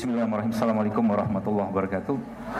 Bismillahirrahmanirrahim. Assalamualaikum warahmatullahi wabarakatuh.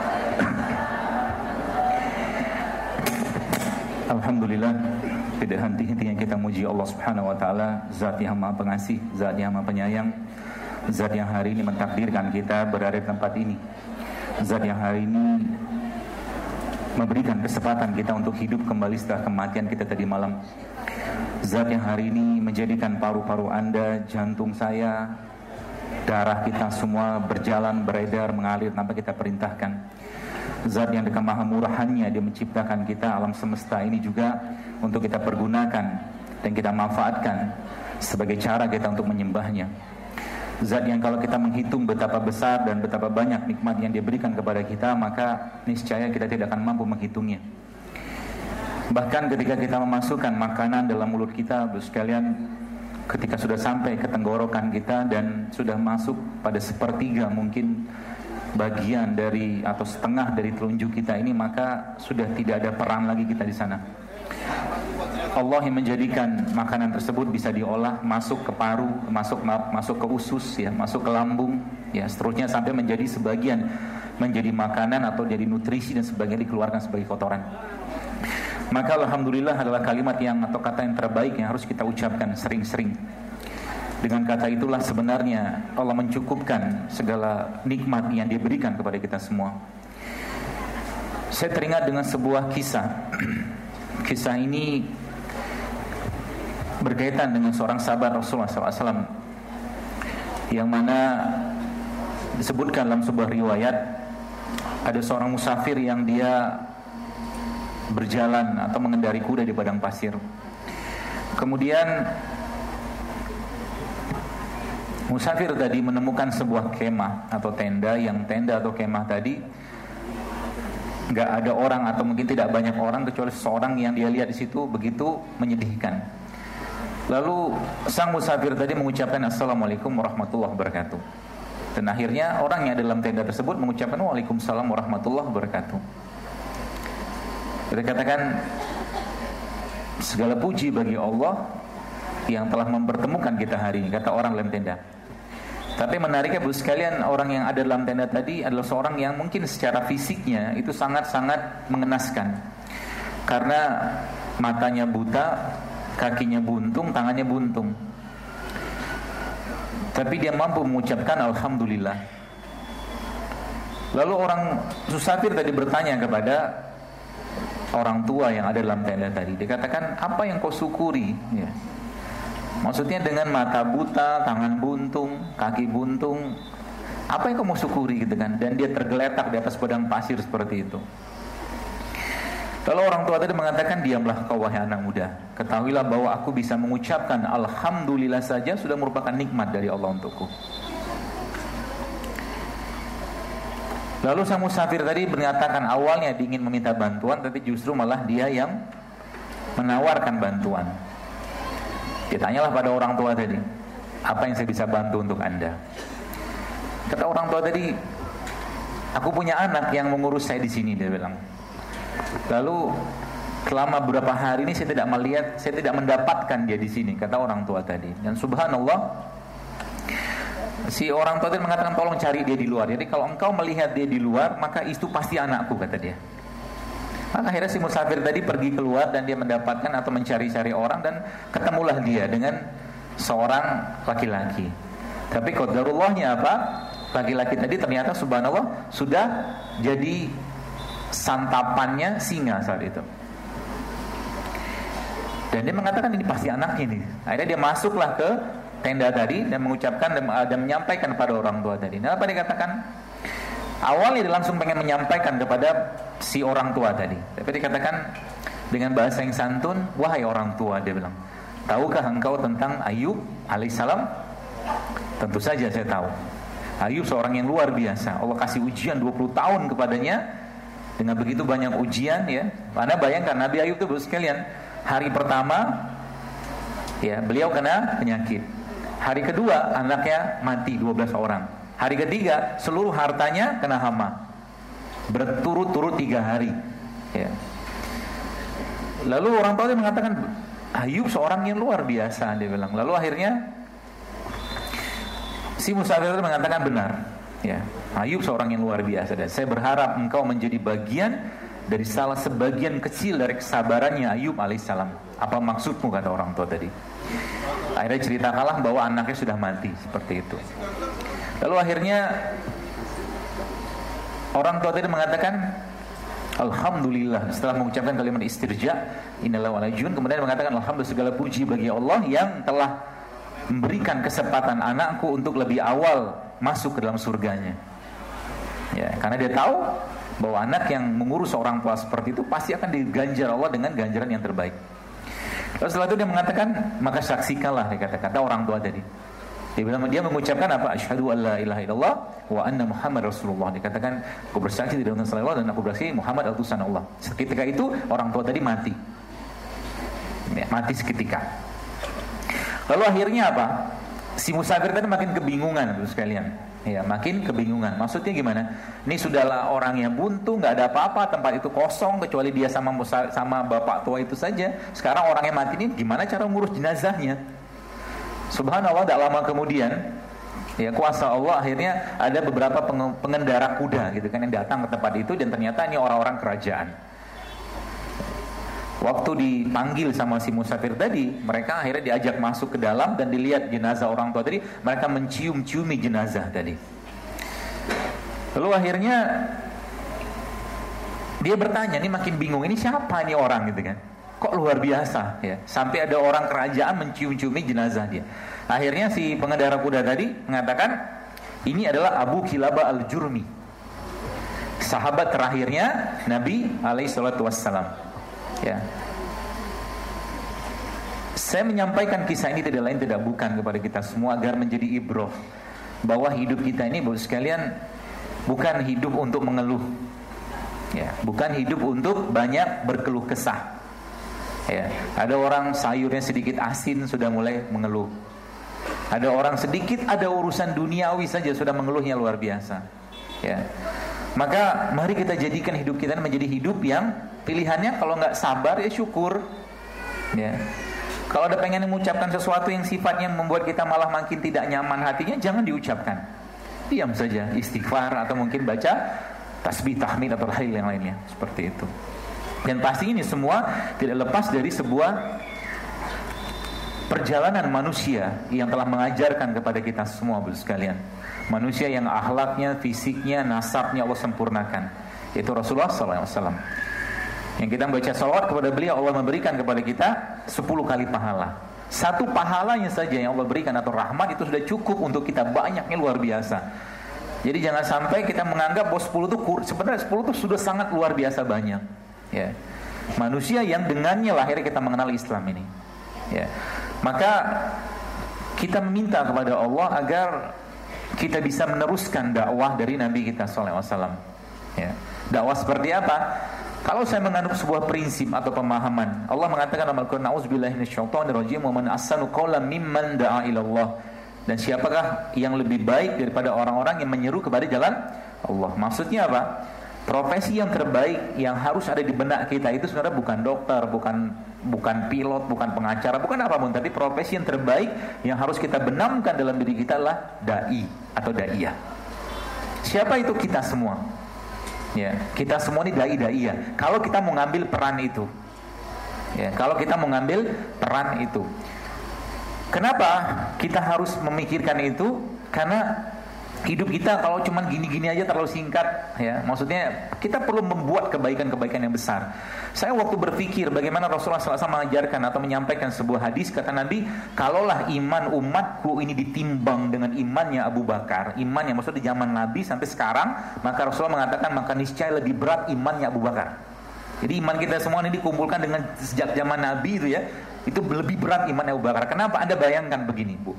Alhamdulillah, tidak henti-hentinya kita muji Allah Subhanahu wa taala, zat yang Maha Pengasih, zat yang Maha Penyayang, zat yang hari ini mentakdirkan kita berada di tempat ini, zat yang hari ini memberikan kesempatan kita untuk hidup kembali setelah kematian kita tadi malam, zat yang hari ini menjadikan paru-paru Anda, jantung saya, darah kita semua berjalan, beredar, mengalir tanpa kita perintahkan. Zat yang dengan maha murahannya dia menciptakan kita alam semesta ini juga untuk kita pergunakan dan kita manfaatkan sebagai cara kita untuk menyembahnya. Zat yang kalau kita menghitung betapa besar dan betapa banyak nikmat yang dia berikan kepada kita, maka niscaya kita tidak akan mampu menghitungnya. Bahkan ketika kita memasukkan makanan dalam mulut kita, sekalian, ketika sudah sampai ke tenggorokan kita dan sudah masuk pada sepertiga mungkin bagian dari atau setengah dari telunjuk kita ini, maka sudah tidak ada peran lagi kita di sana. Allah yang menjadikan makanan tersebut bisa diolah masuk ke paru, masuk ke usus, ya, masuk ke lambung, ya, seterusnya sampai menjadi sebagian menjadi makanan atau jadi nutrisi dan sebagian dikeluarkan sebagai kotoran. Maka alhamdulillah adalah kalimat yang atau kata yang terbaik yang harus kita ucapkan sering-sering. Dengan kata itulah sebenarnya Allah mencukupkan segala nikmat yang dia berikan kepada kita semua. Saya teringat dengan sebuah kisah. Kisah ini berkaitan dengan seorang sahabat Rasulullah SAW, yang mana disebutkan dalam sebuah riwayat ada seorang musafir yang dia berjalan atau mengendari kuda di padang pasir. Kemudian musafir tadi menemukan sebuah kemah atau tenda, yang tenda atau kemah tadi nggak ada orang atau mungkin tidak banyak orang kecuali seorang yang dia lihat di situ begitu menyedihkan. Lalu sang musafir tadi mengucapkan Assalamualaikum warahmatullahi wabarakatuh. Dan akhirnya orang yang ada dalam tenda tersebut mengucapkan Waalaikumsalam warahmatullahi wabarakatuh. Kita katakan segala puji bagi Allah yang telah mempertemukan kita hari ini, kata orang dalam tenda. Tapi menariknya Bu sekalian, orang yang ada dalam tenda tadi adalah seorang yang mungkin secara fisiknya itu sangat-sangat mengenaskan. Karena matanya buta, kakinya buntung, tangannya buntung. Tapi dia mampu mengucapkan Alhamdulillah. Lalu orang musafir tadi bertanya kepada orang tua yang ada dalam tenda tadi. Dia katakan, apa yang kau syukuri? Ya. Maksudnya dengan mata buta, tangan buntung, kaki buntung, apa yang kamu syukuri gitu kan? Dan dia tergeletak di atas padang pasir seperti itu. Lalu orang tua tadi mengatakan, diamlah kau wahai anak muda, ketahuilah bahwa aku bisa mengucapkan Alhamdulillah saja sudah merupakan nikmat dari Allah untukku. Lalu sang musafir tadi mengatakan awalnya dia ingin meminta bantuan, tapi justru malah dia yang menawarkan bantuan. Ditanyalah pada orang tua tadi, apa yang saya bisa bantu untuk Anda? Kata orang tua tadi, aku punya anak yang mengurus saya di sini, dia bilang. Lalu selama beberapa hari ini saya tidak mendapatkan dia di sini, kata orang tua tadi. Dan subhanallah, si orang tua tadi mengatakan tolong cari dia di luar. Jadi kalau engkau melihat dia di luar, maka itu pasti anakku, kata dia. Maka akhirnya si musafir tadi pergi keluar dan dia mendapatkan atau mencari-cari orang, dan ketemulah dia dengan seorang laki-laki. Tapi qadarullahnya apa? Laki-laki tadi ternyata subhanallah sudah jadi santapannya singa saat itu. Dan dia mengatakan ini pasti anaknya nih. Akhirnya dia masuklah ke tenda tadi dan mengucapkan dan menyampaikan kepada orang tua tadi. Nah, apa dia katakan? Awalnya dia langsung pengen menyampaikan kepada si orang tua tadi, tapi dikatakan dengan bahasa yang santun, wahai orang tua, dia bilang, tahukah engkau tentang Ayub alaihissalam? Tentu saja saya tahu. Ayub seorang yang luar biasa. Allah kasih ujian 20 tahun kepadanya dengan begitu banyak ujian, ya. Anda bayangkan Nabi Ayub itu sekalian, hari pertama ya beliau kena penyakit. Hari kedua anaknya mati 12 orang. Hari ketiga seluruh hartanya kena hama. Berturut-turut 3 hari, ya. Lalu orang tua dia mengatakan Ayub seorang yang luar biasa, dia bilang. Lalu akhirnya si musafir itu mengatakan benar. Ya, Ayub seorang yang luar biasa, dan saya berharap engkau menjadi bagian dari salah sebagian kecil dari kesabarannya Ayub alaihissalam. Apa maksudmu, kata orang tua tadi. Akhirnya ceritakanlah bahwa anaknya sudah mati, seperti itu. Lalu akhirnya orang tua tadi mengatakan alhamdulillah, setelah mengucapkan kalimat istirja innallaha wa lajun, kemudian mengatakan alhamdulillah, segala puji bagi Allah yang telah memberikan kesempatan anakku untuk lebih awal masuk ke dalam surganya. Ya, karena dia tahu bahwa anak yang mengurus orang tua seperti itu pasti akan diganjar Allah dengan ganjaran yang terbaik. Lalu setelah itu dia mengatakan, maka saksikanlah, kata orang tua tadi. Dia mengucapkan apa? Asyhadu an la ilaha illallah wa anna Muhammad Rasulullah. Dikatakan, aku bersaksi tidak ada Tuhan selain Allah dan aku bersaksi Muhammad utusan Allah. Seketika itu orang tua tadi mati. Ya, mati seketika. Lalu akhirnya apa? Si musafir tadi makin kebingungan, sekalian. Ya, makin kebingungan. Maksudnya gimana? Ini sudahlah orang yang buntu, nggak ada apa-apa, tempat itu kosong kecuali dia sama bapak tua itu saja. Sekarang orang yang mati ini gimana cara ngurus jenazahnya? Subhanallah, tidak lama kemudian, ya kuasa Allah, akhirnya ada beberapa pengendara kuda gitu kan yang datang ke tempat itu, dan ternyata ini orang-orang kerajaan. Waktu dipanggil sama si musafir tadi, mereka akhirnya diajak masuk ke dalam dan dilihat jenazah orang tua tadi. Mereka mencium-ciumi jenazah tadi. Lalu akhirnya dia bertanya, ini makin bingung, ini siapa nih orang gitu kan? Kok luar biasa ya, sampai ada orang kerajaan mencium-ciumi jenazah dia. Akhirnya si pengendara kuda tadi mengatakan, ini adalah Abu Kilabah al-Jurmi, sahabat terakhirnya Nabi alaihissalam. Ya, saya menyampaikan kisah ini tidak lain tidak bukan kepada kita semua agar menjadi ibrah bahwa hidup kita ini, Bapak sekalian, bukan hidup untuk mengeluh, ya, bukan hidup untuk banyak berkeluh kesah. Ya, ada orang sayurnya sedikit asin sudah mulai mengeluh. Ada orang sedikit ada urusan duniawi saja sudah mengeluhnya luar biasa. Ya, maka mari kita jadikan hidup kita menjadi hidup yang pilihannya kalau nggak sabar ya syukur. Ya, kalau ada pengen mengucapkan sesuatu yang sifatnya membuat kita malah makin tidak nyaman hatinya, jangan diucapkan. Diam saja, istighfar atau mungkin baca tasbih, tahmid atau hal yang lainnya seperti itu. Dan pasti ini semua tidak lepas dari sebuah perjalanan manusia yang telah mengajarkan kepada kita semua, Bapak sekalian. Manusia yang akhlaknya, fisiknya, nasabnya Allah sempurnakan, yaitu Rasulullah SAW. Yang kita membaca salawat kepada beliau, Allah memberikan kepada kita 10 kali pahala. Satu pahalanya saja yang Allah berikan atau rahmat itu sudah cukup untuk kita, banyaknya luar biasa. Jadi jangan sampai kita menganggap bahwa 10 itu sebenarnya 10 itu sudah sangat luar biasa banyak. Ya, manusia yang dengannya akhirnya kita mengenal Islam ini. Ya, maka kita meminta kepada Allah agar kita bisa meneruskan dakwah dari Nabi kita SAW. Ya, dakwah seperti apa? Kalau saya menganut sebuah prinsip atau pemahaman, Allah mengatakan dalam Al-Quran, "A'udzubillahi minasyaitonirrajim, wa man ahsanu qawlan mimman da'a ila Allah." Dan siapakah yang lebih baik daripada orang-orang yang menyeru kepada jalan Allah? Maksudnya apa? Profesi yang terbaik yang harus ada di benak kita itu sebenarnya bukan dokter, bukan pilot, bukan pengacara, bukan apapun, tapi profesi yang terbaik yang harus kita benamkan dalam diri kita adalah dai atau daiyah. Siapa itu? Kita semua. Ya, kita semua ini dai-daiyah. Kalau kita mau ngambil peran itu, ya, kalau kita mau ngambil peran itu, kenapa kita harus memikirkan itu? Karena hidup kita kalau cuman gini-gini aja terlalu singkat, ya. Maksudnya kita perlu membuat kebaikan-kebaikan yang besar. Saya waktu berpikir bagaimana Rasulullah SAW mengajarkan atau menyampaikan sebuah hadis, kata Nabi, kalaulah iman umatku ini ditimbang dengan imannya Abu Bakar, iman yang maksudnya di zaman Nabi sampai sekarang, maka Rasulullah mengatakan maka niscaya lebih berat imannya Abu Bakar. Jadi iman kita semua ini dikumpulkan dengan sejak zaman Nabi itu, ya, itu lebih berat imannya Abu Bakar. Kenapa? Anda bayangkan begini, Bu.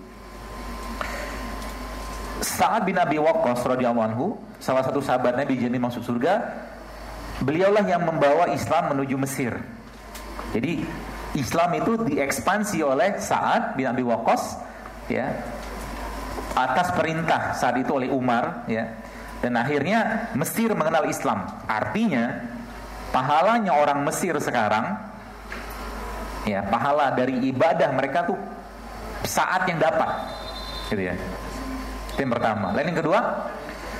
Sa'ad bin Abi Waqqas radhiyallahu anhu, salah satu sahabat Nabi jamin masuk surga. Beliaulah yang membawa Islam menuju Mesir. Jadi Islam itu diekspansi oleh Sa'ad bin Abi Waqqas, ya, atas perintah saat itu oleh Umar, ya. Dan akhirnya Mesir mengenal Islam. Artinya pahalanya orang Mesir sekarang, ya, pahala dari ibadah mereka tuh Sa'ad yang dapat, gitu ya. Itu yang pertama. Lain yang kedua,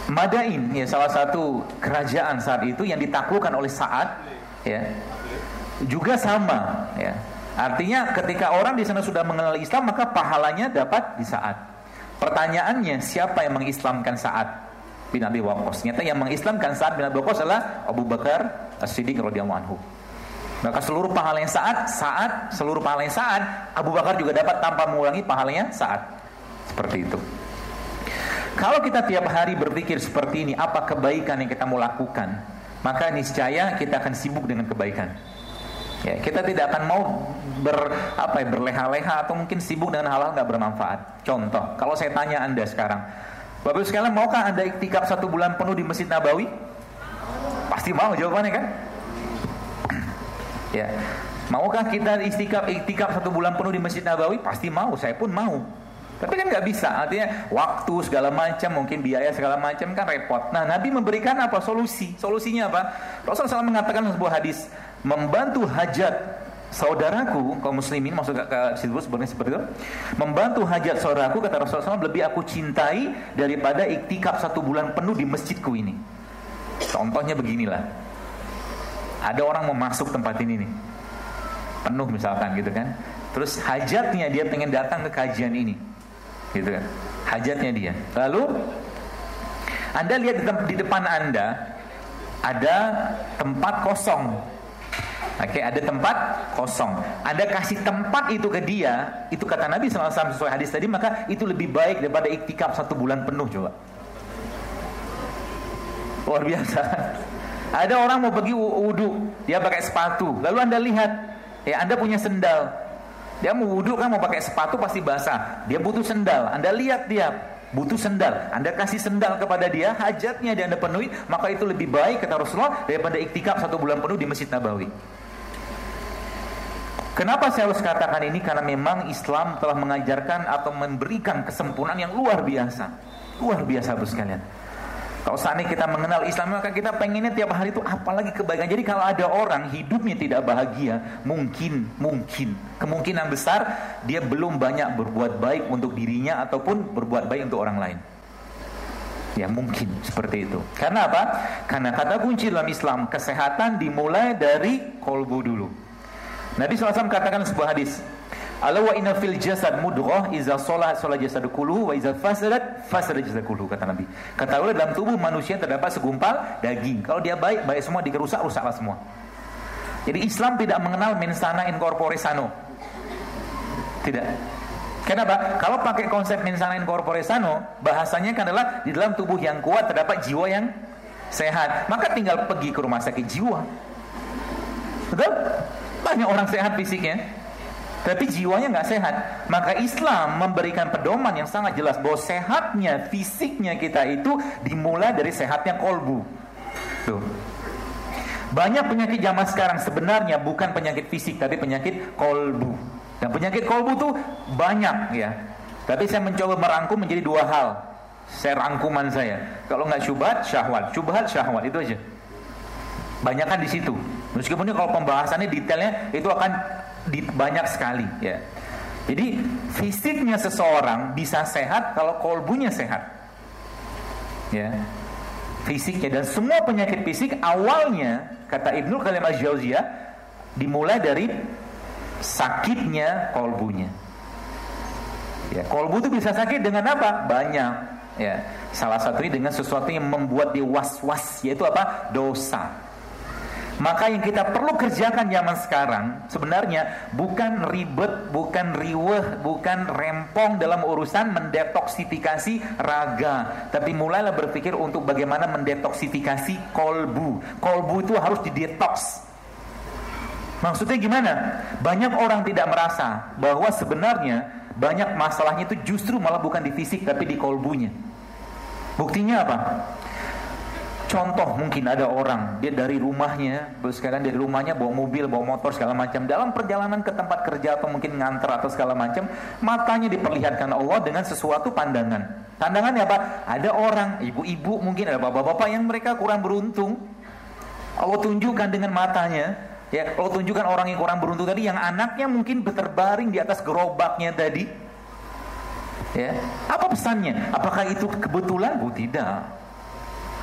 Madain, ya, salah satu kerajaan saat itu yang ditaklukkan oleh Sa'ad, ya, juga sama, ya. Artinya ketika orang di sana sudah mengenal Islam, maka pahalanya dapat di Sa'ad. Pertanyaannya, siapa yang mengislamkan Sa'ad bin Abi Waqqas? Ternyata yang mengislamkan Sa'ad bin Abi Waqqas adalah Abu Bakar As-Siddiq radhiyallahu anhu. Maka seluruh pahalanya seluruh pahalanya Sa'ad, Abu Bakar juga dapat tanpa mengulangi pahalanya Sa'ad. Seperti itu. Kalau kita tiap hari berpikir seperti ini, apa kebaikan yang kita mau lakukan, maka niscaya kita akan sibuk dengan kebaikan. Ya, kita tidak akan mau berleha-leha atau mungkin sibuk dengan hal-hal nggak bermanfaat. Contoh, kalau saya tanya Anda sekarang, Bapak Ibu sekalian, maukah Anda iktikaf 1 bulan penuh di Masjid Nabawi? Pasti mau jawabannya, kan? Ya, maukah kita iktikaf 1 bulan penuh di Masjid Nabawi? Pasti mau, saya pun mau. Tapi kan nggak bisa, artinya waktu segala macam, mungkin biaya segala macam kan repot. Nah, Nabi memberikan apa? Solusinya apa? Rasulullah SAW mengatakan dalam sebuah hadis, membantu hajat saudaraku kaum muslimin, maksud ke situ sebenarnya seperti itu, membantu hajat saudaraku, kata Rasulullah SAW, lebih aku cintai daripada iktikaf 1 bulan penuh di masjidku ini. Contohnya beginilah, ada orang mau masuk tempat ini nih, penuh misalkan gitu kan, terus hajatnya dia pengen datang ke kajian ini, gitu kan, hajatnya dia. Lalu Anda lihat di depan Anda ada tempat kosong. Oke, ada tempat kosong. Anda kasih tempat itu ke dia, itu kata Nabi SAW sesuai hadis tadi, maka itu lebih baik daripada iktikaf 1 bulan penuh. Coba, luar biasa. Ada orang mau pergi wudu, dia pakai sepatu. Lalu Anda lihat, ya, Anda punya sendal. Dia mau wudu kan, mau pakai sepatu pasti basah. Dia butuh sendal. Anda lihat dia butuh sendal, Anda kasih sendal kepada dia, hajatnya dia Anda penuhi, maka itu lebih baik kata Rasulullah daripada iktikaf 1 bulan penuh di Masjid Nabawi. Kenapa saya harus katakan ini? Karena memang Islam telah mengajarkan atau memberikan kesempurnaan yang luar biasa. Luar biasa, Bapak sekalian. Kalau saat ini kita mengenal Islam, maka kita pengennya tiap hari itu apalagi kebaikan. Jadi kalau ada orang hidupnya tidak bahagia, mungkin kemungkinan besar dia belum banyak berbuat baik untuk dirinya ataupun berbuat baik untuk orang lain. Ya, mungkin seperti itu. Karena apa? Karena kata kunci dalam Islam, kesehatan dimulai dari kolbu dulu. Nabi SAW katakan sebuah hadis, ala wa inna fil jasad mudghah iza shalah jasadu kulluhu wa iza fasadat jasadu kulluhu, kata Nabi. Katakanlah dalam tubuh manusia terdapat segumpal daging. Kalau dia baik semua, jika rusaklah semua. Jadi Islam tidak mengenal mens sana in corpore sano. Tidak. Kenapa? Kalau pakai konsep mens sana in corpore sano, bahasanya kan adalah di dalam tubuh yang kuat terdapat jiwa yang sehat. Maka tinggal pergi ke rumah sakit jiwa. Betul? Banyak orang sehat fisiknya, tapi jiwanya nggak sehat. Maka Islam memberikan pedoman yang sangat jelas bahwa sehatnya fisiknya kita itu dimulai dari sehatnya kolbu. Tuh. Banyak penyakit zaman sekarang sebenarnya bukan penyakit fisik, tapi penyakit kolbu. Dan penyakit kolbu tuh banyak, ya. Tapi saya mencoba merangkum menjadi 2 hal. Rangkuman saya. Kalau nggak syubhat syahwat, itu aja. Banyakan di situ. Meskipun kalau pembahasannya detailnya itu akan banyak sekali, ya. Jadi fisiknya seseorang bisa sehat kalau kolbunya sehat, ya. Fisiknya, dan semua penyakit fisik awalnya kata Ibnu Qayyim al-Jauziyah dimulai dari sakitnya kolbunya. Ya, kolbu itu bisa sakit dengan apa? Banyak, ya. Salah satunya dengan sesuatu yang membuat dia was-was, yaitu apa? Dosa. Maka yang kita perlu kerjakan zaman sekarang sebenarnya bukan ribet, bukan riweh, bukan rempong dalam urusan mendetoksifikasi raga, tapi mulailah berpikir untuk bagaimana mendetoksifikasi kolbu. Kolbu itu harus didetoks. Maksudnya gimana? Banyak orang tidak merasa bahwa sebenarnya banyak masalahnya itu justru malah bukan di fisik tapi di kolbunya. Buktinya apa? Contoh, mungkin ada orang dia dari rumahnya, sekarang dari rumahnya bawa mobil, bawa motor segala macam, dalam perjalanan ke tempat kerja atau mungkin nganter atau segala macam, matanya diperlihatkan Allah dengan sesuatu pandangan. Pandangannya apa? Ada orang, ibu-ibu, mungkin ada bapak-bapak yang mereka kurang beruntung. Allah tunjukkan dengan matanya, ya, Allah tunjukkan orang yang kurang beruntung tadi, yang anaknya mungkin berterbaring di atas gerobaknya tadi. Ya, apa pesannya? Apakah itu kebetulan? Tidak.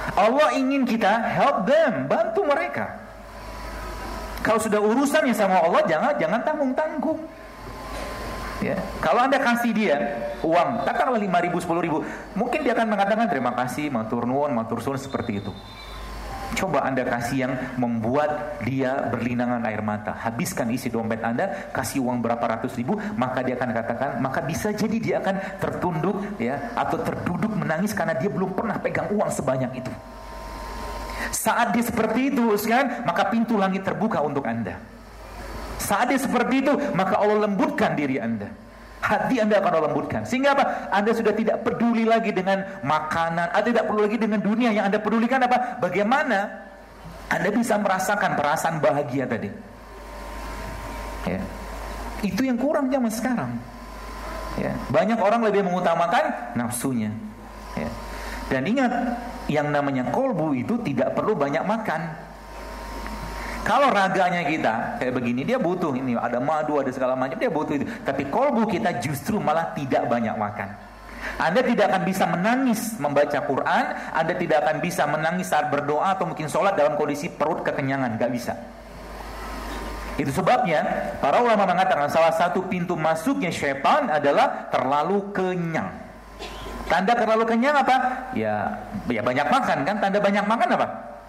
Allah ingin kita help them, bantu mereka. Kalau sudah urusannya sama Allah, jangan tanggung-tanggung. Ya. Kalau Anda kasih dia uang, katakanlah 5.000, 10.000, mungkin dia akan mengatakan terima kasih, matur nuwun, matur suwun, seperti itu. Coba Anda kasih yang membuat dia berlinangan air mata. Habiskan isi dompet Anda, kasih uang berapa ratus ribu, maka dia akan katakan, maka bisa jadi dia akan tertunduk ya, atau terduduk menangis karena dia belum pernah pegang uang sebanyak itu. Saat dia seperti itu, sekarang, maka pintu langit terbuka untuk Anda. Saat dia seperti itu, maka Allah lembutkan diri Anda. Hati Anda akan Allah lembutkan. Sehingga apa? Anda sudah tidak peduli lagi dengan makanan, Anda tidak peduli lagi dengan dunia. Yang Anda pedulikan apa? Bagaimana Anda bisa merasakan perasaan bahagia tadi. Ya. Itu yang kurang zaman sekarang. Ya. Banyak orang lebih mengutamakan nafsunya. Ya. Dan ingat, yang namanya kolbu itu tidak perlu banyak makan. Kalau raganya kita kayak begini, dia butuh ini, ada madu, ada segala macam, dia butuh itu. Tapi kolbu kita justru malah tidak banyak makan. Anda tidak akan bisa menangis membaca Quran, Anda tidak akan bisa menangis saat berdoa atau mungkin sholat dalam kondisi perut kekenyangan, gak bisa. Itu sebabnya para ulama mengatakan salah satu pintu masuknya syaitan adalah terlalu kenyang. Tanda terlalu kenyang apa? Ya banyak makan kan. Tanda banyak makan apa?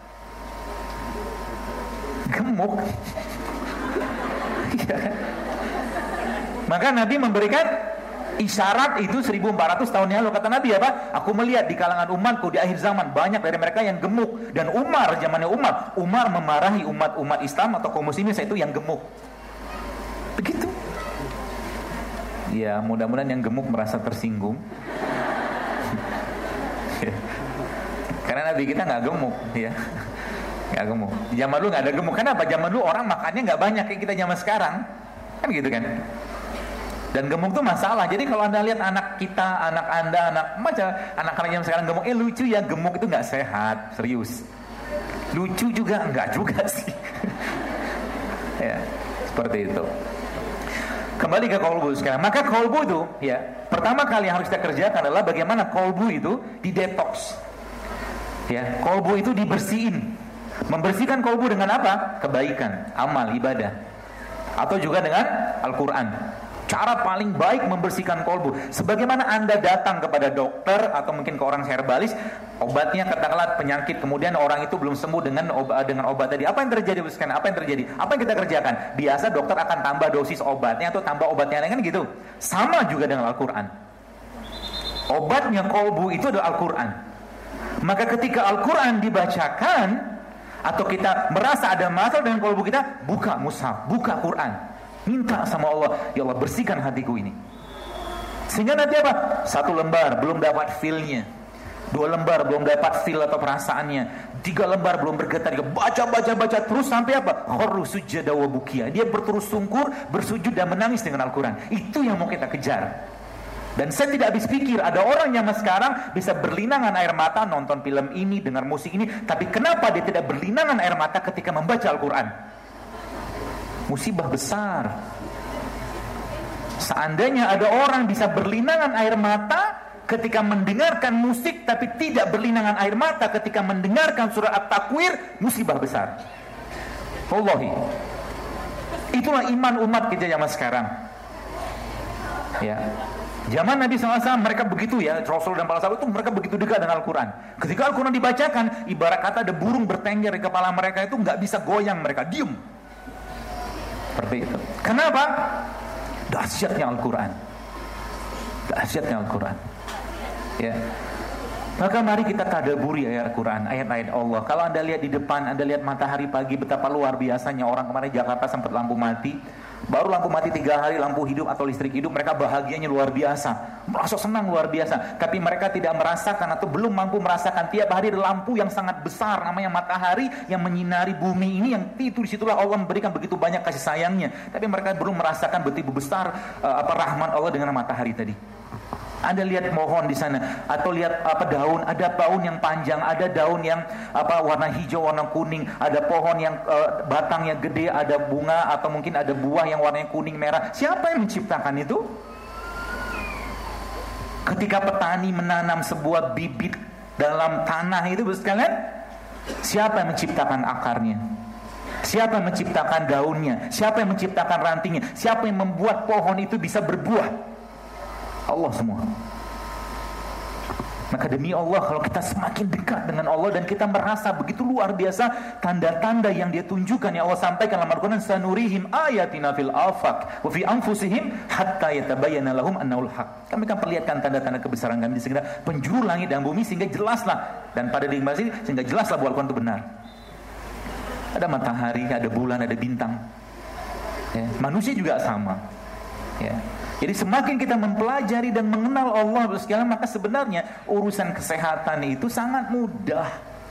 Gemuk. Maka Nabi memberikan isyarat itu 1400 tahun yang lalu. Kata Nabi apa? Aku melihat di kalangan umatku di akhir zaman banyak dari mereka yang gemuk. Dan Umar, zamannya Umar memarahi umat Islam atau kaum muslimin saat itu yang gemuk. Begitu. Ya mudah-mudahan yang gemuk merasa tersinggung. Karena Nabi kita nggak gemuk, ya. Nggak gemuk. Zaman dulu nggak ada gemuk. Kenapa? Zaman dulu orang makannya nggak banyak kayak kita zaman sekarang, kan gitu kan? Dan gemuk tuh masalah. Jadi kalau Anda lihat anak kita, anak Anda, anak-anak zaman sekarang gemuk, lucu ya, gemuk itu nggak sehat, serius. Lucu juga nggak juga sih. Ya, seperti itu. Kembali ke kolbu sekarang. Maka kolbu itu, ya, pertama kali yang harus kita kerjakan adalah bagaimana kolbu itu didetoks. Ya, kolbu itu dibersihin. Membersihkan kolbu dengan apa? Kebaikan, amal, ibadah. Atau juga dengan Al-Quran. Cara paling baik membersihkan kolbu. Sebagaimana Anda datang kepada dokter atau mungkin ke orang herbalis, obatnya katakanlah penyakit, kemudian orang itu belum sembuh dengan obat tadi. Apa yang terjadi? Apa yang terjadi? Apa yang kita kerjakan? Biasa dokter akan tambah dosis obatnya atau tambah obatnya lain, kan gitu. Sama juga dengan Al-Quran. Obatnya kolbu itu adalah Al-Quran. Maka ketika Al-Quran dibacakan atau kita merasa ada masalah dengan kolbu kita, buka mushaf, buka Quran, minta sama Allah, ya Allah bersihkan hatiku ini. Sehingga nanti apa? 1 lembar belum dapat feel-nya, 2 lembar belum dapat feel atau perasaannya, 3 lembar belum bergetar, baca terus sampai apa? Kharru sujada wa bukia. Dia berterus sungkur, bersujud dan menangis dengan Al-Quran. Itu yang mau kita kejar. Dan saya tidak habis pikir ada orang yang sekarang bisa berlinangan air mata nonton film ini, dengar musik ini, tapi kenapa dia tidak berlinangan air mata ketika membaca Al-Quran? Musibah besar. Seandainya ada orang bisa berlinangan air mata ketika mendengarkan musik, tapi tidak berlinangan air mata ketika mendengarkan surah At-Takwir, musibah besar. Wallahi. Itulah iman umat kita zaman sekarang. Ya. Zaman Nabi SAW mereka begitu ya, Rasul dan para sahabat itu mereka begitu dekat dengan Al-Quran. Ketika Al-Quran dibacakan, ibarat kata ada burung bertengger di kepala mereka, itu nggak bisa goyang, mereka diem. Seperti itu. Kenapa? Dahsyatnya Al-Quran. Dahsyatnya Al-Quran. Ya. Maka mari kita tadabburi ayat Al-Quran, ayat-ayat Allah. Kalau Anda lihat di depan, Anda lihat matahari pagi, betapa luar biasanya. Orang kemarin Jakarta sempat lampu mati. Baru lampu mati 3 hari, lampu hidup atau listrik hidup, mereka bahagianya luar biasa, merasa senang luar biasa. Tapi mereka tidak merasakan atau belum mampu merasakan tiap hari ada lampu yang sangat besar namanya matahari yang menyinari bumi ini, yang itu disitulah Allah memberikan begitu banyak kasih sayangnya. Tapi mereka belum merasakan begitu besar rahmat Allah dengan matahari tadi. Anda lihat pohon di sana, atau lihat daun, ada daun yang panjang, ada daun yang warna hijau, warna kuning, ada pohon yang batangnya gede, ada bunga atau mungkin ada buah yang warnanya kuning merah. Siapa yang menciptakan itu? Ketika petani menanam sebuah bibit Dalam tanah itu sekalian, siapa yang menciptakan akarnya? Siapa yang menciptakan daunnya? Siapa yang menciptakan rantingnya? Siapa yang membuat pohon itu bisa berbuah? Allah semua. Maka demi Allah, kalau kita semakin dekat dengan Allah dan kita merasa begitu luar biasa tanda-tanda yang Dia tunjukkan, yang Allah sampaikan dalam Al-Quran, sanurihim ayatina fil afaq wa fi anfusihim hatta yatabayyana lahum annahul haq. Kami akan perlihatkan tanda-tanda kebesaran Kami di segala penjuru langit dan bumi, sehingga jelaslah, dan pada diri masing sehingga jelaslah bahwa Al-Quran itu benar. Ada matahari, ada bulan, ada bintang. Ya. Manusia juga sama. Ya. Jadi semakin kita mempelajari dan mengenal Allah sekalian, maka sebenarnya urusan kesehatan itu sangat mudah.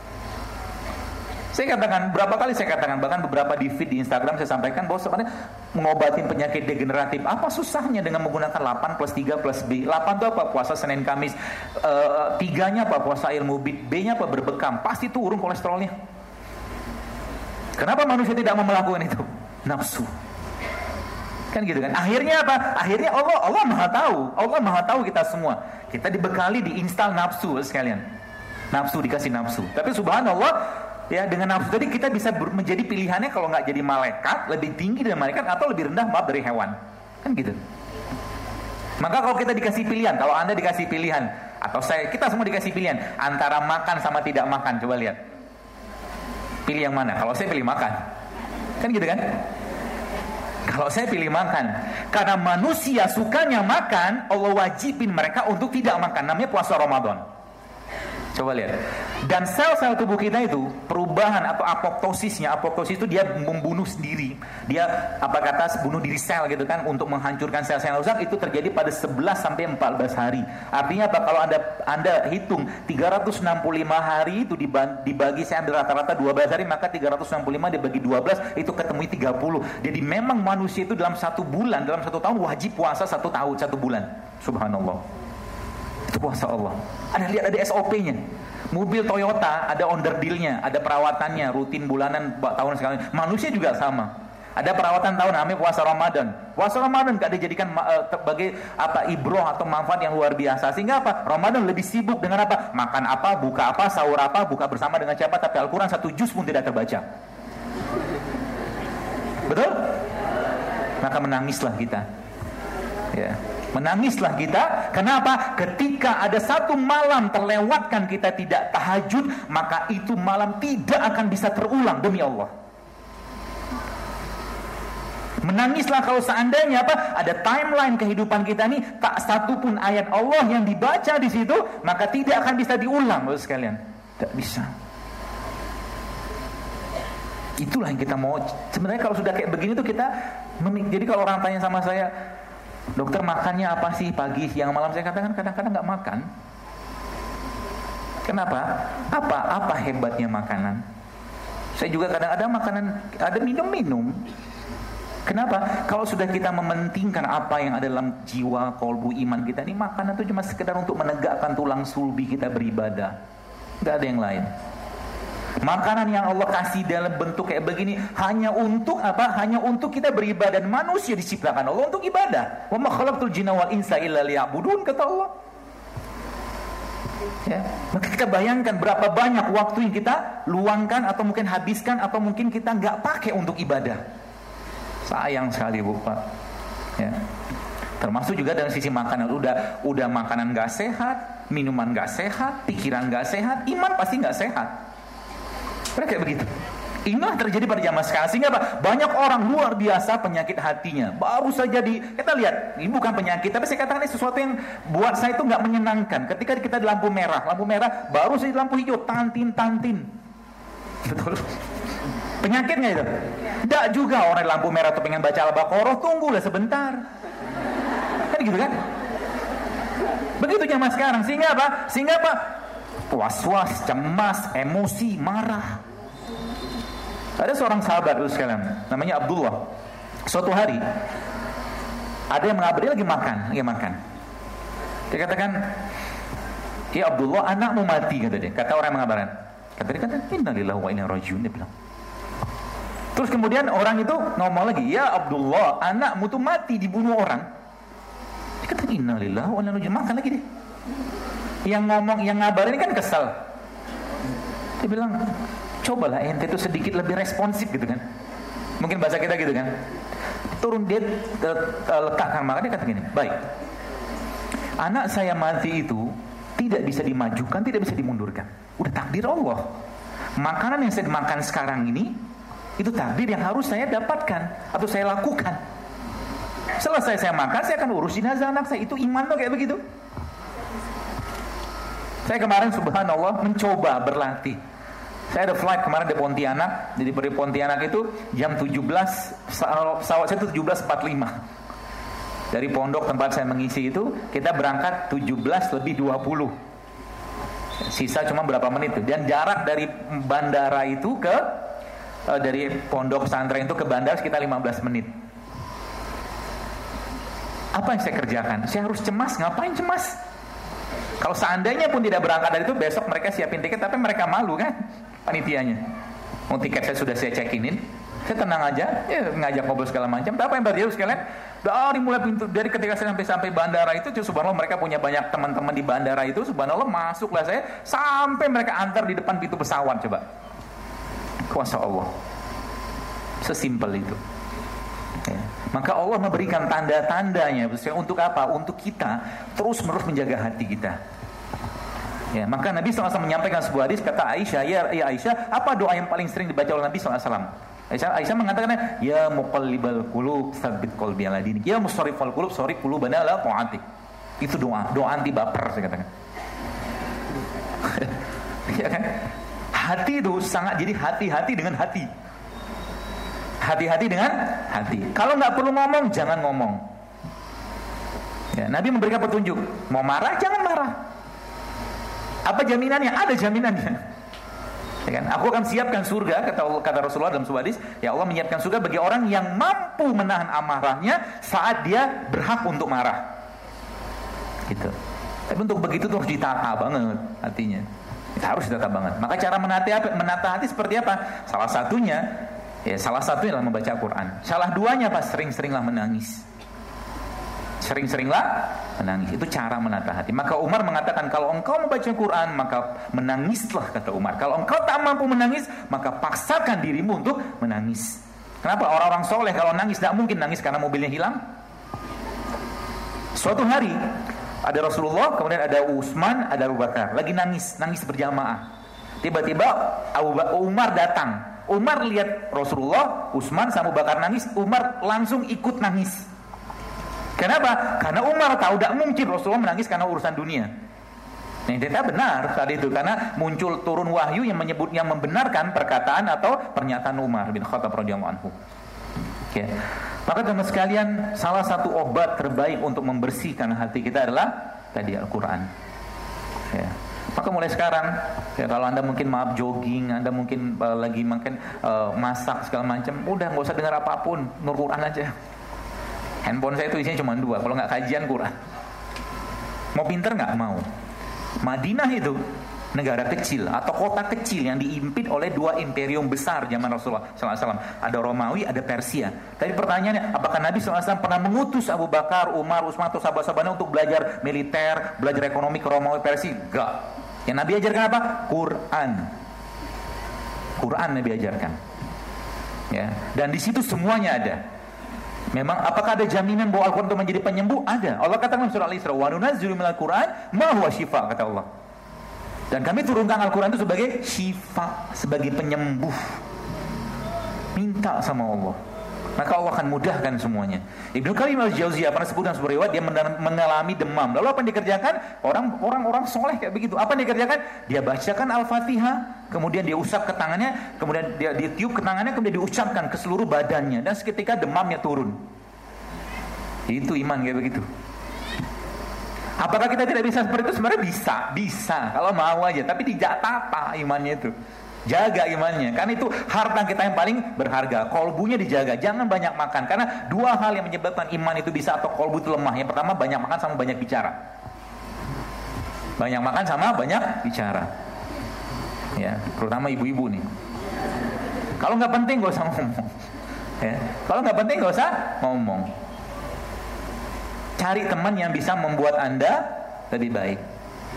Saya katakan, berapa kali saya katakan, bahkan beberapa di feed di Instagram saya sampaikan bahwa sebenarnya mengobatin penyakit degeneratif, apa susahnya dengan menggunakan 8 plus 3 plus B. 8 itu apa? Puasa Senin Kamis. 3-nya apa? Puasa ilmu. B-nya apa? Berbekam. Pasti turun kolesterolnya. Kenapa manusia tidak mau melakukan itu? Nafsu. Kan gitu kan. Akhirnya apa? Akhirnya Allah Maha tahu. Allah Maha tahu kita semua. Kita dibekali, diinstal nafsu sekalian. Nafsu, dikasih nafsu. Tapi subhanallah, ya dengan nafsu tadi kita bisa menjadi pilihannya, kalau nggak jadi malaikat, lebih tinggi dari malaikat, atau lebih rendah, maaf, dari hewan. Kan gitu. Maka kalau kita dikasih pilihan, kalau Anda dikasih pilihan, atau kita semua dikasih pilihan antara makan sama tidak makan, coba lihat. Pilih yang mana? Kalau saya pilih makan. Kan gitu kan? Kalau saya pilih makan, karena manusia sukanya makan, Allah wajibin mereka untuk tidak makan. Namanya puasa Ramadan. Coba lihat. Dan sel-sel tubuh kita itu, perubahan atau apoptosisnya, apoptosis itu dia membunuh sendiri. Dia bunuh diri sel gitu kan, untuk menghancurkan sel-sel yang rusak, itu terjadi pada 11 sampai 14 hari. Artinya apa? Kalau Anda hitung 365 hari itu dibagi, saya ambil rata-rata 12 hari, maka 365 dibagi 12 itu ketemu 30. Jadi memang manusia itu dalam 1 bulan, dalam 1 tahun wajib puasa 1 tahun, 1 bulan. Subhanallah. Itu puasa Allah. Anda lihat ada SOP-nya. Mobil Toyota ada onderdilnya, ada perawatannya, rutin bulanan, tahun sekali. Manusia juga sama. Ada perawatan tahun, namanya puasa Ramadan. Puasa Ramadan gak dijadikan sebagai ibroh atau manfaat yang luar biasa. Sehingga apa? Ramadan lebih sibuk dengan apa? Makan apa, buka apa, sahur apa, buka bersama dengan siapa, tapi Al-Quran 1 juz pun tidak terbaca. Betul? Maka menangislah kita. Ya. Menangislah kita. Kenapa? Ketika ada 1 malam terlewatkan kita tidak tahajud, maka itu malam tidak akan bisa terulang demi Allah. Menangislah kalau seandainya ada timeline kehidupan kita ini, tak satu pun ayat Allah yang dibaca di situ, maka tidak akan bisa diulang, Bapak sekalian. Tidak bisa. Itulah yang kita mau. Sebenarnya kalau sudah kayak begini tuh kita jadi kalau orang tanya sama saya, dokter makannya apa sih pagi, siang, malam? Saya katakan kadang-kadang nggak makan. Kenapa? Apa hebatnya makanan? Saya juga kadang-kadang makanan, ada minum-minum. Kenapa? Kalau sudah kita mementingkan apa yang ada dalam jiwa, kolbu, iman kita, ini makanan itu cuma sekedar untuk menegakkan tulang sulbi kita beribadah. Nggak ada yang lain. Makanan yang Allah kasih dalam bentuk kayak begini hanya untuk apa? Hanya untuk kita beribadah. Dan manusia diciptakan Allah untuk ibadah. Wa ma khalaqtul jinna wal insa illa liya'budun, kata Allah. Ya, maka kita bayangkan berapa banyak waktu yang kita luangkan atau mungkin habiskan atau mungkin kita nggak pakai untuk ibadah. Sayang sekali, Bu, Pak. Ya. Termasuk juga dari sisi makanan, udah makanan nggak sehat, minuman nggak sehat, pikiran nggak sehat, iman pasti nggak sehat. Kayak begitu. Inilah terjadi pada zaman sekarang. Sehingga apa? Banyak orang luar biasa penyakit hatinya. Baru saja kita lihat, ini bukan penyakit, tapi saya katakan ini sesuatu yang buat saya itu nggak menyenangkan. Ketika kita di lampu merah, baru saja di lampu hijau, tantin. Betul. Penyakitnya itu. Tidak juga orang di lampu merah tuh pengen baca Al-Baqarah, tunggulah sebentar. Kan gitu kan? Begitu zaman sekarang. Sehingga apa? Was-was, cemas, emosi, marah. Ada seorang sahabat dulu sekalian, namanya Abdullah. Suatu hari ada yang mengabari lagi makan. Dia katakan, "Ya Abdullah, anakmu mati," kata dia. Kata orang yang mengabarkan. Kata dia, "Innalillahi wa inna ilaihi raji'un," dia bilang. Terus kemudian orang itu ngomong lagi, "Ya Abdullah, anakmu tuh mati, dibunuh orang." Dia kata, "Innalillahi wa inna ilaihi raji'un," makan lagi dia. Yang ngomong, yang ngabarin kan kesel. Dia bilang, cobalah ente itu sedikit lebih responsif gitu kan. Mungkin bahasa kita gitu kan. Turun dia letakkan, maka dia kata gini, baik, anak saya mati itu tidak bisa dimajukan, tidak bisa dimundurkan. Udah takdir Allah. Makanan yang saya makan sekarang ini, itu takdir yang harus saya dapatkan atau saya lakukan. Selesai saya makan, saya akan urus jenazah anak saya. Itu iman tuh kayak begitu. Saya kemarin subhanallah mencoba berlatih. Saya ada flight kemarin di Pontianak. Jadi dari Pontianak itu jam 17, pesawat saya itu 17.45. Dari pondok tempat saya mengisi itu, kita berangkat 17:20. Sisa cuma berapa menit tuh. Dan jarak dari bandara itu ke dari pondok pesantren itu ke bandara sekitar 15 menit. Apa yang saya kerjakan? Saya harus cemas. Ngapain cemas? Kalau seandainya pun tidak berangkat dari itu, besok mereka siapin tiket, tapi mereka malu kan panitianya. Mau tiket saya check-in, saya tenang aja, ngajak ngobrol segala macam. Tapi apa yang terjadi sekalian? Dari mulai pintu, dari ketika saya sampai bandara itu, subhanallah mereka punya banyak teman-teman di bandara itu, subhanallah masuklah saya sampai mereka antar di depan pintu pesawat. Coba, kuasa Allah, sesimpel itu. Ya. Maka Allah memberikan tanda-tandanya untuk apa? Untuk kita terus-menerus menjaga hati kita. Ya, maka Nabi SAW menyampaikan sebuah hadis, kata Aisyah, ya Aisyah, apa doa yang paling sering dibaca oleh Nabi SAW? Aisyah mengatakan, ya muqallibal qulub tsabbit qalbi ala dinik, ya musarrifal qulub sarrif qulubana ala ta'atik. Itu doa anti baper, saya katakan. Ya kan? Hati itu sangat, jadi hati-hati dengan hati. Hati-hati dengan hati. Kalau nggak perlu ngomong, jangan ngomong. Ya, Nabi memberikan petunjuk. Mau marah, jangan marah. Apa jaminannya? Ada jaminannya. Ya kan? Aku akan siapkan surga, kata Rasulullah dalam sebuah hadis. Ya Allah menyiapkan surga bagi orang yang mampu menahan amarahnya saat dia berhak untuk marah. Gitu. Tapi untuk begitu tuh harus ditata banget hatinya. Harus ditata banget. Maka cara menata hati seperti apa? Salah satunya adalah membaca Quran. Salah duanya apa? Sering-seringlah menangis. Sering-seringlah menangis. Itu cara menata hati. Maka Umar mengatakan, kalau engkau membaca Quran, maka menangislah, kata Umar. Kalau engkau tak mampu menangis, maka paksakan dirimu untuk menangis. Kenapa? Orang-orang soleh kalau nangis, tidak mungkin nangis karena mobilnya hilang. Suatu hari ada Rasulullah, kemudian ada Utsman, ada Abu Bakar, lagi nangis berjamaah. Tiba-tiba Umar datang. Umar lihat Rasulullah, Utsman sama Abu Bakar nangis, Umar langsung ikut nangis. Kenapa? Karena Umar tahu tidak mungkin Rasulullah menangis karena urusan dunia. Nah, ternyata benar tadi itu, karena muncul turun wahyu yang membenarkan perkataan atau pernyataan Umar bin Khattab radhiyallahu anhu. Okay. Maka teman sekalian, salah satu obat terbaik untuk membersihkan hati kita adalah tadi Al-Quran. Ya. Maka mulai sekarang, ya, kalau Anda mungkin jogging, Anda mungkin lagi makan masak segala macam, udah nggak usah dengar apapun, nur Quran aja. Handphone saya itu isinya cuma 2, kalau nggak kajian Quran. Mau pinter nggak? Mau. Madinah itu negara kecil atau kota kecil yang diimpit oleh 2 imperium besar zaman Rasulullah SAW. Ada Romawi, ada Persia. Tapi pertanyaannya, apakah Nabi SAW pernah mengutus Abu Bakar, Umar, Utsman atau sahabat-sahabatnya untuk belajar militer, belajar ekonomi ke Romawi, Persia? Enggak. Yang Nabi ajarkan apa? Quran Nabi ajarkan. Ya. Dan di situ semuanya ada. Memang apakah ada jaminan bahwa Al-Quran itu menjadi penyembuh? Ada. Allah katakan dalam surah Al-Isra, wa nunazzilu minal Quran ma huwa syifa, kata Allah. Dan kami turunkan Al-Quran itu sebagai syifa, sebagai penyembuh. Minta sama Allah, maka Allah akan mudahkan semuanya. Ibnu Qayyim al-Jauziyah pernah sebut dalam sebuah riwayat, dia mengalami demam. Lalu apa yang dikerjakan? Orang soleh kayak begitu. Apa yang dikerjakan? Dia bacakan Al-Fatihah, kemudian dia usap ke tangannya, kemudian dia tiup ke tangannya, kemudian diucapkan ke seluruh badannya, dan seketika demamnya turun. Itu iman kayak begitu. Apakah kita tidak bisa seperti itu? Sebenarnya bisa kalau mau aja, tapi tidak tata imannya itu. Jaga imannya, karena itu harta kita yang paling berharga. Kolbunya dijaga, jangan banyak makan, karena 2 hal yang menyebabkan iman itu bisa atau kolbu itu lemah. Yang pertama, banyak makan sama banyak bicara. Banyak makan sama banyak bicara. Ya, terutama ibu-ibu nih. Kalau nggak penting nggak usah ngomong. Ya, kalau nggak penting nggak usah ngomong. Cari teman yang bisa membuat Anda lebih baik.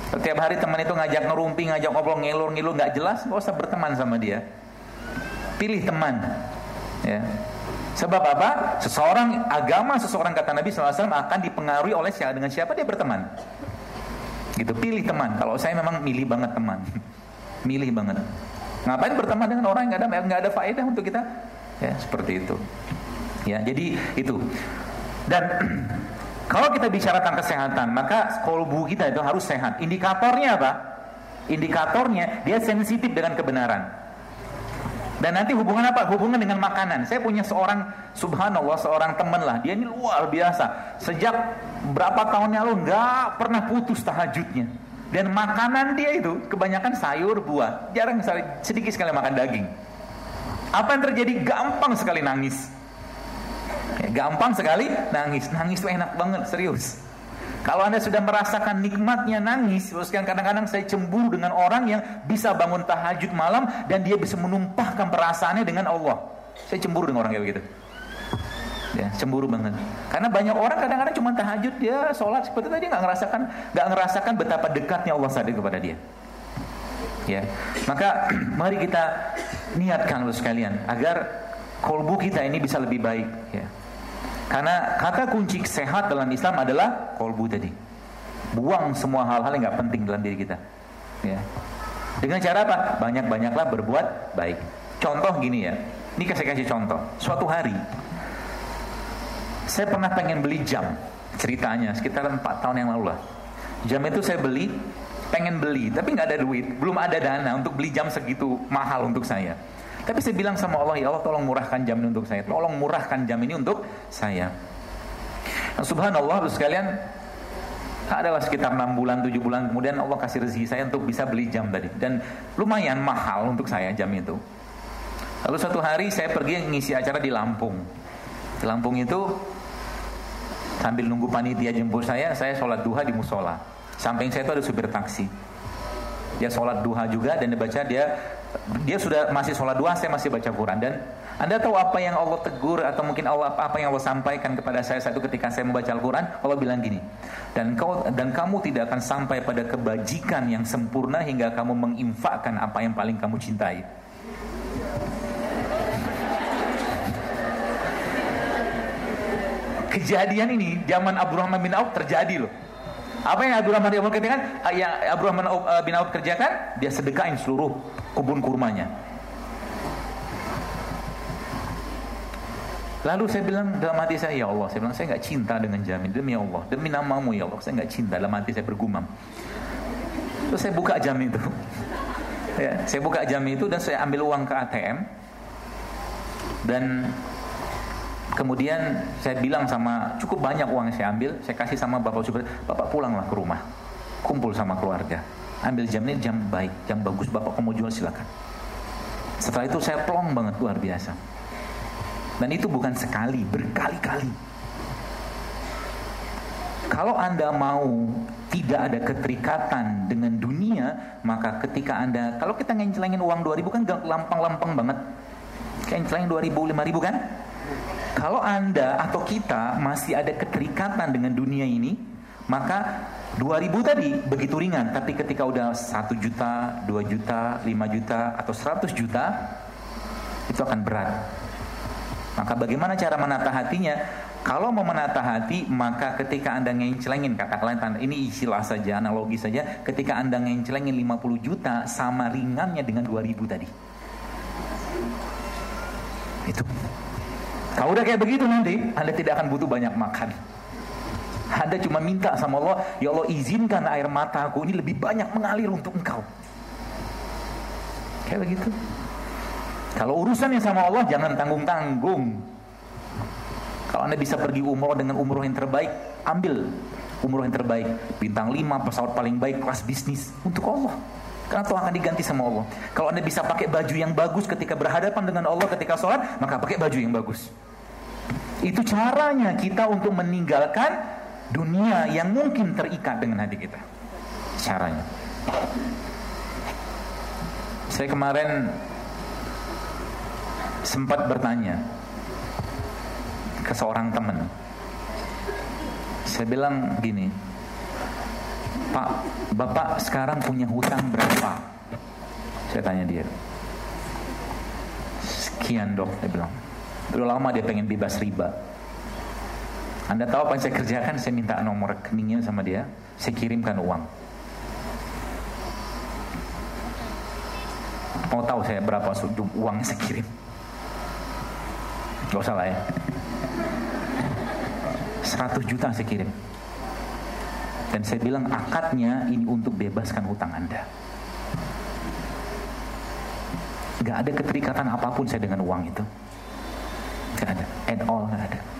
Setiap hari teman itu ngajak ngerumpi, ngajak ngobrol, ngelur-ngelur nggak jelas, nggak usah berteman sama dia. Pilih teman, ya. Sebab apa? Agama seseorang kata Nabi SAW akan dipengaruhi oleh dengan siapa dia berteman. Gitu, pilih teman. Kalau saya memang milih banget teman, milih banget. Ngapain berteman dengan orang yang nggak ada faedah untuk kita? Ya seperti itu. Ya jadi itu. Dan kalau kita bicarakan kesehatan, maka kolbu kita itu harus sehat. Indikatornya apa? Indikatornya dia sensitif dengan kebenaran. Dan nanti hubungan apa? Hubungan dengan makanan. Saya punya subhanallah, seorang teman lah. Dia ini luar biasa. Sejak berapa tahun yang lalu nggak pernah putus tahajudnya. Dan makanan dia itu kebanyakan sayur, buah. Jarang sedikit sekali makan daging. Apa yang terjadi? Gampang sekali nangis. Gampang sekali nangis. Nangis itu enak banget, serius. Kalau Anda sudah merasakan nikmatnya nangis, terus kadang-kadang saya cemburu dengan orang yang bisa bangun tahajud malam dan dia bisa menumpahkan perasaannya dengan Allah. Saya cemburu dengan orang kayak begitu. Ya, cemburu banget. Karena banyak orang kadang-kadang cuma tahajud, dia sholat seperti itu, dia nggak ngerasakan betapa dekatnya Allah saat itu kepada dia. Ya, maka mari kita niatkan loh sekalian agar kolbu kita ini bisa lebih baik. Ya. Karena kata kunci sehat dalam Islam adalah kolbu tadi. Buang semua hal-hal yang gak penting dalam diri kita, ya. Dengan cara apa? Banyak-banyaklah berbuat baik. Contoh gini ya. Ini saya kasih contoh. Suatu hari saya pernah pengen beli jam. Ceritanya sekitar 4 tahun yang lalu lah. Jam itu saya pengen beli, tapi gak ada duit. Belum ada dana untuk beli jam segitu mahal untuk saya. Tapi saya bilang sama Allah, ya Allah tolong murahkan jam ini untuk saya. Tolong murahkan jam ini untuk saya. Nah, subhanallah sekalian, adalah sekitar 6 bulan, 7 bulan kemudian Allah kasih rezeki saya untuk bisa beli jam tadi. Dan lumayan mahal untuk saya jam itu. Lalu satu hari saya pergi ngisi acara di Lampung. Di Lampung itu sambil nunggu panitia jemput saya sholat duha di musola. Samping saya itu ada supir taksi. Dia sholat duha juga dan dia sudah masih sholat duha, saya masih baca Quran. Dan Anda tahu apa yang Allah tegur atau mungkin apa yang Allah sampaikan kepada saya saat itu ketika saya membaca Al-Quran? Allah bilang gini, dan kamu tidak akan sampai pada kebajikan yang sempurna hingga kamu menginfakkan apa yang paling kamu cintai. Kejadian ini zaman Abdurrahman bin Auf terjadi loh. Apa yang Abdurrahman bin Auf kerjakan? Yang Abdurrahman bin Auf kerjakan, dia sedekahin seluruh kebun kurmanya. Lalu saya bilang dalam hati saya, ya Allah, saya bilang saya nggak cinta dengan jam ini, demi Allah, demi namamu ya Allah, saya nggak cinta. Dalam hati saya bergumam. Terus saya buka jam itu, ya, saya buka jam itu dan saya ambil uang ke ATM dan kemudian saya bilang cukup banyak uang yang saya ambil, saya kasih sama bapak supir, bapak pulanglah ke rumah, kumpul sama keluarga, ambil jam ini, jam baik, jam bagus, bapak mau jual silakan. Setelah itu saya plong banget, luar biasa. Dan itu bukan sekali, berkali-kali. Kalau Anda mau tidak ada keterikatan dengan dunia, maka ketika kalau kita ngencelengin uang 2.000 kan lampang-lampang banget, kayak ngencelengin 2.000, 5.000 kan? Kalau Anda atau kita masih ada keterikatan dengan dunia ini, maka 2.000 tadi begitu ringan. Tapi ketika udah 1 juta, 2 juta, 5 juta, atau 100 juta, itu akan berat. Maka bagaimana cara menata hatinya? Kalau mau menata hati, maka ketika Anda ngencelengin, katakanlah ini istilah saja, analogi saja, ketika Anda ngencelengin 50 juta, sama ringannya dengan 2.000 tadi. Itu. Kalau udah kayak begitu nanti, Anda tidak akan butuh banyak makan. Anda cuma minta sama Allah, ya Allah izinkan air mataku ini lebih banyak mengalir untuk Engkau. Kayak begitu. Kalau urusannya sama Allah, jangan tanggung-tanggung. Kalau Anda bisa pergi umroh dengan umroh yang terbaik, ambil umroh yang terbaik. Bintang 5, pesawat paling baik, kelas bisnis, untuk Allah. Karena itu akan diganti sama Allah. Kalau Anda bisa pakai baju yang bagus ketika berhadapan dengan Allah ketika sholat, maka pakai baju yang bagus. Itu caranya kita untuk meninggalkan dunia yang mungkin terikat dengan hati kita. Caranya. Saya kemarin sempat bertanya ke seorang teman. Saya bilang gini, Pak, Bapak sekarang punya hutang berapa? Saya tanya dia. Sekian dok, dia bilang. Udah lama dia pengen bebas riba. Anda tahu apa yang saya kerjakan? Saya minta nomor rekeningnya sama dia, saya kirimkan uang. Mau tahu saya berapa uang yang saya kirim? Gak usah lah ya. 100 juta saya kirim. Dan saya bilang akadnya ini untuk bebaskan hutang Anda. Gak ada keterikatan apapun saya dengan uang itu. Gak ada, at all gak ada.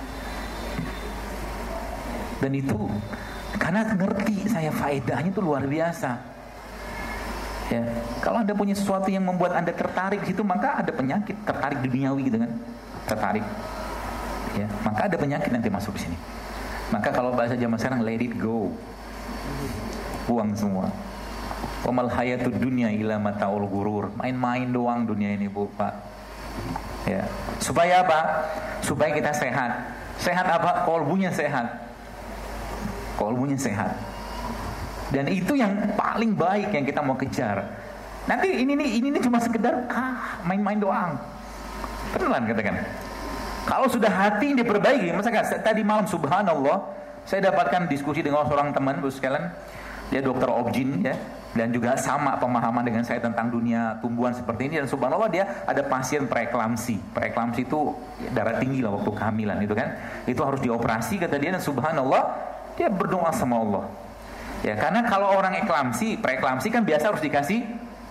Dan itu karena ngerti saya faedahnya itu luar biasa. Ya, kalau Anda punya sesuatu yang membuat Anda tertarik itu, maka ada penyakit tertarik duniawi gitu kan, tertarik. Ya, maka ada penyakit nanti masuk di sini. Maka kalau bahasa zaman sekarang, let it go. Buang semua. Wamal hayatud dunya illa mataul ghurur. Main-main doang dunia ini, Bu, Pak. Ya. Supaya apa? Supaya kita sehat. Sehat apa? Kolbunya sehat. Kolbunya sehat. Dan itu yang paling baik yang kita mau kejar. Nanti ini cuma sekedar main-main doang. Beneran katakan. Kalau sudah hati ini diperbaiki, misalkan tadi malam subhanallah, saya dapatkan diskusi dengan seorang teman, Bu sekalian. Dia dokter objin ya, dan juga sama pemahaman dengan saya tentang dunia tumbuhan seperti ini. Dan subhanallah dia ada pasien preeklamsi. Preeklamsi itu darah tinggi lah waktu kehamilan itu kan. Itu harus dioperasi kata dia, dan subhanallah dia berdoa sama Allah. Ya, karena kalau orang preeklamsi kan biasa harus dikasih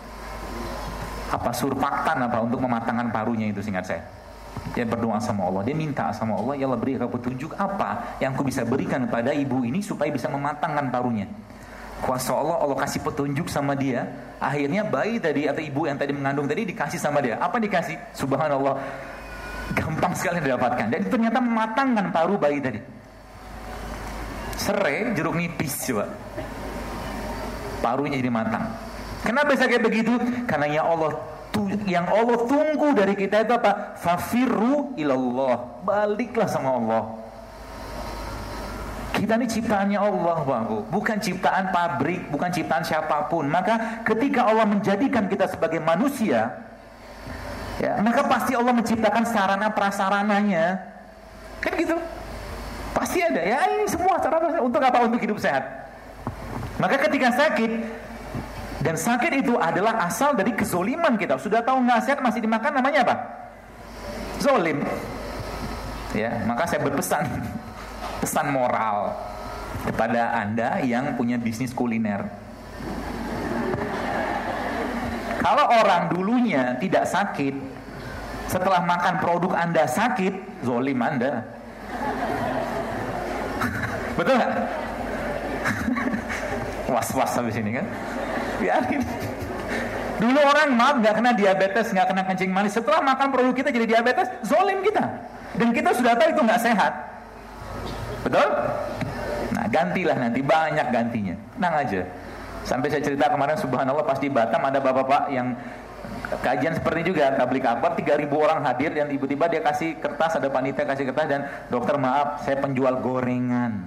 surfaktan untuk mematangkan parunya itu, singkat saya. Dia berdoa sama Allah, dia minta sama Allah, ya Allah beri aku petunjuk apa yang aku bisa berikan kepada ibu ini supaya bisa mematangkan parunya. Kuasa Allah, Allah kasih petunjuk sama dia. Akhirnya bayi tadi atau ibu yang tadi mengandung tadi dikasih sama dia. Apa dikasih? Subhanallah, gampang sekali didapatkan. Dan ternyata mematangkan paru bayi tadi. Serai jeruk nipis coba, parunya jadi matang. Kenapa bisa kayak begitu? Karena yang Allah tunggu dari kita itu apa? Fafirru ilallah, baliklah sama Allah. Kita ini ciptaannya Allah, Bang, bukan ciptaan pabrik, bukan ciptaan siapapun. Maka ketika Allah menjadikan kita sebagai manusia, ya, maka pasti Allah menciptakan sarana prasarananya, kan gitu. Pasti ada, ya ini semua sarana untuk apa? Untuk hidup sehat. Maka ketika sakit, dan sakit itu adalah asal dari kezoliman kita. Sudah tahu nggak sehat masih dimakan, namanya apa? Zolim. Ya, maka saya berpesan. Pesan moral kepada Anda yang punya bisnis kuliner. Kalau orang dulunya tidak sakit, setelah makan produk Anda sakit, zolim Anda. Betul nggak? Was-was habis ini kan? Biarin. Dulu orang nggak kena diabetes, nggak kena kencing manis. Setelah makan produk kita jadi diabetes, zolim kita. Dan kita sudah tahu itu nggak sehat. Betul? Nah, gantilah nanti, banyak gantinya. Tenang aja. Sampai saya cerita kemarin, subhanallah, pas di Batam ada bapak-bapak yang kajian seperti juga, tabligh akbar, 3.000 orang hadir, dan tiba-tiba dia kasih kertas, ada panitia kasih kertas, dan dokter maaf, saya penjual gorengan.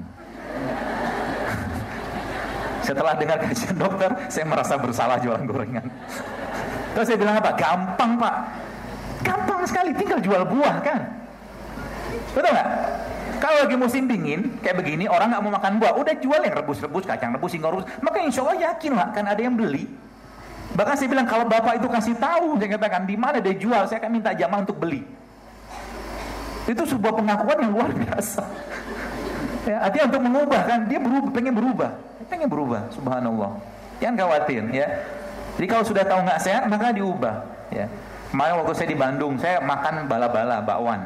Setelah dengar kajian dokter, saya merasa bersalah jualan gorengan. Terus saya bilang apa? Gampang, Pak. Gampang sekali, tinggal jual buah kan. Betul nggak? Kalau lagi musim dingin kayak begini, orang nggak mau makan buah, udah jual yang rebus-rebus, kacang rebus, singkong rebus, maka insya Allah yakin lah kan ada yang beli. Bahkan saya bilang kalau bapak itu kasih tahu, saya katakan di mana dia jual, saya akan minta jamaah untuk beli. Itu sebuah pengakuan yang luar biasa. Ya, artinya untuk mengubah kan, dia pengen berubah, subhanallah. Jangan khawatir ya. Jadi kalau sudah tahu nggak sehat, maka diubah. Ya. Kemarin waktu saya di Bandung, saya makan bala-bala, bakwan.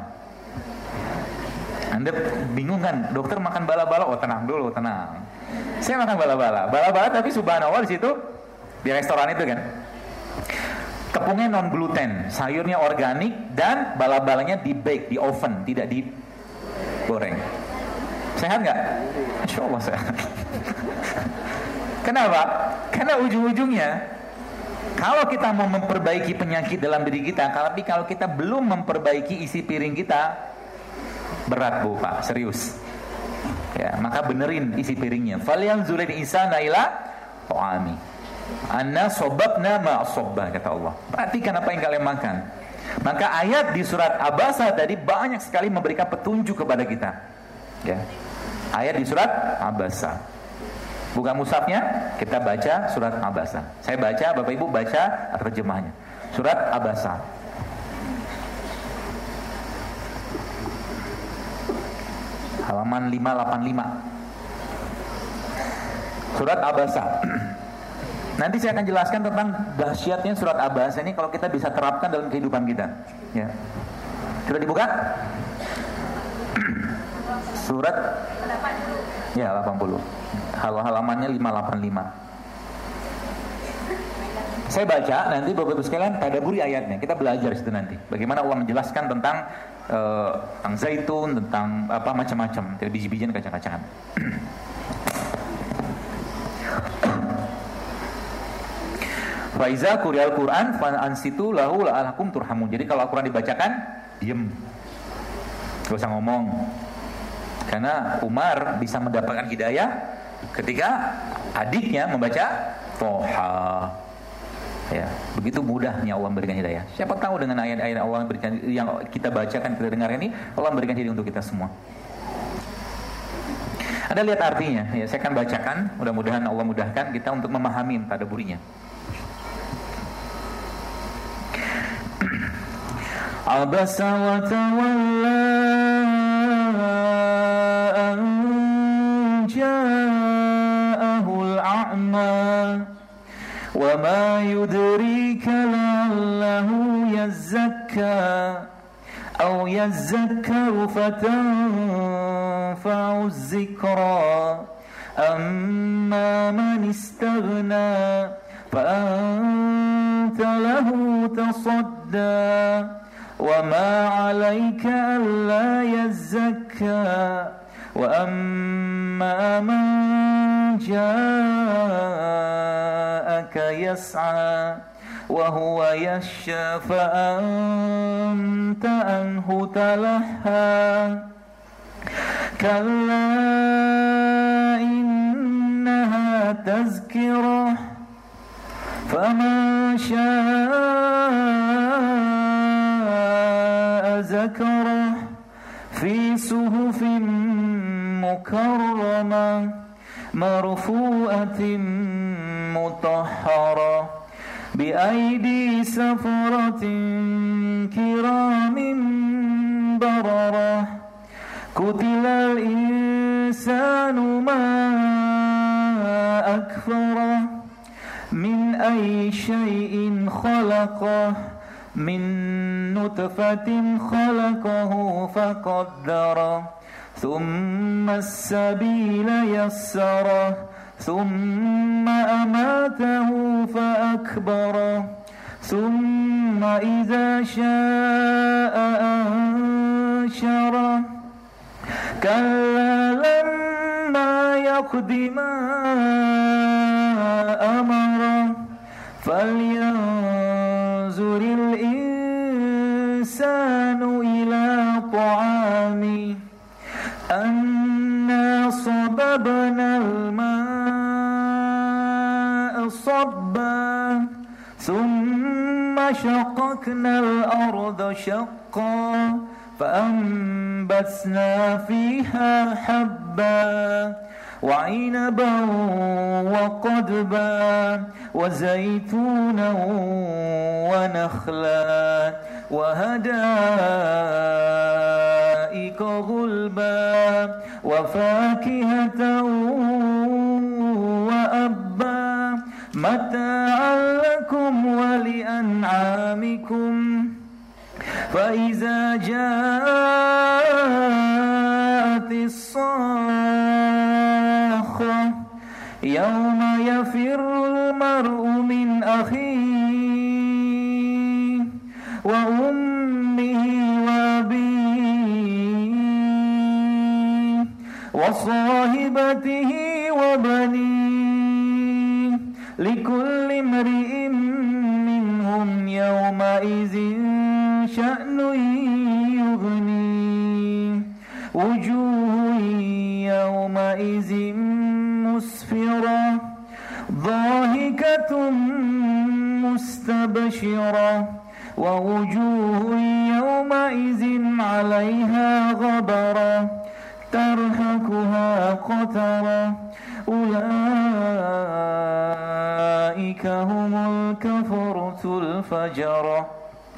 Anda bingung kan, dokter makan bala-bala? Oh tenang dulu, tenang. Saya makan bala-bala tapi subhanallah di situ di restoran itu kan, tepungnya non gluten, sayurnya organik, dan bala-balanya di bake di oven, tidak digoreng. Sehat nggak? Insya Allah sehat. Kenapa? Karena ujung-ujungnya kalau kita mau memperbaiki penyakit dalam diri kita, tapi kalau kita belum memperbaiki isi piring kita, berat Bu Pak, serius. Ya, maka benerin isi piringnya. Falyanzuril insana ila ta'ami. Anna sobabna ma'asobba, kata Allah. Perhatikan apa yang kalian makan. Maka ayat di surat Abasa tadi banyak sekali memberikan petunjuk kepada kita. Ya. Ayat di surat Abasa. Buka mushafnya, kita baca surat Abasa. Saya baca, Bapak Ibu baca terjemahnya. Surat Abasa. Halaman 585. Surat Abasa. Nanti saya akan jelaskan tentang dahsyatnya surat Abasa ini kalau kita bisa terapkan dalam kehidupan kita. Ya. Sudah dibuka? Surat ya 80. Halamannya 585. Saya baca, nanti Bapak Ibu sekalian tadabburi ayatnya. Kita belajar situ nanti. Bagaimana Allah menjelaskan tentang zaitun, tentang apa macam-macam, biji-bijian, kacang-kacangan. Faiza quri'al Qur'an fa ansitu lahu la'alakum turhamun. Jadi kalau Al-Qur'an dibacakan, diam. Gak usah ngomong. Karena Umar bisa mendapatkan hidayah ketika adiknya membaca Toha. Ya, begitu mudahnya Allah memberikan hidayah. Siapa tahu dengan ayat-ayat Allah yang kita bacakan, kita dengar ini, Allah memberikan hidayah untuk kita semua. Anda lihat artinya, ya, saya akan bacakan. Mudah-mudahan Allah mudahkan kita untuk memahami tadabburinya. Abasa wa tawalla an ja'ahul a'ma wa ma yudrika la'allahu yazzakka aw yazzakkaru fatanfa'u az-zikra amma man istaghna fa anta lahu tasadda وَمَا عَلَيْكَ أَلَّا يَزَّكَّى وَأَمَّا مَنْ جَاءَكَ يَسْعَى وَهُوَ يَخْشَى فَأَنْتَ عَنْهُ تَلَهَّى كَلَّا إِنَّهَا تَذْكِرَةٌ فَمَنْ شَاءَ ذكره في صحف مكرمة مرفوعة مطهرة بأيدي سفرة كرام بررة قتل الإنسان ما أكفره من أي شيء خلقه من نطفة خلقه فقدره ثم السبيل يسره ثم أماته فأكبره ثم إذا شاء أنشره كلا لما يقض ما أمره فلينظر الإنسان إلى طعامه أنا صببنا الماء صبا ثم شققنا الأرض شقا فأنبتنا فيها حبا وعنبا وقضبا وزيتونا ونخلا وحدائق غلبا وفاكهة وأبا متاعا لكم ولأنعامكم فإذا جاءت الصاخة يوم يفر المرء من أخيه وأمه وأبيه وصاحبته وبنيه لكل امرئ منهم يومئذ شأن يغنيه وجوه يوم izin musfirah dhahikatun mustabshirah wa wujuhun yawma izin 'alaiha ghabarah tarhaquha qatarah ulaika humul kafaratul fajarah.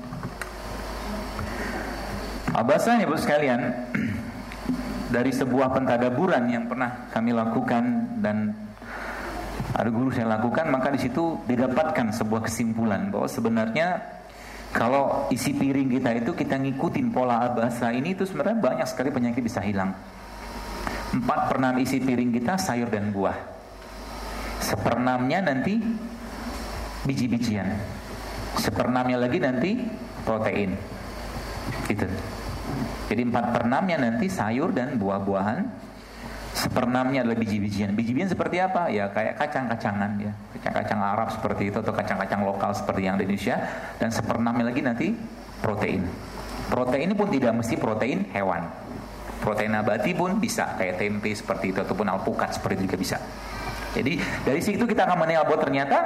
Bahasanya Ibu sekalian, dari sebuah pentadaburan yang pernah kami lakukan dan ada guru saya lakukan, maka di situ didapatkan sebuah kesimpulan bahwa sebenarnya kalau isi piring kita itu kita ngikutin pola bahasa ini, itu sebenarnya banyak sekali penyakit bisa hilang. 4/6 isi piring kita sayur dan buah, 1/6-nya nanti biji-bijian, 1/6-nya lagi nanti protein, gitu. Jadi 4/6-nya nanti sayur dan buah-buahan, 1/6-nya adalah biji-bijian. Biji-bijian seperti apa? Ya kayak kacang-kacangan ya, kacang-kacang Arab seperti itu, atau kacang-kacang lokal seperti yang di Indonesia. Dan 1/6-nya lagi nanti protein. Protein ini pun tidak mesti protein hewan. Protein nabati pun bisa, kayak tempe seperti itu, ataupun alpukat seperti itu juga bisa. Jadi dari situ kita akan menilai bahwa ternyata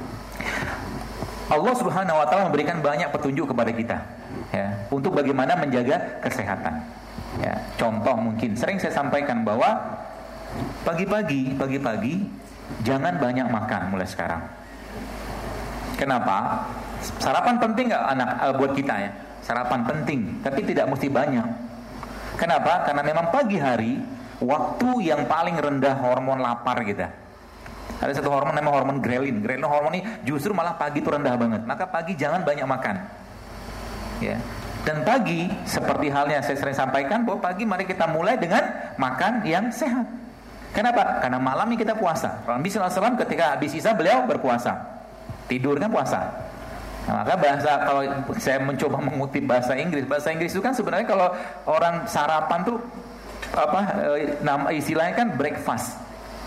Allah Subhanahu wa taala memberikan banyak petunjuk kepada kita, ya, untuk bagaimana menjaga kesehatan. Ya, contoh mungkin sering saya sampaikan bahwa pagi-pagi jangan banyak makan mulai sekarang. Kenapa? Sarapan penting nggak buat kita ya? Sarapan penting, tapi tidak mesti banyak. Kenapa? Karena memang pagi hari waktu yang paling rendah hormon lapar kita. Ada satu hormon namanya hormon grelin. Grelin hormon ini justru malah pagi itu rendah banget. Maka pagi jangan banyak makan. Ya. Dan pagi seperti halnya saya sering sampaikan bahwa pagi mari kita mulai dengan makan yang sehat. Kenapa? Karena malamnya kita puasa. Nabi SAW ketika habis isya beliau berpuasa. Tidur kan puasa. Nah, maka bahasa, kalau saya mencoba mengutip bahasa Inggris itu kan sebenarnya kalau orang sarapan tuh nama istilahnya kan breakfast,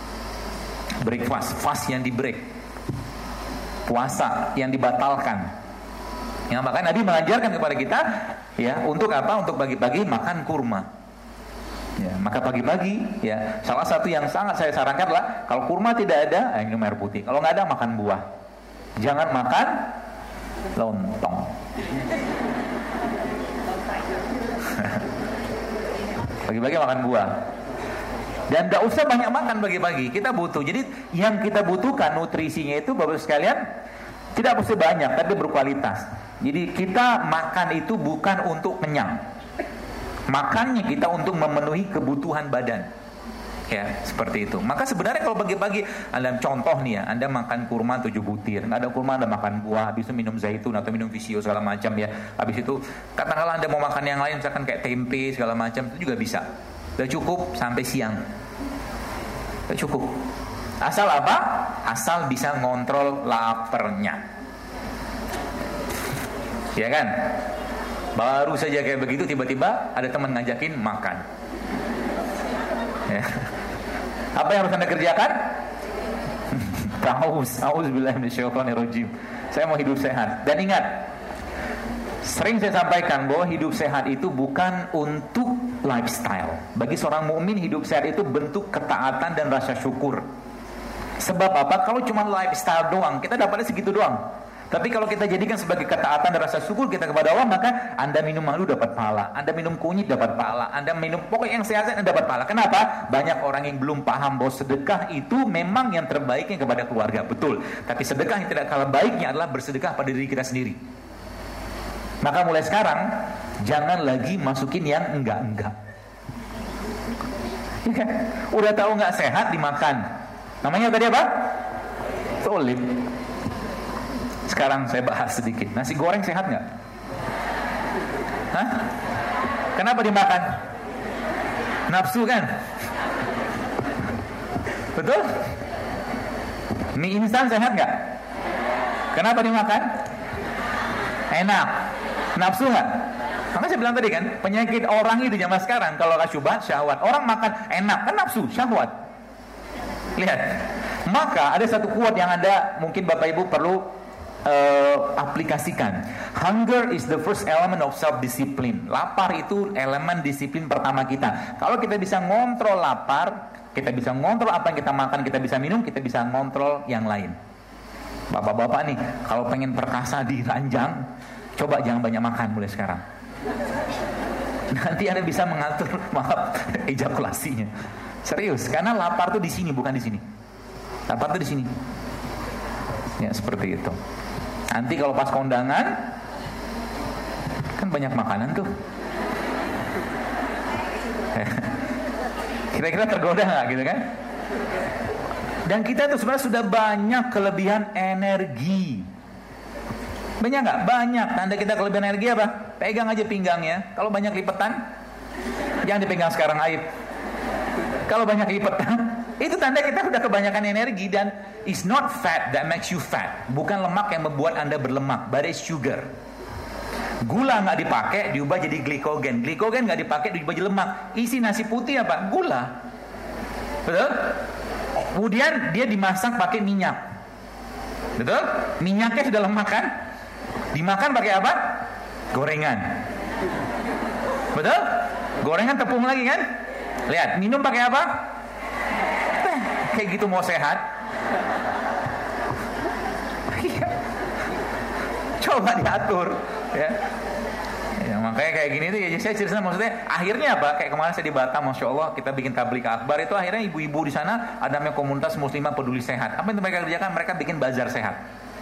fast yang di break, puasa yang dibatalkan. Ya, maka Nabi mengajarkan kepada kita ya untuk apa? Untuk pagi-pagi makan kurma. Ya, maka pagi-pagi ya salah satu yang sangat saya sarankan adalah kalau kurma tidak ada, minum air putih. Kalau nggak ada, makan buah. Jangan makan lontong. Pagi-pagi makan buah. Dan tidak usah banyak makan pagi-pagi. Kita butuh. Jadi yang kita butuhkan nutrisinya itu Bapak sekalian tidak mesti banyak, tapi berkualitas. Jadi kita makan itu bukan untuk kenyang. Makannya kita untuk memenuhi kebutuhan badan. Ya, seperti itu. Maka sebenarnya kalau pagi-pagi Anda contoh nih ya, Anda makan kurma 7 butir. Nggak ada kurma, Anda makan buah, habis itu minum zaitun atau minum visio segala macam ya. Habis itu katakanlah Anda mau makan yang lain misalkan kayak tempe segala macam, itu juga bisa. Udah cukup sampai siang. Udah cukup. Asal apa? Asal bisa ngontrol laparnya. Ya kan? Baru saja kayak begitu tiba-tiba ada teman ngajakin makan. Ya. Apa yang harus Anda kerjakan? Auzubillahi minasyaitonirrajim. Saya mau hidup sehat. Dan ingat, sering saya sampaikan bahwa hidup sehat itu bukan untuk lifestyle. Bagi seorang mukmin hidup sehat itu bentuk ketaatan dan rasa syukur. Sebab apa? Kalau cuma lifestyle doang, kita dapatnya segitu doang. Tapi kalau kita jadikan sebagai ketaatan dan rasa syukur kita kepada Allah, maka Anda minum madu dapat pahala, Anda minum kunyit dapat pahala, Anda minum pokoknya yang sehat Anda dapat pahala. Kenapa? Banyak orang yang belum paham bahwa sedekah itu memang yang terbaiknya kepada keluarga. Betul. Tapi sedekah yang tidak kalah baiknya adalah bersedekah pada diri kita sendiri. Maka mulai sekarang jangan lagi masukin yang enggak-enggak. Ya kan? Udah tahu enggak sehat dimakan. Namanya tadi apa? Solid. Sekarang saya bahas sedikit. Nasi goreng sehat nggak? Hah? Kenapa dimakan? Nafsu kan? Betul? Mie instan sehat nggak? Kenapa dimakan? Enak. Nafsu nggak? Maka saya bilang tadi kan, penyakit orang itu zaman sekarang kalau nggak syubhat, syahwat. Orang makan enak, kan nafsu, syahwat. Lihat. Maka ada satu quote yang Anda mungkin Bapak Ibu perlu aplikasikan. Hunger is the first element of self-discipline. Lapar itu elemen disiplin pertama kita. Kalau kita bisa ngontrol lapar, Kita bisa ngontrol apa yang kita makan, kita bisa minum, kita bisa ngontrol yang lain. Bapak-bapak nih, kalau pengen perkasa di ranjang, coba jangan banyak makan mulai sekarang. Nanti Anda bisa mengatur, ejakulasinya. Serius, karena lapar tuh di sini, bukan di sini. Lapar tuh di sini. Ya, seperti itu. Nanti kalau pas kondangan, kan banyak makanan tuh. Kira-kira tergoda nggak gitu kan? Dan kita tuh sebenarnya sudah banyak kelebihan energi. Banyak nggak? Banyak. Tanda kita kelebihan energi apa? Pegang aja pinggangnya. Kalau banyak lipetan, jangan dipegang sekarang, aib. Kalau banyak lipetan, itu tanda kita sudah kebanyakan energi. Dan it's not fat that makes you fat. Bukan lemak yang membuat Anda berlemak, but it's sugar. Gula nggak dipakai diubah jadi glikogen. Glikogen nggak dipakai diubah jadi lemak. Isi nasi putih apa? Gula. Betul? Kemudian dia dimasak pakai minyak. Betul? Minyaknya sudah lemak kan? Dimakan pakai apa? Gorengan. Betul? Gorengan tepung lagi kan? Lihat, minum pakai apa? Kayak gitu mau sehat. Coba diatur, ya. Ya, makanya kayak gini tuh ya, saya cerita maksudnya akhirnya apa? Kayak kemarin saya di Batam, Masya Allah, kita bikin tabligh akbar itu akhirnya ibu-ibu di sana ada namanya komunitas muslimah peduli sehat. Apa yang mereka kerjakan? Mereka bikin bazar sehat.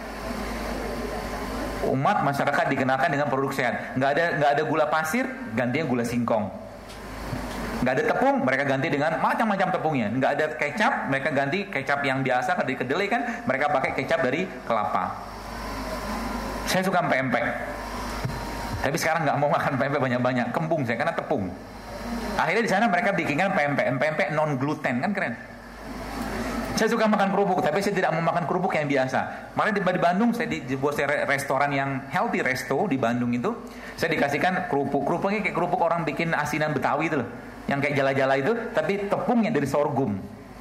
Umat masyarakat dikenalkan dengan produk sehat. Nggak ada gula pasir, gantinya gula singkong. Nggak ada tepung, mereka ganti dengan macam-macam tepungnya. Nggak ada kecap, mereka ganti kecap yang biasa dari kedelai kan, mereka pakai kecap dari kelapa. Saya suka pempek, tapi sekarang nggak mau makan pempek banyak-banyak, kembung saya karena tepung. Akhirnya di sana mereka bikinkan pempek non gluten, kan keren. Saya suka makan kerupuk, tapi saya tidak mau makan kerupuk yang biasa. Kemarin di Bandung, saya di sebuah restoran yang healthy resto di Bandung itu, saya dikasihkan kerupuknya kayak kerupuk orang bikin asinan Betawi itu loh, yang kayak jala-jala itu, tapi tepungnya dari sorghum.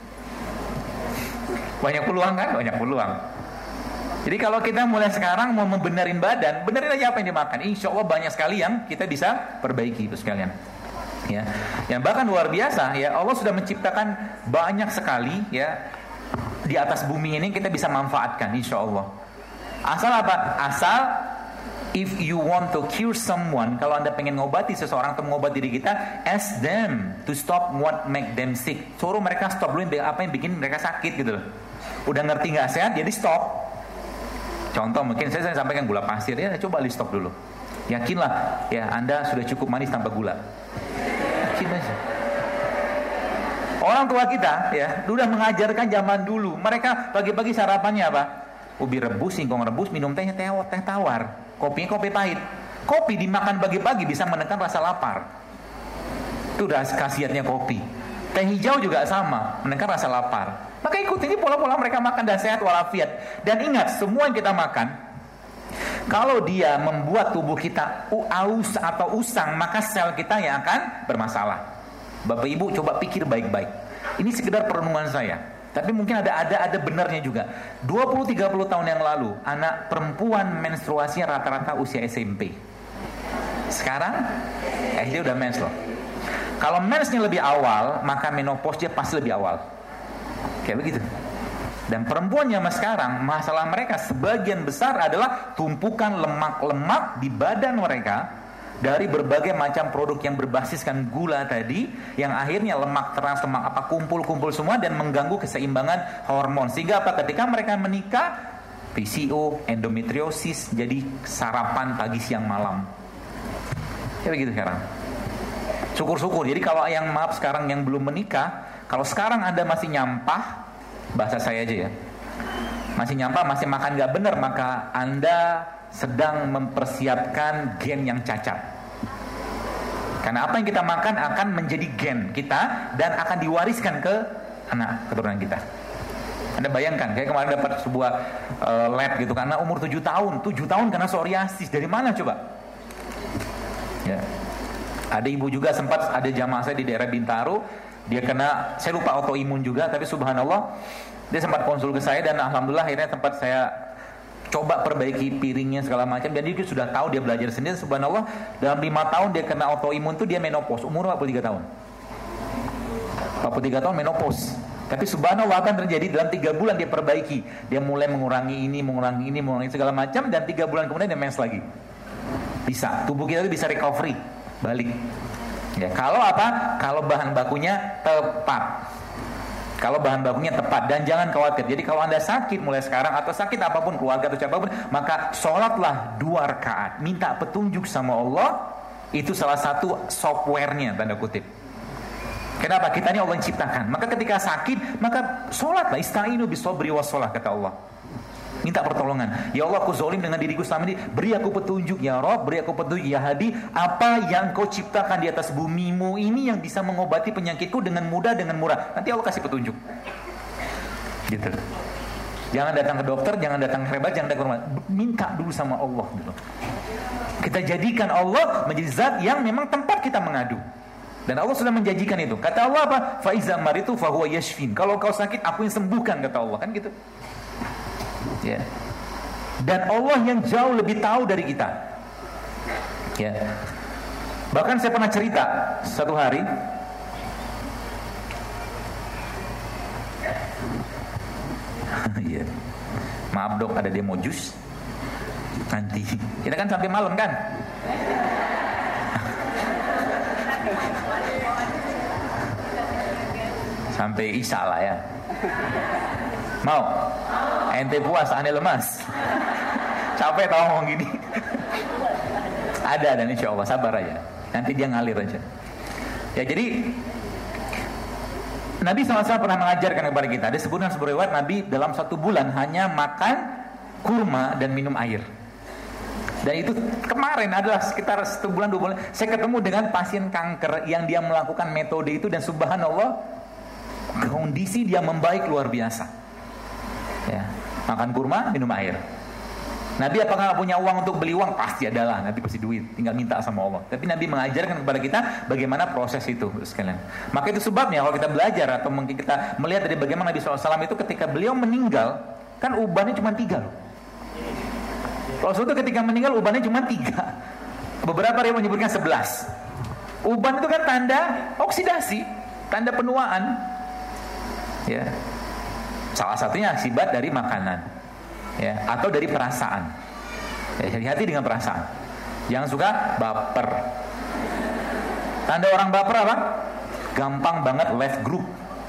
Banyak peluang kan? Banyak peluang. Jadi kalau kita mulai sekarang mau membenerin badan, benerin aja apa yang dimakan. Insya Allah banyak sekali yang kita bisa perbaiki itu sekalian. Ya, yang bahkan luar biasa ya, Allah sudah menciptakan banyak sekali ya di atas bumi ini kita bisa manfaatkan insya Allah. Asal apa? Asal if you want to cure someone, kalau Anda pengen ngobati seseorang atau mengobati diri kita, ask them to stop what make them sick. Suruh mereka stop dulu apa yang bikin mereka sakit gitu loh. Udah ngerti nggak sehat, jadi stop. Contoh mungkin saya sampaikan gula pasir, ya coba di stop dulu. Yakinlah ya Anda sudah cukup manis tanpa gula. Yakin aja. Orang tua kita ya sudah mengajarkan zaman dulu. Mereka pagi-pagi sarapannya apa? Ubi rebus, singkong rebus, minum teh tawar. Kopinya kopi pahit. Kopi dimakan pagi-pagi bisa menekan rasa lapar. Itu udah khasiatnya kopi. Teh hijau juga sama, menekan rasa lapar. Maka ikuti ini pola-pola mereka makan dan sehat walafiat. Dan ingat, semua yang kita makan, kalau dia membuat tubuh kita aus atau usang, maka sel kita yang akan bermasalah. Bapak Ibu coba pikir baik-baik. Ini sekedar perenungan saya, tapi mungkin ada benarnya juga. 20-30 tahun yang lalu, anak perempuan menstruasinya rata-rata usia SMP. Sekarang dia udah mens loh. Kalau mensnya lebih awal, maka menopause dia pasti lebih awal. Kayak begitu. Dan perempuan zaman sekarang, masalah mereka sebagian besar adalah tumpukan lemak-lemak di badan mereka dari berbagai macam produk yang berbasiskan gula tadi, yang akhirnya lemak trans, lemak apa kumpul-kumpul semua dan mengganggu keseimbangan hormon. Sehingga apa? Ketika mereka menikah, PCO, endometriosis, jadi sarapan pagi siang malam. Kayak begitu sekarang. Syukur-syukur. Jadi kalau yang maaf sekarang yang belum menikah, kalau sekarang Anda masih nyampah, bahasa saya aja ya, masih nyampah, masih makan gak benar, maka Anda sedang mempersiapkan gen yang cacat. Karena apa yang kita makan akan menjadi gen kita dan akan diwariskan ke anak keturunan kita. Anda bayangkan, kayak kemarin dapat sebuah lab gitu, karena umur 7 tahun karena psoriasis. Dari mana coba? Ya. Ada ibu juga sempat, ada jamaah saya di daerah Bintaro, dia kena, saya lupa autoimun juga, tapi subhanallah dia sempat konsul ke saya dan alhamdulillah akhirnya tempat saya coba perbaiki piringnya segala macam, dan dia sudah tahu, dia belajar sendiri, subhanallah dalam 5 tahun dia kena autoimun tuh dia menopause umur 43 tahun. 43 tahun menopause. Tapi subhanallah akan terjadi dalam 3 bulan dia perbaiki. Dia mulai mengurangi ini segala macam, dan 3 bulan kemudian dia mens lagi. Bisa, tubuh kita itu bisa recovery, balik. Ya, kalau apa? Kalau bahan bakunya tepat. Kalau bahan bakunya tepat, dan jangan khawatir. Jadi kalau Anda sakit mulai sekarang, atau sakit apapun, keluarga atau siapapun, maka sholatlah 2 rakaat. Minta petunjuk sama Allah. Itu salah satu softwarenya, tanda kutip. Kenapa? Kita ini Allah yang ciptakan. Maka ketika sakit, maka sholatlah. Ista'inu bisobri wassalah, kata Allah. Minta pertolongan. Ya Allah, aku zalim dengan diriku selama ini. Beri aku petunjuk ya Rabb, beri aku petunjuk ya Hadi. Apa yang kau ciptakan di atas bumimu ini yang bisa mengobati penyakitku dengan mudah, dengan murah. Nanti Allah kasih petunjuk. Gitu. Jangan datang ke dokter, jangan datang ke hebat, jangan datang ke rumah. Minta dulu sama Allah gitu. Kita jadikan Allah menjadi zat yang memang tempat kita mengadu. Dan Allah sudah menjanjikan itu. Kata Allah apa? Fa iza maritu fa huwa yashfin. Kalau kau sakit, aku yang sembuhkan, kata Allah. Kan gitu. Ya. Dan Allah yang jauh lebih tahu dari kita. Ya. Bahkan saya pernah cerita satu hari, ya. Maaf dok, ada demo jus nanti. Kita kan sampai malam kan? Sampai isya lah ya. Mau? Ente puas, aneh lemas. Capek tau ngomong gini. Ada, dan insya Allah sabar aja. Nanti dia ngalir aja. Ya, jadi Nabi SAW pernah mengajarkan kepada kita. Ada sebutan sebuah riwayat Nabi dalam 1 bulan hanya makan kurma dan minum air. Dan itu kemarin adalah sekitar 1 bulan 2 bulan. Saya ketemu dengan pasien kanker yang dia melakukan metode itu, dan subhanallah kondisi dia membaik luar biasa. Ya, makan kurma, minum air. Nabi apakah nggak punya uang untuk beli uang? Pasti adalah. Nabi pasti duit, tinggal minta sama Allah. Tapi Nabi mengajarkan kepada kita bagaimana proses itu sekalian. Maka itu sebabnya kalau kita belajar atau mungkin kita melihat dari bagaimana Nabi SAW itu ketika beliau meninggal, kan ubannya cuma 3 loh. Rasul itu ketika meninggal ubannya cuma 3. Beberapa riwayat menyebutkan 11. Uban itu kan tanda oksidasi, tanda penuaan. Ya. Salah satunya akibat dari makanan, ya, atau dari perasaan. Ya, hati-hati dengan perasaan. Jangan suka baper. Tanda orang baper apa? Gampang banget left group.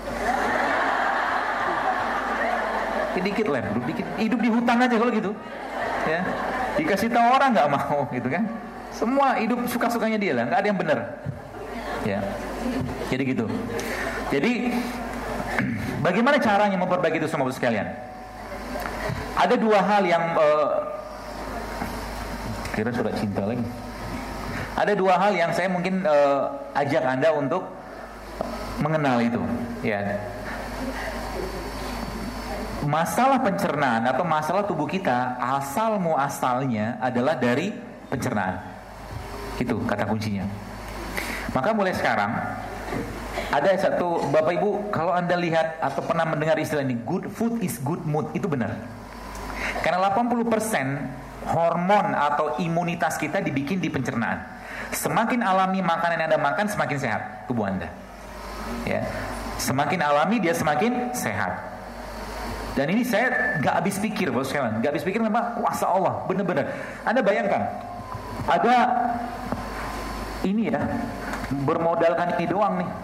Dikit left group, dikit. Hidup di hutan aja kalau gitu. Ya, dikasih tahu orang nggak mau, gitu kan? Semua hidup suka-sukanya dia lah, nggak ada yang benar. Ya, jadi gitu. Jadi bagaimana caranya memperbaiki itu semua sekalian? Ada 2 hal yang kira surat cinta lagi. Ada 2 hal yang saya mungkin ajak Anda untuk mengenal itu. Ya, masalah pencernaan atau masalah tubuh kita asal muasalnya adalah dari pencernaan. Itu kata kuncinya. Maka mulai sekarang ada satu, Bapak Ibu, kalau Anda lihat atau pernah mendengar istilah ini, good food is good mood, itu benar. Karena 80% hormon atau imunitas kita dibikin di pencernaan. Semakin alami makanan yang Anda makan, semakin sehat tubuh Anda. Ya. Semakin alami dia semakin sehat. Dan ini saya gak habis pikir, bos sekalian, gak habis pikir memang kuasa Allah, benar-benar. Anda bayangkan, ada ini ya, bermodalkan ini doang nih,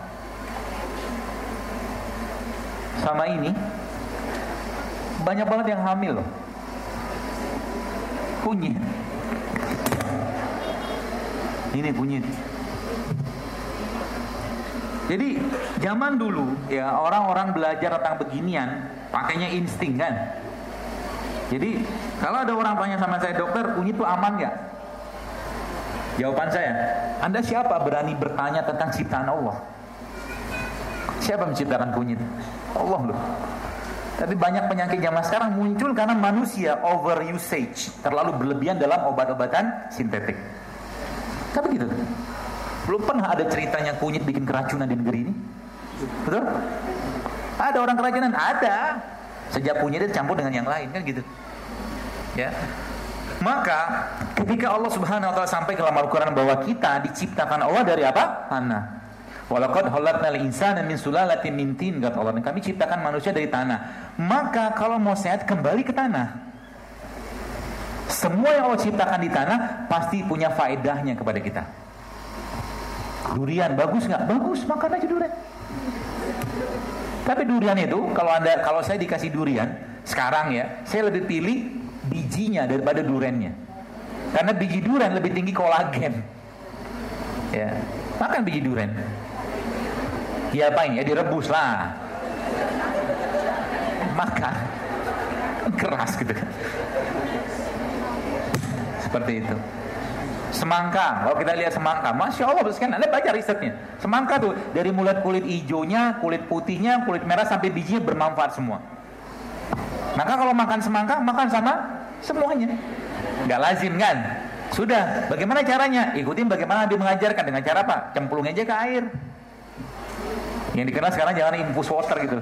sama ini, banyak banget yang hamil loh, kunyit. Ini kunyit. Jadi zaman dulu ya orang-orang belajar tentang beginian pakainya insting kan. Jadi kalau ada orang tanya sama saya, dokter, kunyit itu aman nggak? Jawaban saya, Anda siapa berani bertanya tentang ciptaan Allah? Siapa menciptakan kunyit? Allah loh. Tapi banyak penyakit zaman sekarang muncul karena manusia over usage, terlalu berlebihan dalam obat-obatan sintetik. Tapi gitu. Belum pernah ada ceritanya kunyit bikin keracunan di negeri ini. Betul? Ada orang keracunan? Ada. Sejak kunyit itu campur dengan yang lain kan gitu. Ya. Maka ketika Allah Subhanahu wa taala sampai ke dalam Al-Qur'an bahwa kita diciptakan Allah dari apa? Tanah. Walaqad khalaqnal insana min sulalatin min tin, kata Allah. Kami ciptakan manusia dari tanah. Maka kalau mau sehat kembali ke tanah. Semua yang Allah ciptakan di tanah pasti punya faedahnya kepada kita. Durian bagus nggak? Bagus, makan aja durian. Tapi durian itu kalau saya dikasih durian sekarang ya, saya lebih pilih bijinya daripada duriannya. Karena biji durian lebih tinggi kolagen. Ya, makan biji durian. Ya apain? Ya direbus lah. Makan. Keras gitu kan. Seperti itu. Semangka, kalau kita lihat semangka, Masya Allah, kan Anda baca risetnya. Semangka tuh dari mulai kulit hijaunya, kulit putihnya, kulit merah sampai bijinya bermanfaat semua. Maka kalau makan semangka, makan sama semuanya. Gak lazim kan? Sudah, bagaimana caranya? Ikutin bagaimana Nabi mengajarkan. Dengan cara apa? Cemplung aja ke air. Yang dikenal sekarang jangan infus water gitu.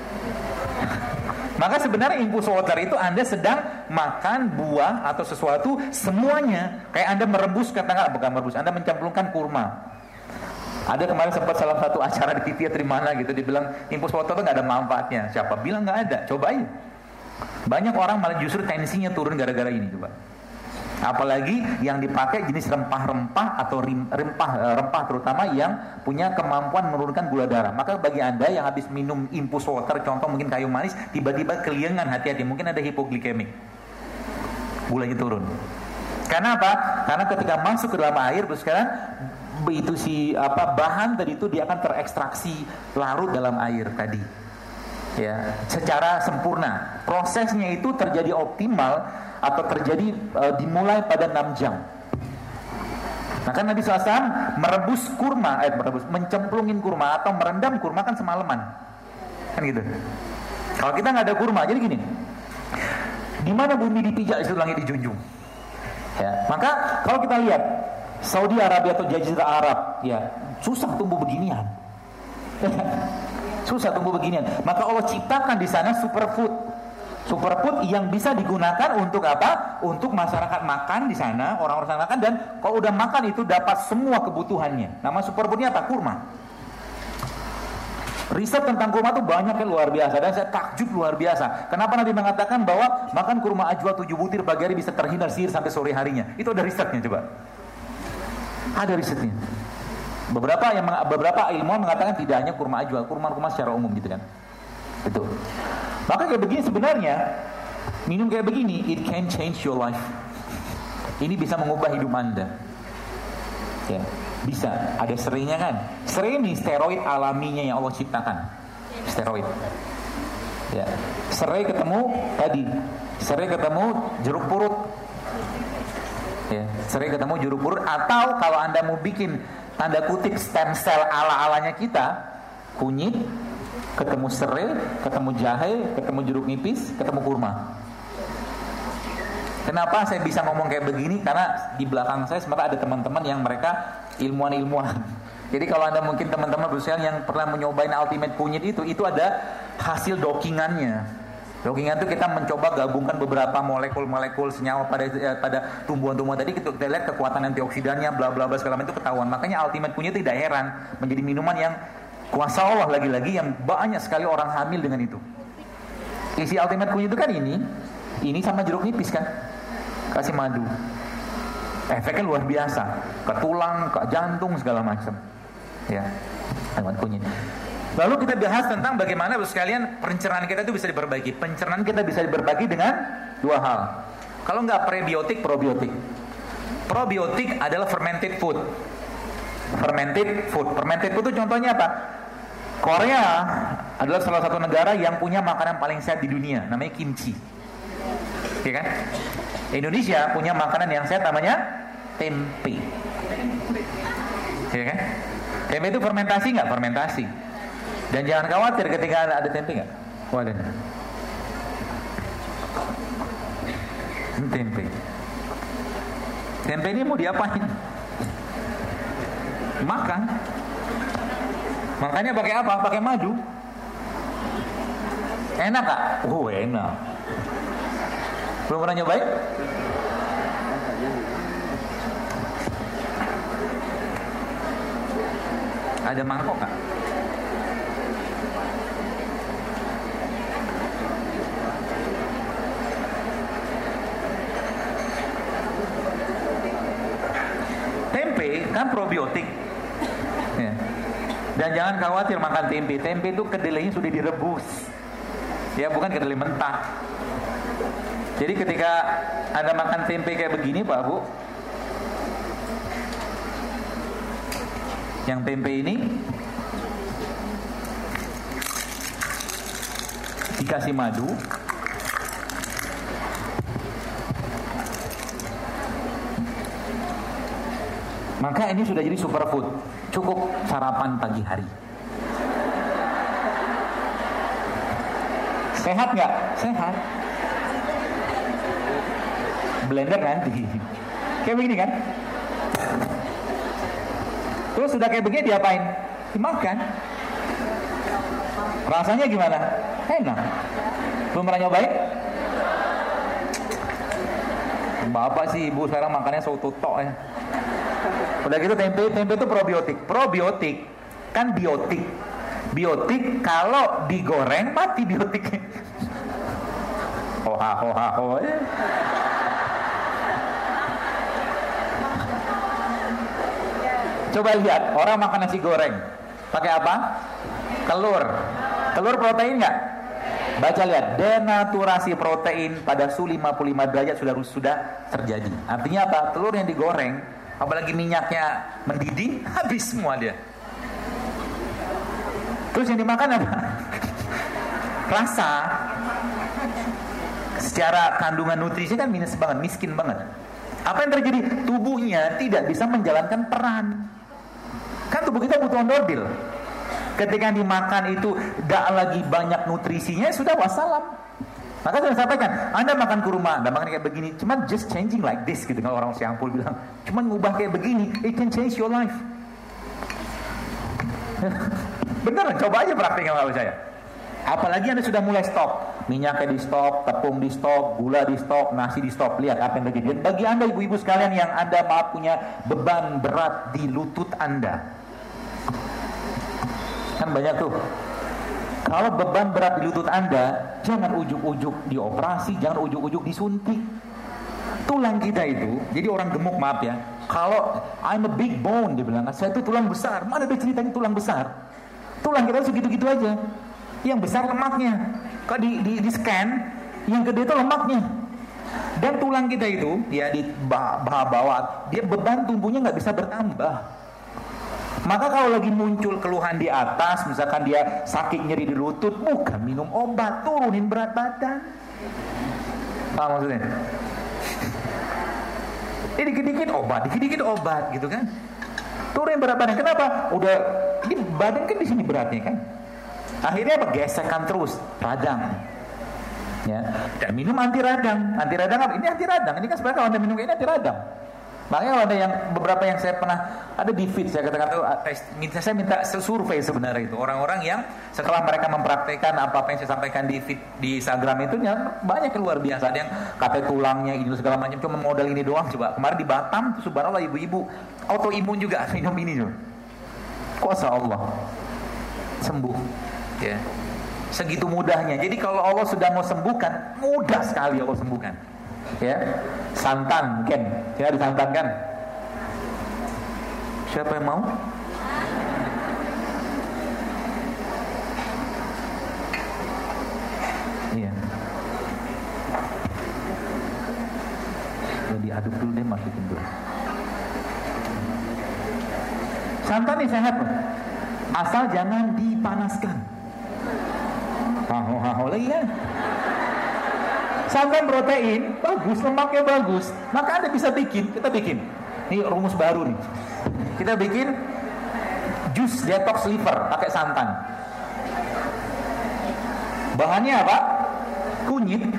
Maka sebenarnya infus water itu Anda sedang makan buah atau sesuatu semuanya. Kayak Anda merebus, katakanlah bukan merebus, Anda mencemplungkan kurma. Ada kemarin sempat salah satu acara di TV atau di mana gitu, dibilang infus water itu nggak ada manfaatnya. Siapa bilang nggak ada? Coba aja. Banyak orang malah justru tensinya turun gara-gara ini, coba. Apalagi yang dipakai jenis rempah-rempah atau rempah terutama yang punya kemampuan menurunkan gula darah. Maka bagi Anda yang habis minum infus water, contoh mungkin kayu manis, tiba-tiba keliengan, hati-hati, mungkin ada hipoglikemik, gulanya turun. Karena apa? Karena ketika masuk ke dalam air, terus sekarang itu bahan tadi itu dia akan terekstraksi larut dalam air tadi. Ya, secara sempurna. Prosesnya itu terjadi optimal atau terjadi dimulai pada 6 jam. Maka Nabi SAW merebus kurma, mencemplungin kurma atau merendam kurma kan semalaman, kan gitu. Kalau kita nggak ada kurma, jadi gini, di mana bumi dipijak, itu langit dijunjung. Ya, maka kalau kita lihat Saudi Arabia atau Jazirah Arab, ya susah tumbuh beginian. Susah tumbuh beginian. Maka Allah ciptakan di sana superfood yang bisa digunakan untuk apa? Untuk masyarakat makan di sana, orang-orang makan, dan kalau udah makan itu dapat semua kebutuhannya. Nama superfoodnya apa? Kurma. Riset tentang kurma itu banyak yang luar biasa, dan saya takjub luar biasa. Kenapa Nabi mengatakan bahwa makan kurma ajwa 7 butir pagi hari bisa terhindar sihir sampai sore harinya? Itu ada risetnya, coba. Ada risetnya. Beberapa ilmuwan mengatakan tidak hanya kurma ajwa, kurma secara umum gitu kan. Itu. Maka kayak begini sebenarnya, minum kayak begini, it can change your life. Ini bisa mengubah hidup Anda. Ya, bisa. Ada serainya kan? Serai ini steroid alaminya yang Allah ciptakan. Steroid. Ya. Serai ketemu jeruk purut. Ya, serai ketemu jeruk purut, atau kalau Anda mau bikin tanda kutip stem cell ala-alanya kita, kunyit ketemu serai, ketemu jahe, ketemu jeruk nipis, ketemu kurma. Kenapa saya bisa ngomong kayak begini? Karena di belakang saya sebenarnya ada teman-teman yang mereka ilmuwan. Jadi kalau Anda mungkin teman-teman berusia yang pernah mencobain ultimate kunyit itu ada hasil dockingannya. Dockingan itu kita mencoba gabungkan beberapa molekul-molekul senyawa pada tumbuhan-tumbuhan tadi, kita lihat kekuatan antioksidannya, bla bla bla segala macam itu ketahuan. Makanya ultimate kunyit tidak heran menjadi minuman yang kuasa Allah lagi-lagi, yang banyak sekali orang hamil dengan itu. Isi ultimate kunyit itu kan ini sama jeruk nipis kan, kasih madu, efeknya luar biasa, ke tulang, ke jantung segala macam. Ya, ultimate kunyit. Lalu kita bahas tentang bagaimana sekalian pencernaan kita itu bisa diperbaiki. Pencernaan kita bisa diperbaiki dengan 2 hal. Kalau nggak prebiotik, probiotik. Probiotik adalah fermented food. Fermented food itu contohnya apa? Korea adalah salah satu negara yang punya makanan paling sehat di dunia, namanya kimchi. Oke kan? Indonesia punya makanan yang sehat namanya tempe. Oke kan? Tempe itu fermentasi nggak? Fermentasi. Dan jangan khawatir ketika ada tempe nggak? Oh ada. Tempe ini mau diapain? Makan. Makanya pakai apa? Pakai madu. Enak gak? Oh enak. Belum pernah nyobain? Ada mangkok nggak? Tempe kan probiotik. Ya. Dan jangan khawatir makan tempe. Tempe itu kedelainya sudah direbus. Ya, bukan kedelai mentah. Jadi ketika Anda makan tempe kayak begini, Pak Bu, yang tempe ini dikasih madu, maka ini sudah jadi superfood. Cukup sarapan pagi hari. Sehat nggak? Sehat. Blender nanti kayak begini kan. Terus sudah kayak begini diapain? Dimakan. Rasanya gimana? Enak. Belum pernah nyobain? Bapak sih ibu sekarang makannya soto tok ya. Udah gitu tempe itu probiotik. Probiotik kan biotik. Biotik kalau digoreng mati biotiknya. Ho ya. Coba lihat orang makan nasi goreng pakai apa? Telur. Telur protein nggak? Baca lihat, denaturasi protein pada suhu 55 derajat sudah terjadi. Artinya apa? Telur yang digoreng, apalagi minyaknya mendidih, habis semua dia. Terus yang dimakan apa? Rasa. Secara kandungan nutrisi kan minus banget, miskin banget. Apa yang terjadi? Tubuhnya tidak bisa menjalankan peran. Kan tubuh kita butuh onderdil. Ketika dimakan itu tidak lagi banyak nutrisinya, sudah wassalam. Maka saya sampaikan, Anda makan kurma, Anda makan kayak begini, cuma just changing like this gitu. Kalau orang Syampul bilang, cuma ngubah kayak begini, it can change your life. Beneran, coba aja prakteknya kalau saya. Apalagi Anda sudah mulai stop, minyaknya di stop, tepung di stop, gula di stop, nasi di stop. Lihat apa yang terjadi. Bagi Anda ibu-ibu sekalian yang Anda punya beban berat di lutut Anda, kan banyak tuh. Kalau beban berat di lutut Anda, jangan ujuk-ujuk dioperasi, jangan ujuk-ujuk disuntik. Tulang kita itu, jadi orang gemuk maaf ya, kalau I'm a big bone, dia bilang, saya itu tulang besar. Mana ada ceritanya tulang besar? Tulang kita segitu-gitu aja. Yang besar lemaknya. Kalau di scan, yang gede itu lemaknya. Dan tulang kita itu, ya di bawah, dia beban tubuhnya nggak bisa bertambah. Maka kalau lagi muncul keluhan di atas, misalkan dia sakit nyeri di lutut, bukan minum obat, turunin berat badan. Paham maksudnya? Dikit-dikit obat gitu kan. Turunin berat badan. Kenapa? Udah ini badan kan di sini beratnya kan. Akhirnya apa? Gesekan terus, radang. Ya. Dan minum anti radang. Anti radang apa? Ini anti radang. Ini kan sebenarnya kalau Anda minum kayak ini anti radang. Makanya kalau ada yang beberapa yang saya pernah ada di feed, saya katakan saya minta survei sebenarnya itu orang-orang yang setelah mereka mempraktekkan apa yang saya sampaikan di feed di Instagram itu banyak yang luar biasa. Ada yang katanya tulangnya ini segala macam cuma modal ini doang. Coba kemarin di Batam tuh subhanallah ibu-ibu autoimun juga minum ini tuh. Kuasa Allah sembuh ya. Segitu mudahnya. Jadi kalau Allah sudah mau sembuhkan, mudah sekali Allah sembuhkan. Ya, santan kan, ya ada santan kan? Siapa yang mau? Iya. Jadi aduk dulu deh, masukin dulu. Santan ini sehat, asal jangan dipanaskan. Haho lagi kan? Santan protein bagus, lemaknya bagus. Maka Anda bisa kita bikin. Ini rumus baru nih. Kita bikin jus detox liver pakai santan. Bahannya apa? Kunyit.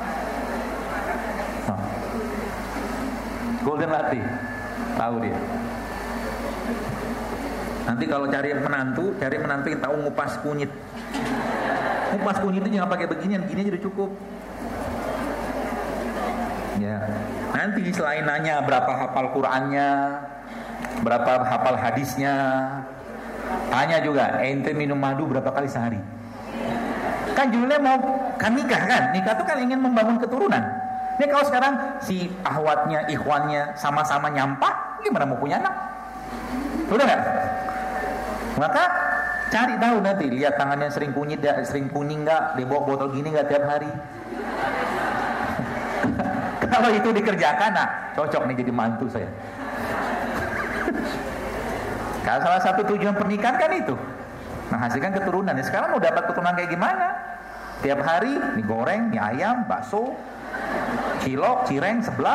Golden latte. Tahu dia. Nanti kalau cari menantu yang tahu ngupas kunyit. Ngupas kunyit itu jangan pakai beginian, gini aja udah cukup. Ya. Nanti selain nanya berapa hafal Qur'annya, berapa hafal hadisnya, Tanya juga, ente minum madu berapa kali sehari? Kan judulnya mau kan nikah kan? Nikah itu kan ingin membangun keturunan. Ini kalau sekarang si ahwatnya, ikhwannya sama-sama nyampak, gimana mau punya anak? Udah nggak? Maka cari tahu nanti, lihat tangannya sering kuning nggak, dia bawa botol gini nggak tiap hari. Kalau itu dikerjakan, nah cocok nih jadi mantu saya. Kalau salah satu tujuan pernikahan kan itu menghasilkan keturunan. Sekarang mau dapat keturunan kayak gimana? Tiap hari mie goreng, mie ayam, bakso, cilok, cireng, seblak,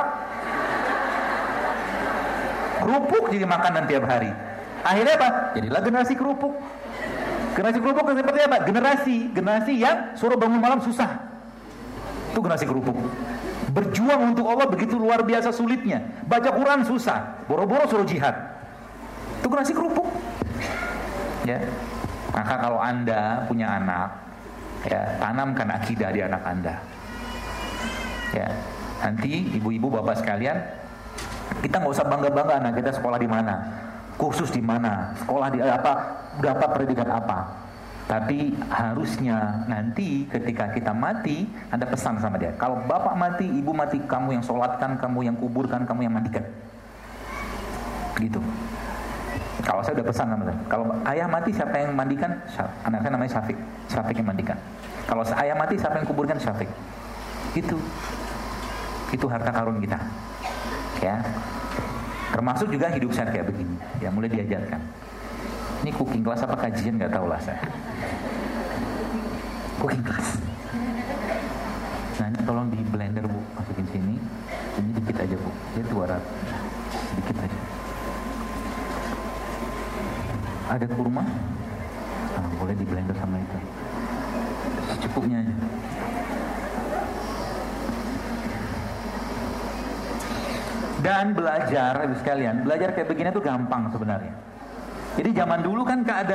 kerupuk jadi makanan tiap hari. Akhirnya apa? Jadilah generasi kerupuk. Generasi kerupuk seperti apa? Generasi yang suruh bangun malam susah. Itu generasi kerupuk. Berjuang untuk Allah begitu luar biasa sulitnya. Baca Quran susah, boro-boro suruh jihad. Itu generasi kerupuk. Ya. Maka kalau Anda punya anak, ya, tanamkan akidah di anak Anda. Ya. Nanti ibu-ibu bapak sekalian, kita nggak usah bangga-bangga anak kita sekolah di mana, kursus di mana, sekolah di apa, dapat pendidikan apa. Tapi harusnya nanti ketika kita mati, ada pesan sama dia. Kalau bapak mati, ibu mati, kamu yang sholatkan, kamu yang kuburkan, kamu yang mandikan. Gitu. Kalau saya udah pesan sama saya, kalau ayah mati siapa yang mandikan? Anak saya namanya Syafiq. Syafiq yang mandikan. Kalau ayah mati siapa yang kuburkan? Syafiq. Itu harta karun kita. Ya. Termasuk juga hidup sehat kayak begini. Ya, mulai diajarkan. Ini cooking class apa kajian nggak tahu lah saya. Cooking class. Nah, ini tolong di blender Bu, masukin sini. Ini dikit aja Bu. Dia 200. Sedikit aja. Ada kurma? Nah, boleh di blender sama itu. Secukupnya aja. Dan belajar, ibu sekalian, belajar kayak begini tuh gampang sebenarnya. Jadi zaman dulu kan nggak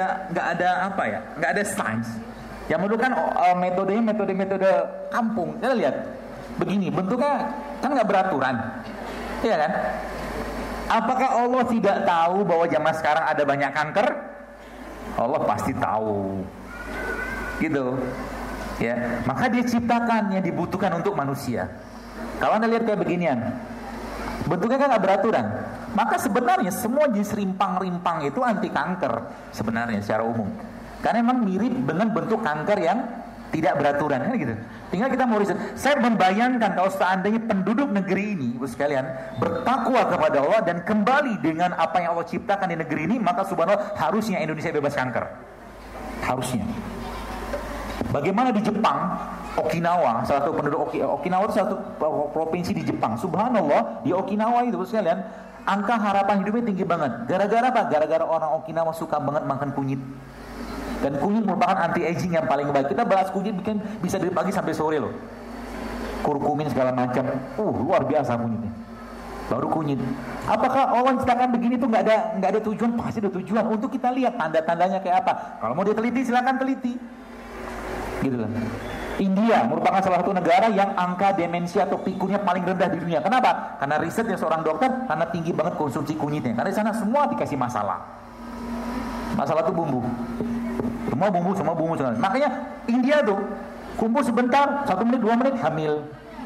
ada sains. Zaman dulu kan metode kampung. Kita lihat, begini bentuknya kan nggak beraturan, iya kan? Apakah Allah tidak tahu bahwa zaman sekarang ada banyak kanker? Allah pasti tahu, gitu, ya. Maka Dia ciptakan yang dibutuhkan untuk manusia. Kalau Anda lihat kayak beginian, bentuknya kan nggak beraturan. Maka sebenarnya semua jenis rimpang-rimpang itu anti kanker sebenarnya secara umum. Karena memang mirip dengan bentuk kanker yang tidak beraturan, kan gitu. Tinggal kita mau riset. Saya membayangkan kalau seandainya penduduk negeri ini, ibu sekalian, bertakwa kepada Allah dan kembali dengan apa yang Allah ciptakan di negeri ini, maka subhanallah harusnya Indonesia bebas kanker. Harusnya. Bagaimana di Jepang, Okinawa, salah satu penduduk Okinawa itu salah satu provinsi di Jepang. Subhanallah, di Okinawa itu sekalian, angka harapan hidupnya tinggi banget. Gara-gara apa? Gara-gara orang Okinawa suka banget makan kunyit. Dan kunyit merupakan anti-aging yang paling baik. Kita bahas kunyit bisa dari pagi sampai sore loh. Kurkumin segala macam. Luar biasa kunyitnya. Baru kunyit. Apakah Allah ciptakan begini tuh nggak ada tujuan? Pasti ada tujuan. Untuk kita lihat tanda-tandanya kayak apa. Kalau mau diteliti silakan teliti. Gitu lah. India merupakan salah satu negara yang angka demensia atau pikunnya paling rendah di dunia. Kenapa? Karena risetnya seorang dokter, karena tinggi banget konsumsi kunyitnya. Karena di sana semua dikasih masalah. Masalah itu bumbu. Semua bumbu. Makanya India tuh kumpul sebentar, 1 menit, 2 menit hamil.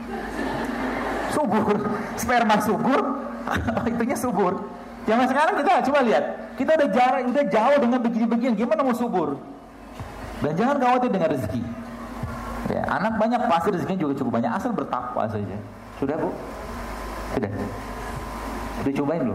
Subur, sperma subur, itunya subur. Zaman sekarang kita coba lihat, kita udah jauh dengan begini-begini, gimana mau subur? Dan jangan khawatir dengan rezeki. Ya, anak banyak pasti rezekinya juga cukup banyak, asal bertakwa saja. Sudah Bu? Sudah cobain belum?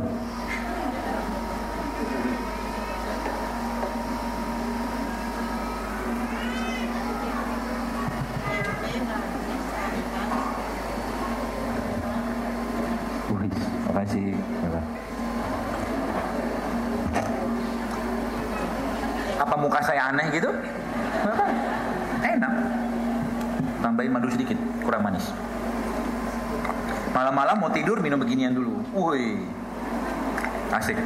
Makasih. Apa muka saya aneh gitu? Enak. Tambahin madu sedikit, kurang manis. Malam-malam mau tidur minum beginian dulu. Woi, asik.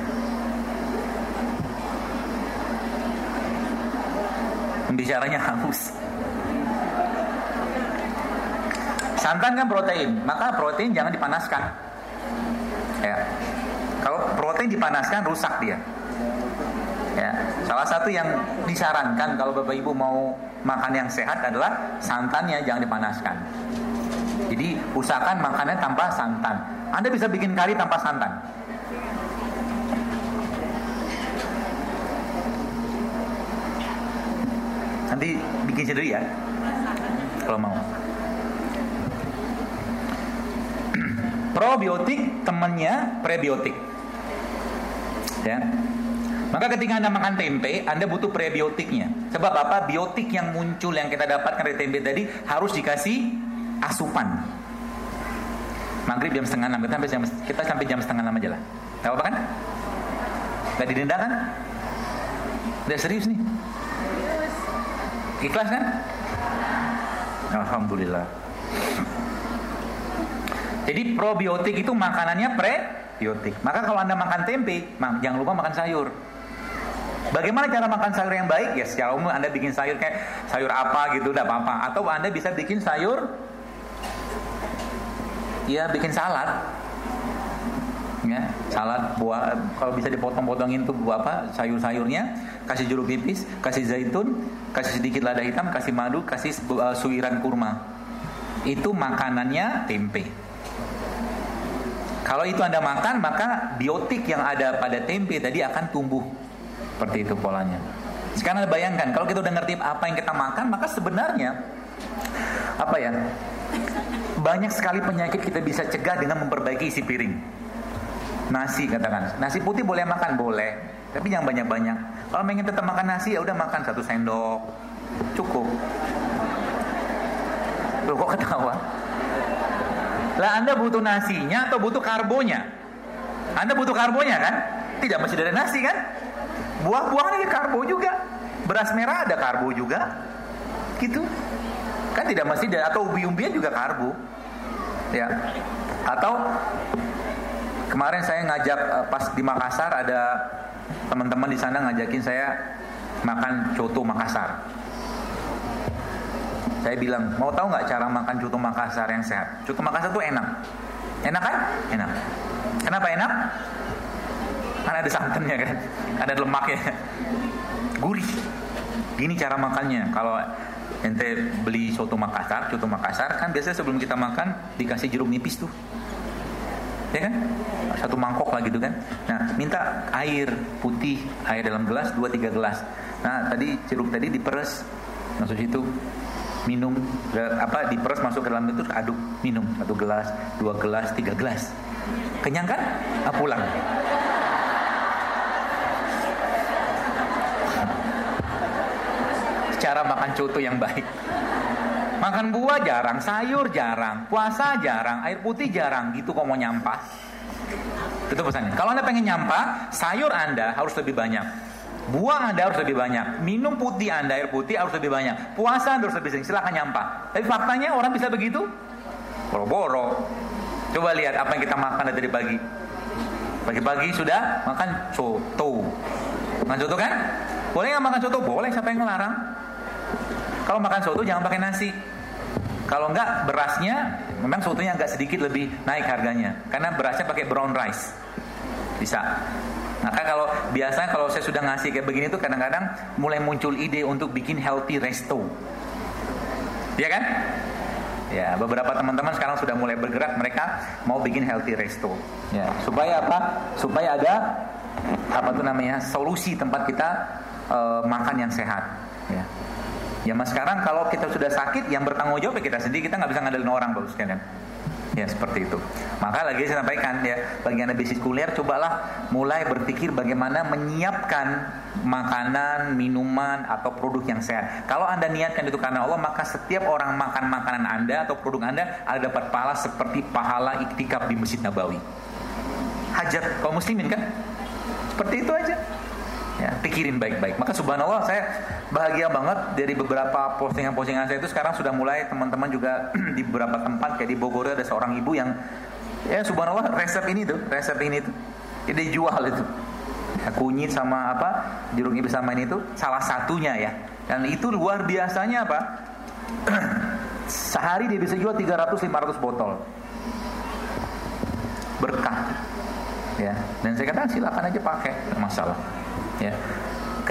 Pembicaranya hangus. Santan kan protein, maka protein jangan dipanaskan. Ya, kalau protein dipanaskan rusak dia. Ya, Salah satu yang disarankan kalau Bapak Ibu mau makan yang sehat adalah santannya jangan dipanaskan. Jadi usahakan makannya tanpa santan. Anda bisa bikin kari tanpa santan. Nanti bikin sendiri ya, kalau mau. Probiotik temannya prebiotik, ya. Maka ketika Anda makan tempe, Anda butuh prebiotiknya. Sebab apa? Biotik yang muncul yang kita dapatkan dari tempe tadi harus dikasih asupan. Maghrib jam 5:30, kita sampai jam 5:30 aja lah. Gak apa-apa kan? Gak didenda kan? Udah serius nih. Ikhlas kan? Alhamdulillah. Jadi probiotik itu makanannya prebiotik. Maka kalau Anda makan tempe, jangan lupa makan sayur. Bagaimana cara makan sayur yang baik? Ya secara umum Anda bikin sayur kayak sayur apa gitu, tidak apa-apa. Atau Anda bisa bikin sayur, ya bikin salad. Ya, salad buah, kalau bisa dipotong-potongin tuh buah apa sayur-sayurnya, kasih jeruk nipis, kasih zaitun, kasih sedikit lada hitam, kasih madu, kasih suiran kurma. Itu makanannya tempe. Kalau itu Anda makan, maka biotik yang ada pada tempe tadi akan tumbuh. Seperti itu polanya. Sekarang Anda bayangkan, kalau kita udah ngerti apa yang kita makan, maka sebenarnya apa ya? Banyak sekali penyakit kita bisa cegah dengan memperbaiki isi piring. Nasi katakan, nasi putih boleh makan, boleh, tapi jangan banyak-banyak. Kalau ingin tetap makan nasi, ya udah makan 1 sendok, cukup. Loh kok ketawa? Lah Anda butuh nasinya atau butuh karbonya? Anda butuh karbonya kan? Tidak mesti dari nasi kan? Buah-buahan ada karbo juga, beras merah ada karbo juga, gitu. Kan tidak mesti dari, atau umbi-umbian juga karbo, ya. Atau kemarin saya ngajak pas di Makassar ada teman-teman di sana ngajakin saya makan coto Makassar. Saya bilang, mau tahu nggak cara makan coto Makassar yang sehat? Coto Makassar tuh enak, enak kan? Enak. Kenapa enak? Kan ada santannya kan, ada lemaknya, gurih. Gini cara makannya. Kalau ente beli coto Makassar kan biasanya sebelum kita makan dikasih jeruk nipis tuh, ya kan? 1 mangkok lah gitu kan. Nah, minta air putih, air dalam gelas 2-3 gelas. Nah, tadi jeruk tadi diperes, masuk situ, minum, diperes masuk ke dalam itu, aduk, minum 1 gelas, 2 gelas, 3 gelas. Kenyang kan? Pulang. Cara makan coto yang baik. Makan buah jarang, sayur jarang, puasa jarang, air putih jarang, gitu kok mau nyampah. Itu pesannya. Kalau Anda pengen nyampah, sayur Anda harus lebih banyak, buah Anda harus lebih banyak, minum putih Anda, air putih harus lebih banyak, puasa Anda harus lebih sering. Silakan nyampah. Tapi faktanya orang bisa begitu? Boro-boro. Coba lihat apa yang kita makan dari pagi. Pagi-pagi sudah makan coto. Makan coto kan? Boleh nggak makan coto? Boleh, siapa yang ngelarang? Kalau makan soto jangan pakai nasi. Kalau enggak, berasnya memang sotonya agak sedikit lebih naik harganya, karena berasnya pakai brown rice. Bisa. Maka kalau biasanya kalau saya sudah ngasih kayak begini tuh kadang-kadang mulai muncul ide untuk bikin healthy resto. Iya kan? Ya, beberapa teman-teman sekarang sudah mulai bergerak, mereka mau bikin healthy resto. Ya, supaya apa? Supaya ada solusi tempat kita makan yang sehat. Ya. Zaman sekarang kalau kita sudah sakit, yang bertanggung jawab kita sendiri, kita nggak bisa ngandelin orang, Bapak sekalian. Ya seperti itu. Maka lagi saya sampaikan ya, bagi Anda bisnis kuliner, cobalah mulai berpikir bagaimana menyiapkan makanan, minuman atau produk yang sehat. Kalau Anda niatkan itu karena Allah, maka setiap orang makan makanan Anda atau produk Anda dapat pahala seperti pahala iktikaf di Masjid Nabawi. Hajat kaum muslimin kan? Seperti itu aja. Ya, pikirin baik-baik. Maka subhanallah, saya bahagia banget dari beberapa postingan-postingan saya itu sekarang sudah mulai teman-teman juga di beberapa tempat kayak di Bogor ada seorang ibu yang ya subhanallah resep ini tuh jadi jual itu. Ya, kunyit sama jeruk nipis sama ini tuh salah satunya ya. Dan itu luar biasanya sehari dia bisa jual 300-500 botol. Berkah. Ya, dan saya katakan silakan aja pakai, tidak masalah. Ya.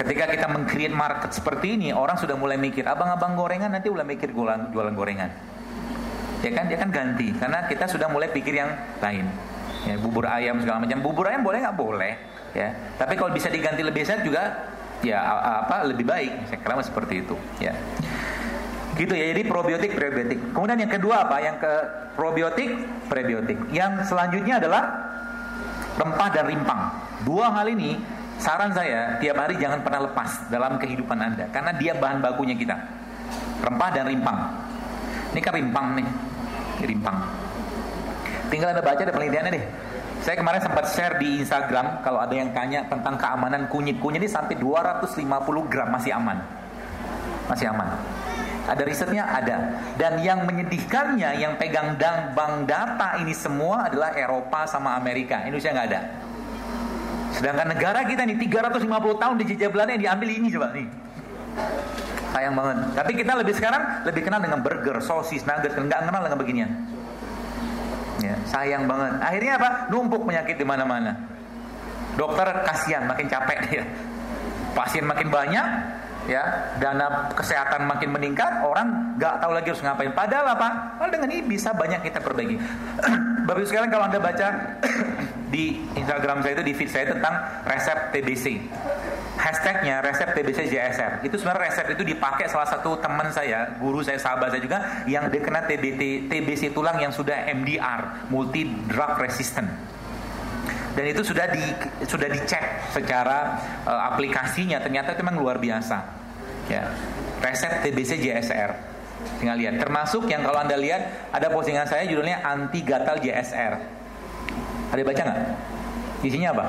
Ketika kita meng-create market seperti ini, orang sudah mulai mikir, abang-abang gorengan nanti mulai mikir jualan gorengan. Ya kan, dia kan ganti, karena kita sudah mulai pikir yang lain. Ya, bubur ayam segala macam. Bubur ayam boleh nggak? Boleh. Ya, tapi kalau bisa diganti lebih sehat juga, ya lebih baik. Saya kira seperti itu. Ya. Gitu ya, jadi probiotik, prebiotik. Kemudian yang kedua apa? Yang ke probiotik, prebiotik. Yang selanjutnya adalah rempah dan rimpang. Dua hal ini saran saya tiap hari jangan pernah lepas dalam kehidupan Anda, karena dia bahan bakunya kita. Rempah dan rimpang. Ini kan rimpang nih. Rimpang. Tinggal Anda baca ada penelitiannya deh. Saya kemarin sempat share di Instagram, kalau ada yang tanya tentang keamanan kunyit. Kunyit ini sampai 250 gram masih aman. Masih aman. Ada risetnya? Ada. Dan yang menyedihkannya, yang pegang bank data ini semua adalah Eropa sama Amerika. Indonesia nggak ada. Sedangkan negara kita nih 350 tahun dijajah Belanda, yang diambil ini coba nih. Sayang banget. Tapi kita sekarang lebih kenal dengan burger, sosis, nugget, nggak kenal dengan beginian. Ya, sayang banget. Akhirnya apa? Numpuk penyakit di mana-mana. Dokter kasihan, makin capek dia. Pasien makin banyak, ya, dana kesehatan makin meningkat, orang nggak tahu lagi harus ngapain. Padahal apa? Padahal dengan ini bisa banyak kita perbaiki. Bapak sekarang kalau Anda baca di Instagram saya itu, di feed saya tentang resep TBC, hashtagnya resep TBC JSR. Itu sebenarnya resep itu dipakai salah satu teman saya, guru saya, sahabat saya juga, yang dia kena TBC tulang yang sudah MDR, multi drug resistant. Dan itu sudah dicek secara aplikasinya, ternyata itu memang luar biasa. Ya, resep TBC JSR. Tinggal lihat. Termasuk yang kalau Anda lihat ada postingan saya judulnya anti gatal JSR. Ada baca nggak? Isinya apa?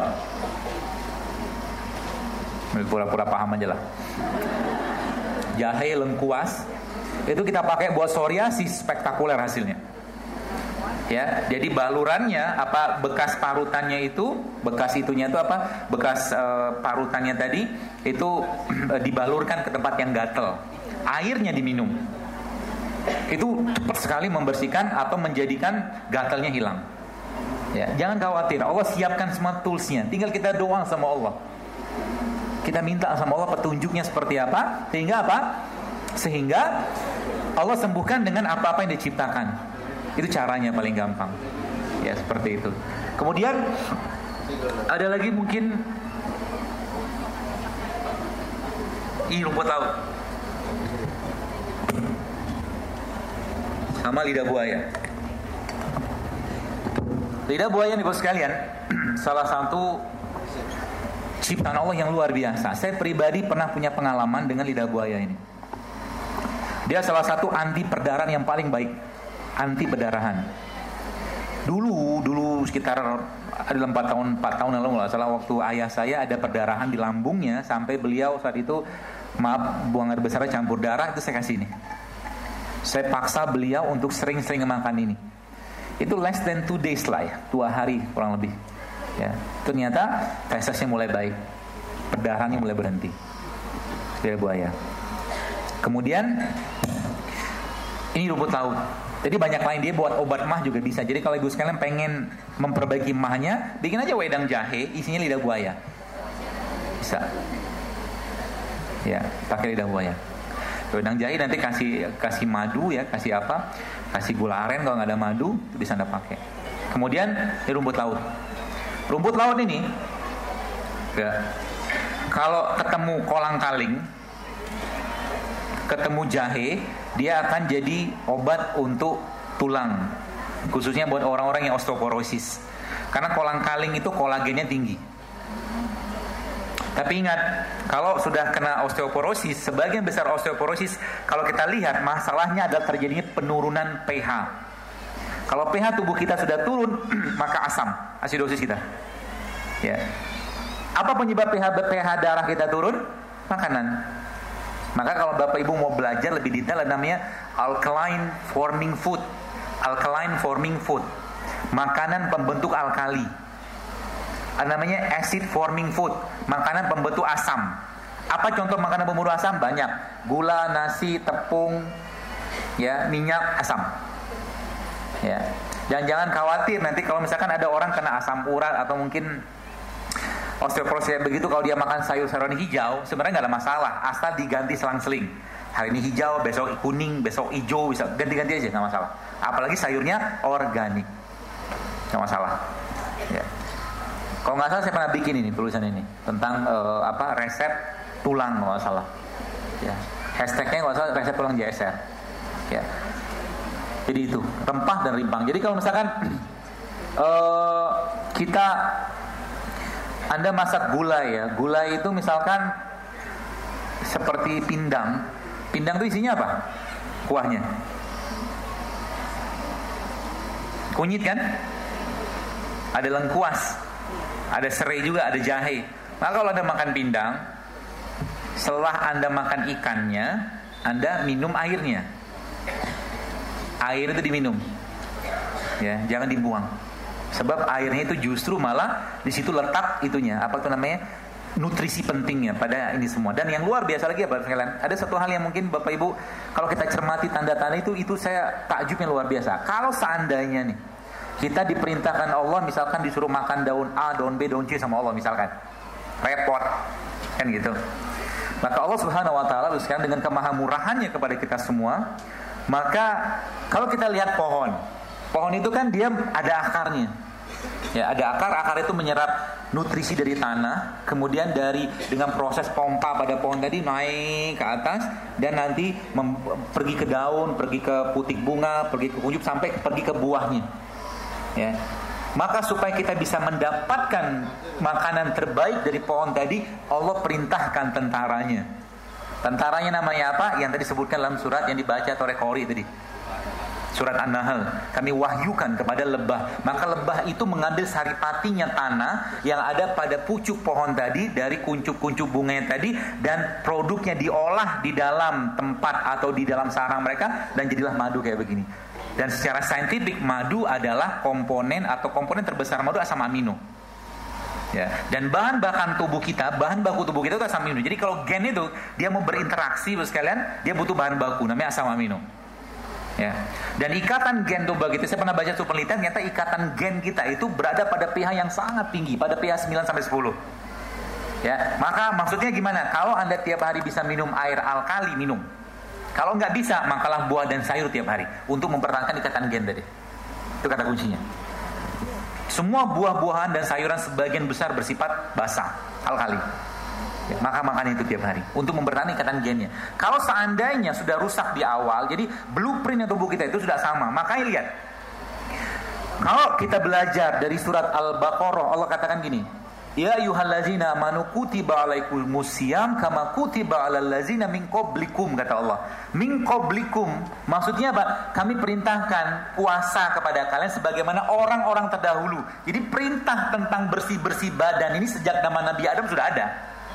Pura-pura paham aja lah. Jahe lengkuas itu kita pakai buat psoriasis, spektakuler hasilnya. Ya, jadi balurannya apa, bekas parutannya itu, bekas itunya itu apa? Bekas parutannya tadi itu dibalurkan ke tempat yang gatal. Airnya diminum. Itu cepat sekali membersihkan atau menjadikan gatalnya hilang. Ya, jangan khawatir, Allah siapkan semua toolsnya. Tinggal kita doa sama Allah. Kita minta sama Allah petunjuknya seperti apa, sehingga apa? Sehingga Allah sembuhkan dengan apa-apa yang diciptakan. Itu caranya paling gampang. Ya, seperti itu. Kemudian ada lagi mungkin rumput laut sama lidah buaya. Lidah buaya nih bos sekalian, salah satu ciptaan Allah yang luar biasa. Saya pribadi pernah punya pengalaman dengan lidah buaya ini. Dia salah satu anti perdarahan yang paling baik. Anti perdarahan. Dulu sekitar ada 4 tahun lalu nggak salah, waktu ayah saya ada perdarahan di lambungnya, sampai beliau saat itu buang air besar campur darah, itu saya kasih ini. Saya paksa beliau untuk sering-sering makan ini. Itu less than 2 days lah ya, 2 hari kurang lebih. Ya, ternyata fesesnya mulai baik, perdarahannya mulai berhenti. Lidah buaya. Kemudian ini rumput laut. Jadi banyak lain, dia buat obat mah juga bisa. Jadi kalau ibu sekalian pengen memperbaiki mahnya, bikin aja wedang jahe, isinya lidah buaya. Bisa. Ya, pakai lidah buaya. Wedang jahe nanti kasih madu ya, kasih apa? Kasih gula aren, kalau nggak ada madu itu bisa Anda pakai. Kemudian ini rumput laut. Rumput laut ini ya, kalau ketemu kolang-kaling, ketemu jahe, dia akan jadi obat untuk tulang, khususnya buat orang-orang yang osteoporosis. Karena kolang-kaling itu kolagennya tinggi. Tapi ingat, kalau sudah kena osteoporosis, sebagian besar osteoporosis, kalau kita lihat masalahnya adalah terjadinya penurunan pH. Kalau pH tubuh kita sudah turun, maka asam, asidosis kita. Ya. Apa penyebab pH darah kita turun? Makanan. Maka kalau Bapak Ibu mau belajar lebih detail, namanya alkaline forming food. Alkaline forming food. Makanan pembentuk alkali. Namanya acid forming food. Makanan pembentuk asam. Apa contoh makanan pembentuk asam? Banyak. Gula, nasi, tepung, ya, minyak, asam. Ya. Dan jangan khawatir nanti kalau misalkan ada orang kena asam urat atau mungkin Osteoporosis kayak begitu, kalau dia makan sayur-sayuran hijau sebenarnya nggak ada masalah, asal diganti selang-seling. Hari ini hijau, besok kuning, besok hijau, bisa ganti-ganti aja, nggak masalah. Apalagi sayurnya organik, nggak masalah. Ya. Kalau nggak salah saya pernah bikin ini tulisan ini tentang resep tulang, nggak salah. Ya. Hashtagnya nggak salah resep tulang JSR. Ya. Jadi itu rempah dan rimpang. Jadi kalau misalkan Anda masak gulai ya, gulai itu misalkan seperti pindang. Pindang itu isinya apa? Kuahnya kunyit kan? Ada lengkuas, ada serai juga, ada jahe. Maka kalau Anda makan pindang, setelah Anda makan ikannya, Anda minum airnya. Air itu diminum, ya, jangan dibuang. Sebab airnya itu justru malah di situ letak itunya, apa itu namanya, nutrisi pentingnya pada ini semua. Dan yang luar biasa lagi ya Bapak sekalian, ada satu hal yang mungkin Bapak Ibu kalau kita cermati tanda-tanda itu saya takjub yang luar biasa. Kalau seandainya nih kita diperintahkan Allah, misalkan disuruh makan daun A, daun B, daun C sama Allah misalkan, repot kan gitu. Maka Allah Subhanahu Wa Taala sekarang dengan kemahamurahannya kepada kita semua, maka kalau kita lihat pohon itu kan dia ada akarnya. Ya, ada akar itu menyerap nutrisi dari tanah, kemudian dengan proses pompa pada pohon tadi naik ke atas dan nanti pergi ke daun, pergi ke putik bunga, pergi ke kuncup sampai pergi ke buahnya. Ya. Maka supaya kita bisa mendapatkan makanan terbaik dari pohon tadi, Allah perintahkan tentaranya. Tentaranya namanya apa? Yang tadi disebutkan dalam surat yang dibaca oleh Qori tadi. Surat An-Nahl, kami wahyukan kepada lebah. Maka lebah itu mengambil saripatinya tanah yang ada pada pucuk pohon tadi, dari kuncup-kuncup bunganya tadi, dan produknya diolah di dalam tempat atau di dalam sarang mereka, dan jadilah madu kayak begini. Dan secara saintifik, madu adalah komponen terbesar madu asam amino. Ya. Dan bahan baku tubuh kita itu asam amino. Jadi kalau gen itu dia mau berinteraksi sekalian, dia butuh bahan baku namanya asam amino. Ya. Dan ikatan gen tubuh kita, saya pernah baca suatu penelitian, ternyata ikatan gen kita itu berada pada pH yang sangat tinggi, pada pH 9 sampai 10. Ya, maka maksudnya gimana? Kalau Anda tiap hari bisa minum air alkali, minum. Kalau nggak bisa, makalah buah dan sayur tiap hari untuk mempertahankan ikatan gen tadi. Itu kata kuncinya. Semua buah-buahan dan sayuran sebagian besar bersifat basah, alkali. Ya, maka makan itu tiap hari untuk mempertahankan ikatan gennya. Kalau seandainya sudah rusak di awal, jadi blueprint tubuh kita itu sudah sama. Makanya lihat, kalau kita belajar dari surat Al-Baqarah, Allah katakan gini, ya ayyuhallazina amanu kutiba alaikumusiyam kama kutiba alal ladzina min qablikum, kata Allah. Min qablikum maksudnya apa? Kami perintahkan puasa kepada kalian sebagaimana orang-orang terdahulu. Jadi perintah tentang bersih-bersih badan ini sejak zaman Nabi Adam sudah ada.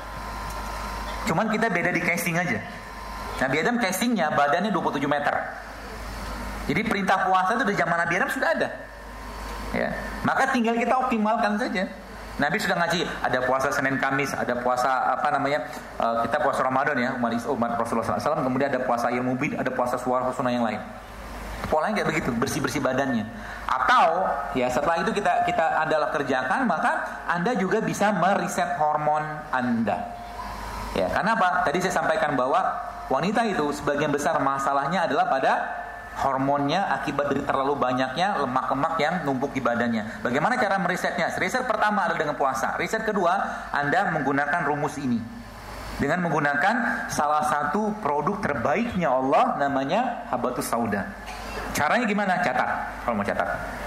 Cuman kita beda di casing aja. Nabi Adam casingnya badannya 27 meter. Jadi perintah puasa itu dari zaman Nabi Adam sudah ada. Ya, maka tinggal kita optimalkan saja. Nabi sudah ngaji, ada puasa Senin Kamis, ada puasa kita puasa Ramadan ya, umat Rasulullah SAW, kemudian ada puasa Yaumul Bid, ada puasa sunnah yang lain. Polanya kayak begitu, bersih-bersih badannya. Atau ya setelah itu kita adalah kerjakan, maka Anda juga bisa meriset hormon Anda. Ya, karena apa? Tadi saya sampaikan bahwa wanita itu sebagian besar masalahnya adalah pada hormonnya akibat dari terlalu banyaknya lemak-lemak yang numpuk di badannya. Bagaimana cara merisetnya? Riset pertama adalah dengan puasa. Riset kedua, Anda menggunakan rumus ini. Dengan menggunakan salah satu produk terbaiknya Allah, namanya Habatus Sauda. Caranya gimana? Catat, kalau mau catat.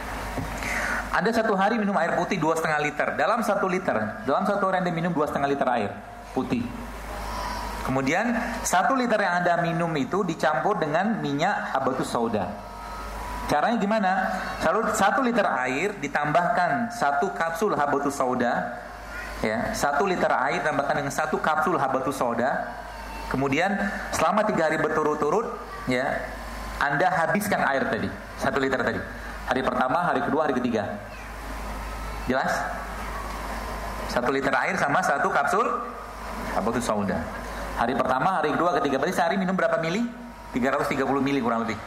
Anda satu hari minum air putih 2,5 liter. Dalam 1 liter, dalam satu hari Anda minum 2,5 liter air putih. Kemudian 1 liter yang Anda minum itu dicampur dengan minyak Habatus Sauda. Caranya gimana? 1 liter air ditambahkan 1 kapsul Habatus Sauda. Ya, 1 liter air tambahkan dengan 1 kapsul Habatus Sauda. Kemudian selama 3 hari berturut-turut, ya, Anda habiskan air tadi, 1 liter tadi. Hari pertama, hari kedua, hari ketiga. Jelas? 1 liter air sama 1 kapsul Habatus Sauda. Hari pertama, hari kedua, ketiga. Berarti sehari minum berapa mili? 330 mili kurang lebih.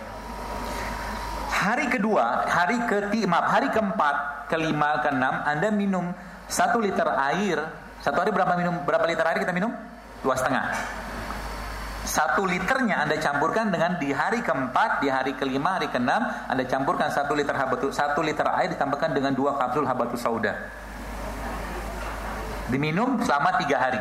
Hari kedua, hari keempat, kelima, keenam, Anda minum 1 liter air Satu hari berapa liter air kita minum? 2,5. 1 liternya Anda campurkan dengan di hari keempat, di hari kelima, hari keenam, Anda campurkan 1 liter air ditambahkan dengan 2 kapsul habatus sauda. Diminum selama 3 hari.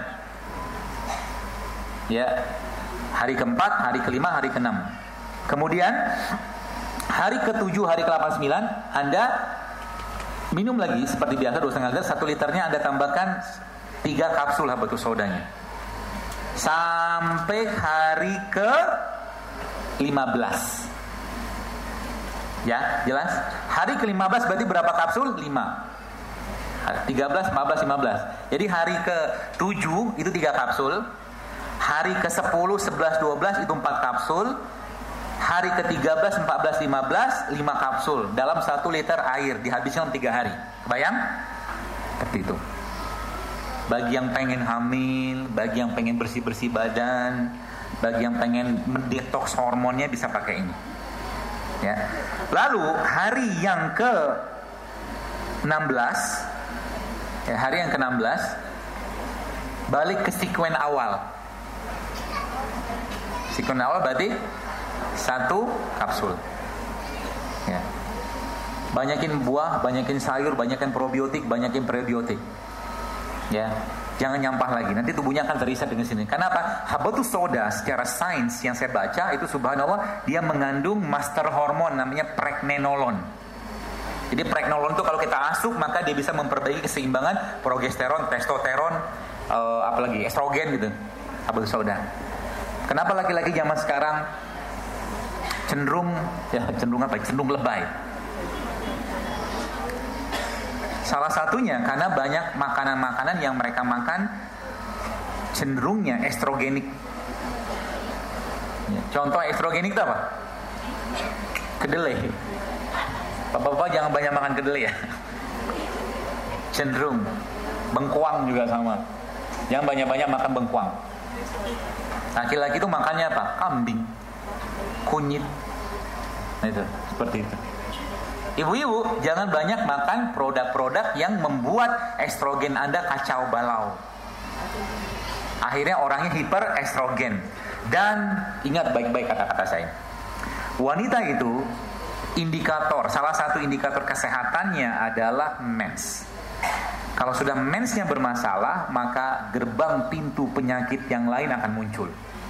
Ya, hari keempat, hari kelima, hari keenam. Kemudian hari ke-7, hari ke-8, 9, Anda minum lagi seperti biasa 2,5 liter. 1 liternya Anda tambahkan 3 kapsul habatus saudanya. Sampai hari ke-15. Ya, jelas? Hari ke-15 berarti berapa kapsul? 5. 13, 14, 15. Jadi hari ke-7 itu 3 kapsul. Hari ke-10, 11, 12 itu 4 kapsul. Hari ke-13, 14, 15 5 kapsul dalam 1 liter air, dihabiskan 3 hari. Kebayang? Seperti itu. Bagi yang pengen hamil, bagi yang pengen bersih-bersih badan, bagi yang pengen mendetoks hormonnya, bisa pakai ini. Ya. Lalu hari yang ke-16, ya, hari yang ke-16 balik ke sekuen awal. Sekuen awal berarti 1 kapsul. Ya. Banyakin buah, banyakin sayur, banyakin probiotik, banyakin prebiotik. Ya, jangan nyampah lagi. Nanti tubuhnya akan terisak dengan sini. Kenapa? Habatus sauda secara sains yang saya baca itu subhanallah dia mengandung master hormon namanya pregnenolon. Jadi pregnenolon itu kalau kita asup maka dia bisa memperbaiki keseimbangan progesteron, testosteron, apalagi estrogen gitu. Habatus sauda. Kenapa laki-laki zaman sekarang cenderung lebay? Salah satunya karena banyak makanan-makanan yang mereka makan cenderungnya estrogenik. Contoh estrogenik itu apa? Kedelai. Bapak-bapak jangan banyak makan kedelai ya. Cenderung. Bengkuang juga sama. Jangan banyak-banyak makan bengkuang. Laki-laki itu makannya apa? Kambing, kunyit. Nah itu, seperti itu. Ibu-ibu jangan banyak makan produk-produk yang membuat estrogen Anda kacau balau. Akhirnya orangnya hiperestrogen. Dan ingat baik-baik kata-kata saya. Wanita itu salah satu indikator kesehatannya adalah mens. Kalau sudah mensnya bermasalah, maka gerbang pintu penyakit yang lain akan muncul.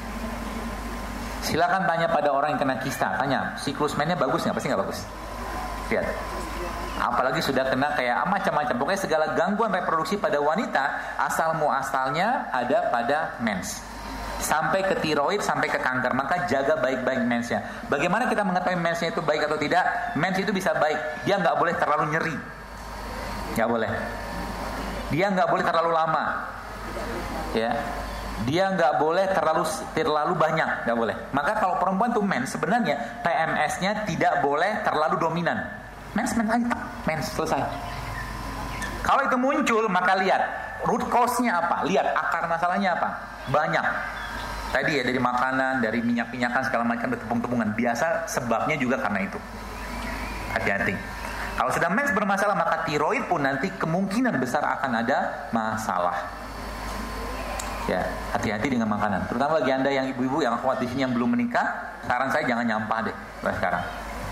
Silakan tanya pada orang yang kena kista, tanya siklus mensnya bagus nggak? Pasti nggak bagus. Lihat, apalagi sudah kena kayak macam-macam. Pokoknya segala gangguan reproduksi pada wanita asal muasalnya ada pada mens. Sampai ke tiroid, sampai ke kanker. Maka jaga baik-baik mensnya. Bagaimana kita mengetahui mensnya itu baik atau tidak? Mens itu bisa baik, dia nggak boleh terlalu nyeri, nggak boleh. Dia nggak boleh terlalu lama, ya. Dia nggak boleh terlalu banyak, nggak boleh. Maka kalau perempuan tuh mens, sebenarnya PMS-nya tidak boleh terlalu dominan. Mens aja, mens selesai. Kalau itu muncul, maka lihat root cause-nya apa, lihat akar masalahnya apa. Banyak. Tadi ya dari makanan, dari minyak-minyakan segala macam, dari tepung-tepungan. Biasa sebabnya juga karena itu. Hati-hati. Kalau sudah mens bermasalah, maka tiroid pun nanti kemungkinan besar akan ada masalah. Ya, hati-hati dengan makanan. Terutama bagi Anda yang ibu-ibu yang kuat di sini yang belum menikah, saran saya jangan nyampah deh sekarang.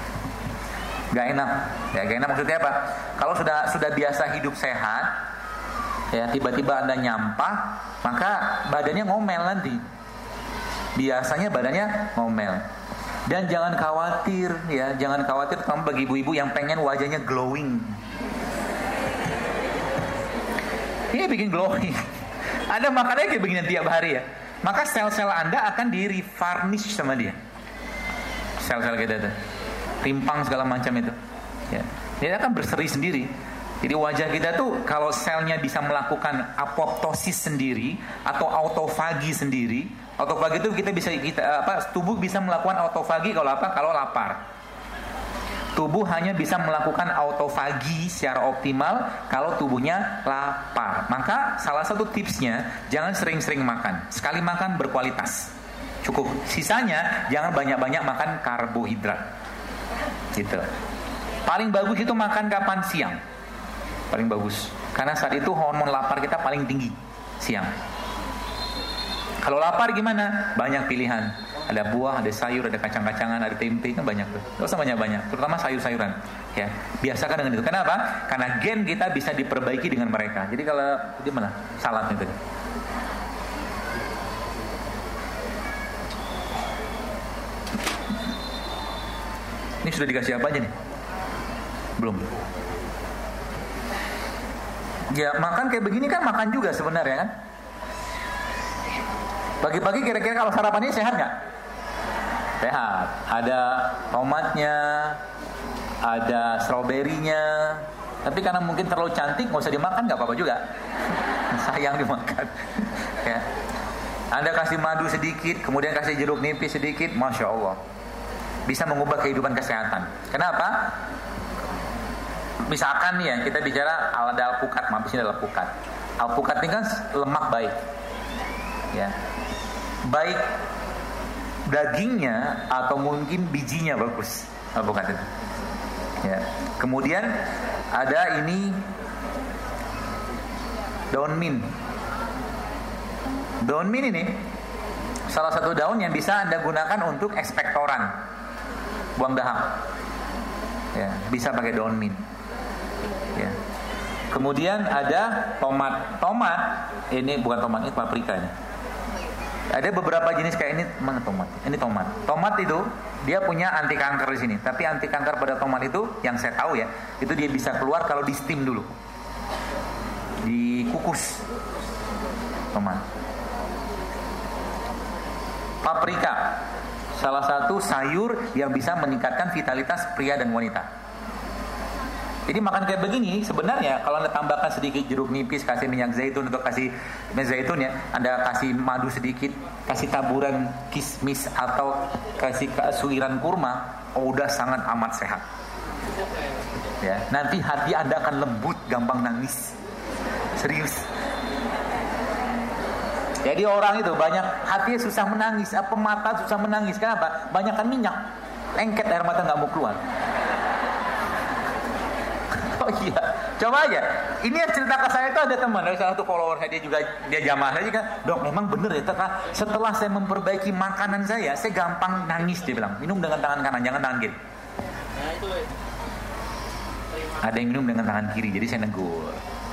Gak enak. Ya, gak enak maksudnya apa? Kalau sudah biasa hidup sehat, ya tiba-tiba Anda nyampah, maka badannya ngomel nanti. Biasanya badannya ngomel. Dan jangan khawatir, ya, jangan khawatir terutama bagi ibu-ibu yang pengen wajahnya glowing. Ini bikin glowing. Ada makannya kayak begini tiap hari ya. Maka sel-sel Anda akan di-revarnish sama dia. Sel-sel kita itu rimpang segala macam itu ya. Dia akan berseri sendiri. Jadi wajah kita tuh kalau selnya bisa melakukan apoptosis sendiri atau autofagi sendiri. Autofagi itu tubuh bisa melakukan autofagi kalau apa? Kalau lapar. Tubuh hanya bisa melakukan autofagi secara optimal kalau tubuhnya lapar. Maka salah satu tipsnya, jangan sering-sering makan. Sekali makan berkualitas, cukup. Sisanya jangan banyak-banyak makan karbohidrat. Gitu. Paling bagus itu makan kapan? Siang. Paling bagus. Karena saat itu hormon lapar kita paling tinggi. siang. Kalau lapar gimana? Banyak pilihan. Ada buah, ada sayur, ada kacang-kacangan, ada tempe, kan banyak tuh. Gak usah banyak-banyak, terutama sayur-sayuran. Ya, biasakan dengan itu. Kenapa? Karena gen kita bisa diperbaiki dengan mereka. Jadi kalau di mana? Salatnya tadi. Ini sudah dikasih apa aja nih? Belum. Ya, makan kayak begini kan makan juga sebenarnya kan? Pagi-pagi kira-kira kalau sarapannya sehat nggak? Sehat. Ada tomatnya, ada stroberinya. Tapi karena mungkin terlalu cantik, nggak usah dimakan, nggak apa-apa juga. Sayang dimakan. Ya. Anda kasih madu sedikit, kemudian kasih jeruk nipis sedikit, masya Allah, bisa mengubah kehidupan kesehatan. Kenapa? Misalkan nih ya, kita bicara ada alpukat, maksudnya ada alpukat. Alpukat ini kan lemak baik. Ya. Baik dagingnya atau mungkin bijinya bagus alpukat itu. Ya. Kemudian ada ini daun mint. Daun mint ini salah satu daun yang bisa Anda gunakan untuk ekspektoran, buang dahak. Ya, bisa pakai daun mint. Ya. Kemudian ada tomat. Tomat ini bukan tomat, ini paprika ini. Ada beberapa jenis kayak ini, mana tomat? Ini tomat. Tomat itu dia punya anti kanker di sini. Tapi anti kanker pada tomat itu yang saya tahu ya, itu dia bisa keluar kalau di steam dulu, dikukus tomat. Paprika, salah satu sayur yang bisa meningkatkan vitalitas pria dan wanita. Jadi makan kayak begini sebenarnya kalau Anda tambahkan sedikit jeruk nipis, kasih minyak zaitun atau kasih minyak zaitun ya, Anda kasih madu sedikit, kasih taburan kismis atau kasih suiran kurma, udah sangat amat sehat. Ya, nanti hati Anda akan lembut, gampang nangis. Serius. Jadi orang itu banyak hatinya susah menangis, apa mata susah menangis. Kenapa? Banyakan minyak, lengket air mata nggak mau keluar. Oh iya, coba aja. Ini yang cerita ke saya itu ada teman dari salah satu follower saya, dia jamaah saya juga. Dok, memang benar ya, setelah saya memperbaiki makanan saya gampang nangis, dia bilang. Minum dengan tangan kanan, jangan tangan kiri. Ada yang minum dengan tangan kiri, jadi saya negur.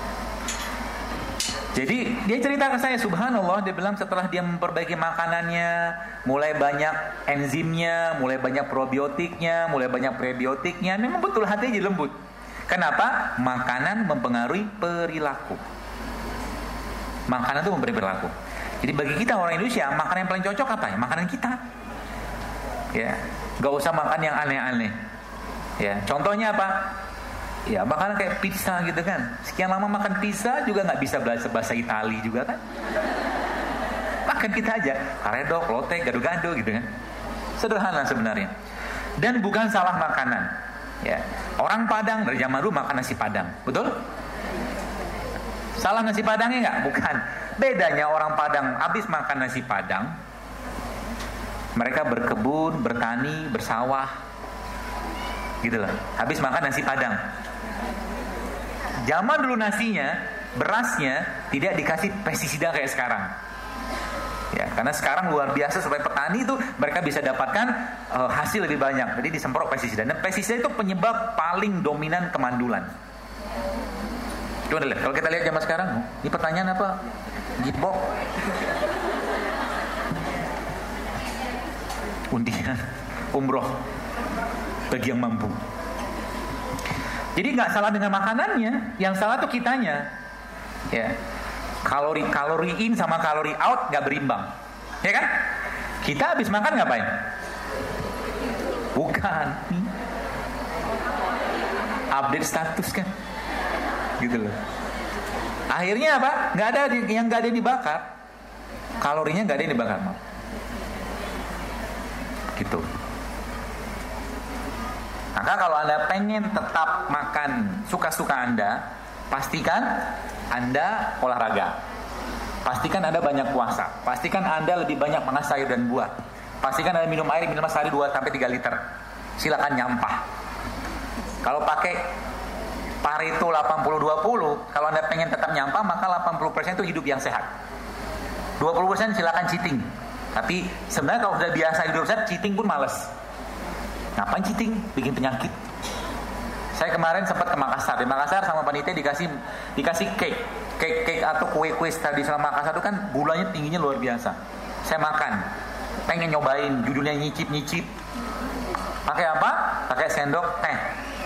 Jadi dia cerita ke saya, subhanallah, dia bilang setelah dia memperbaiki makanannya, mulai banyak enzimnya, mulai banyak probiotiknya, mulai banyak prebiotiknya, memang betul hatinya jadi lembut. Kenapa? Makanan mempengaruhi perilaku. Makanan itu mempengaruhi perilaku. Jadi bagi kita orang Indonesia, makanan yang paling cocok apa ya? Makanan kita. Ya, gak usah makan yang aneh-aneh. Ya, contohnya apa? Ya, makanan kayak pizza gitu kan. Sekian lama makan pizza juga nggak bisa bahasa Itali juga kan? Makan kita aja, karedok, lotek, gado-gado gitu kan. Sederhana sebenarnya. Dan bukan salah makanan. Ya, orang Padang dari zaman dulu makan nasi Padang, betul? Salah nasi Padangnya nggak? Bukan. Bedanya orang Padang habis makan nasi Padang, mereka berkebun, bertani, bersawah, gitu loh. Habis makan nasi Padang. Zaman dulu nasinya, berasnya tidak dikasih pestisida kayak sekarang. Ya, karena sekarang luar biasa supaya petani itu mereka bisa dapatkan hasil lebih banyak. Jadi disemprot pestisida. Dan pestisida itu penyebab paling dominan kemandulan. Coba lihat, kalau kita lihat zaman sekarang, ini pertanyaan apa? Gibok. Undian umroh bagi yang mampu. Jadi nggak salah dengan makanannya, yang salah tuh kitanya. Ya. Kalori in sama kalori out gak berimbang, ya kan? Kita habis makan ngapain? Bukan update status kan, gitu loh. Akhirnya apa? Nggak ada yang dibakar, kalorinya nggak ada yang dibakar, gitu. Maka kalau Anda pengen tetap makan suka-suka Anda, pastikan Anda olahraga. Pastikan Anda banyak puasa. Pastikan Anda lebih banyak makan sayur dan buah. Pastikan Anda minum air minimal sehari 2-3 liter. Silakan nyampah. Kalau pakai Pareto 80-20, kalau Anda pengen tetap nyampah, maka 80% itu hidup yang sehat. 20% silakan cheating. Tapi sebenarnya kalau sudah biasa hidup sehat, cheating pun males. Ngapain cheating? Bikin penyakit. Saya kemarin sempat ke Makassar. Di Makassar sama panitia dikasih cake atau kue-kue tradisional Makassar itu kan gulanya tingginya luar biasa. Saya makan, pengen nyobain, judulnya nyicip-nyicip. Pakai apa? Pakai sendok teh.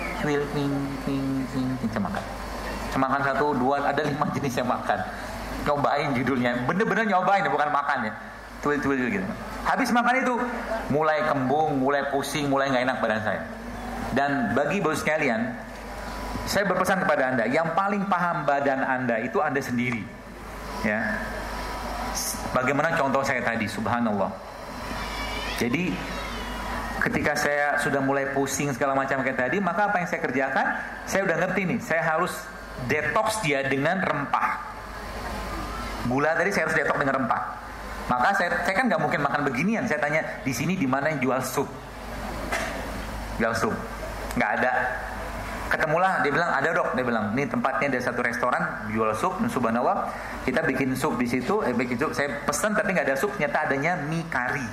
Saya makan. Saya makan 1, 2, ada 5 jenis saya makan. Nyobain judulnya, bener-bener nyobain, bukan makan ya. Tuil-tuil gitu. Habis makan itu mulai kembung, mulai pusing, mulai nggak enak badan saya. Dan bagi bos sekalian, saya berpesan kepada Anda, yang paling paham badan Anda itu Anda sendiri. Ya. Bagaimana contoh saya tadi, subhanallah. Jadi ketika saya sudah mulai pusing segala macam kayak tadi, maka apa yang saya kerjakan? Saya udah ngerti nih, saya harus detox dia dengan rempah. Gula tadi saya harus detox dengan rempah. Maka saya kan nggak mungkin makan beginian. Saya tanya, di sini di mana yang jual sup? Jual sup? Nggak ada. Ketemulah, dia bilang ada dok. Dia bilang, ini tempatnya ada satu restoran jual sup. Subhanallah, kita bikin sup di situ. Bikin sup. Saya pesan tapi nggak ada sup. Ternyata adanya mie kari.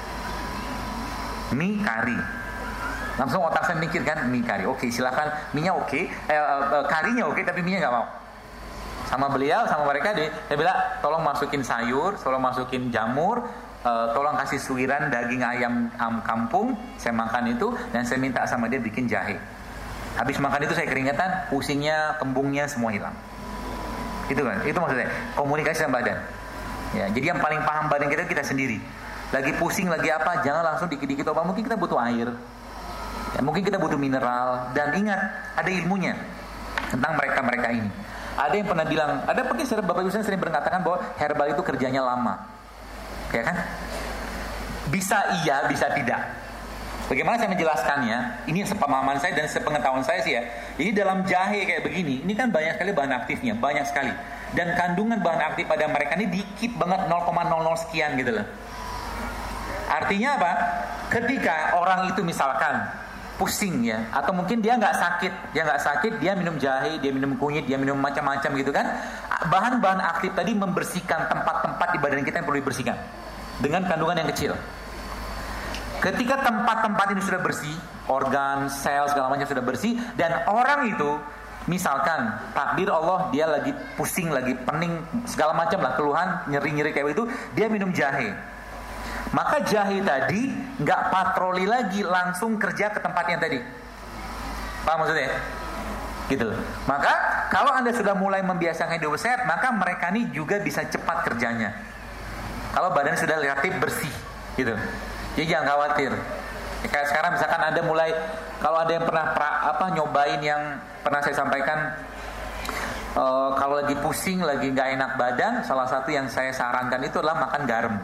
Mie kari. Langsung otak saya mikir kan, mie kari. Oke, silakan. Mie-nya oke, karinya oke, tapi mie-nya nggak mau. Sama beliau, sama mereka, saya bilang tolong masukin sayur, tolong masukin jamur, tolong kasih suiran daging ayam kampung. Saya makan itu dan saya minta sama dia bikin jahe. Habis makan itu saya keringetan, pusingnya, kembungnya semua hilang. Itu kan, itu maksudnya komunikasi sama badan. Ya, jadi yang paling paham badan kita sendiri. Lagi pusing, lagi apa, jangan langsung dikit-dikit obat. Mungkin kita butuh air, ya, mungkin kita butuh mineral. Dan ingat, ada ilmunya tentang mereka ini. Ada yang pernah bilang, ada mungkin Bapak Ibu sering berkatakan bahwa herbal itu kerjanya lama, ya kan? Bisa iya, bisa tidak. Bagaimana saya menjelaskannya? Ini sepemahaman saya dan sepengetahuan saya sih ya. Ini dalam jahe kayak begini, ini kan banyak sekali bahan aktifnya, banyak sekali. Dan kandungan bahan aktif pada mereka ini dikit banget, 0,00 sekian gitu loh. Artinya apa? Ketika orang itu misalkan pusing ya, atau mungkin dia nggak sakit, dia minum jahe, dia minum kunyit, dia minum macam-macam gitu kan, bahan-bahan aktif tadi membersihkan tempat-tempat di badan kita yang perlu dibersihkan dengan kandungan yang kecil. Ketika tempat-tempat ini sudah bersih, organ, sel segala macam sudah bersih, dan orang itu misalkan takdir Allah dia lagi pusing, lagi pening segala macam lah, keluhan, nyeri-nyeri kayak itu, dia minum jahe. Maka jahe tadi nggak patroli lagi, langsung kerja ke tempat yang tadi. Paham maksudnya? Gitu. Maka kalau Anda sudah mulai membiasakan hidup sehat, maka mereka ini juga bisa cepat kerjanya. Kalau badan sudah relatif bersih, gitu. Jadi jangan khawatir. Kayak sekarang misalkan Anda mulai, kalau ada yang pernah nyobain yang pernah saya sampaikan, kalau lagi pusing, lagi nggak enak badan, salah satu yang saya sarankan itu adalah makan garam.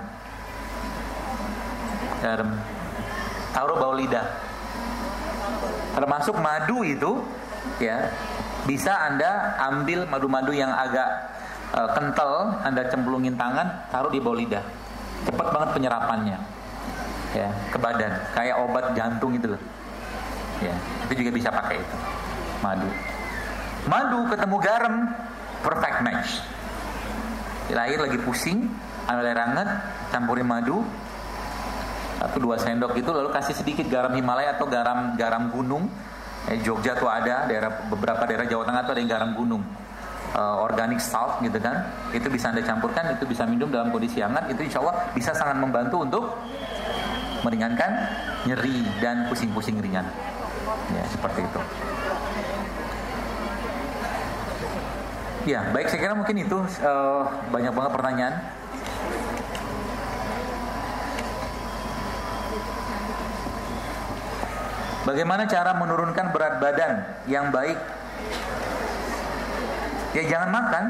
Taruh bau lidah. Termasuk madu itu ya, bisa Anda ambil madu-madu yang agak kental, Anda cemplungin tangan, taruh di bau lidah. Cepat banget penyerapannya ya, ke badan, kayak obat jantung itu loh. Ya, itu juga bisa pakai itu. Madu ketemu garam, perfect match. Air lagi pusing, ambil air hangat, campurin madu 1-2 sendok itu, lalu kasih sedikit garam Himalaya atau garam gunung. Jogja tuh ada, beberapa daerah Jawa Tengah tuh ada yang garam gunung, organic salt gitu kan. Itu bisa Anda campurkan, itu bisa minum dalam kondisi hangat. Itu insya Allah bisa sangat membantu untuk meringankan nyeri dan pusing-pusing ringan. Ya, seperti itu. Ya, baik, saya kira mungkin itu banyak banget pertanyaan. Bagaimana cara menurunkan berat badan yang baik? Ya jangan makan.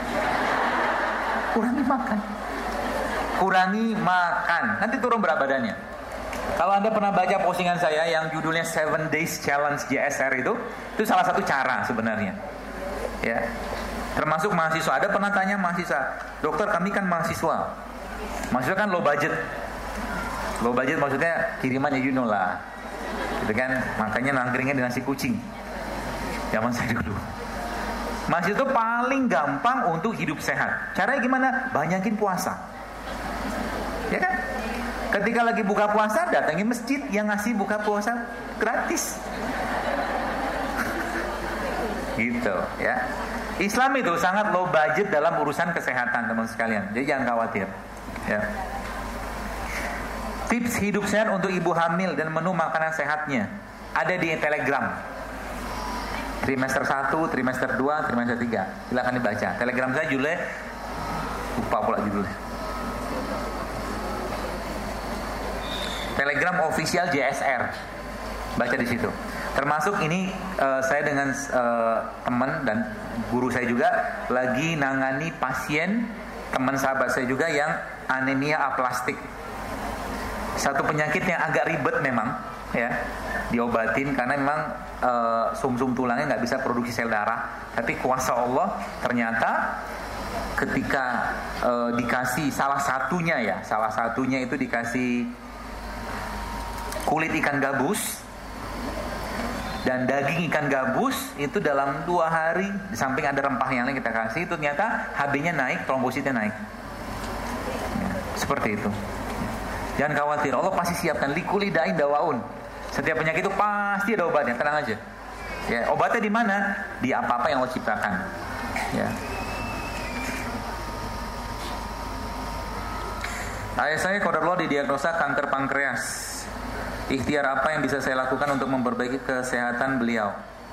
Kurangi makan. Nanti turun berat badannya. Kalau Anda pernah baca postingan saya yang judulnya 7 Days Challenge JSR itu salah satu cara sebenarnya. Ya. Termasuk mahasiswa. Ada pernah tanya mahasiswa, "Dokter, kami kan mahasiswa. Mahasiswa kan low budget." Low budget maksudnya kiriman ya lah. Gitu kan, makanya nangkringnya di nasi kucing. Zaman saya dulu. Masjid itu paling gampang untuk hidup sehat. Caranya gimana? Banyakin puasa. Ya kan? Ketika lagi buka puasa, datangi masjid yang ngasih buka puasa gratis. Gitu ya. Islam itu sangat low budget dalam urusan kesehatan, teman sekalian. Jadi jangan khawatir. Ya. Tips hidup sehat untuk ibu hamil dan menu makanan sehatnya ada di Telegram. Trimester 1, trimester 2, trimester 3. Silakan dibaca. Telegram saya judulnya lupa pula judulnya. Telegram official JSR. Baca di situ. Termasuk ini saya dengan teman dan guru saya juga lagi nangani pasien teman sahabat saya juga yang anemia aplastik. Satu penyakit yang agak ribet memang ya, diobatin karena memang sumsum tulangnya nggak bisa produksi sel darah. Tapi kuasa Allah ternyata ketika dikasih salah satunya itu dikasih kulit ikan gabus dan daging ikan gabus, itu dalam 2 hari di samping ada rempah yang lain kita kasih, itu ternyata HB-nya naik, trombositnya naik ya, seperti itu. Jangan khawatir, Allah pasti siapkan. Likuli da'in dawaun. Setiap penyakit itu pasti ada obatnya, tenang aja ya. Obatnya di mana? Di apa-apa yang Allah ciptakan ya. Ayah saya qadarullah didiagnosa kanker pankreas. Ikhtiar apa yang bisa saya lakukan untuk memperbaiki kesehatan beliau?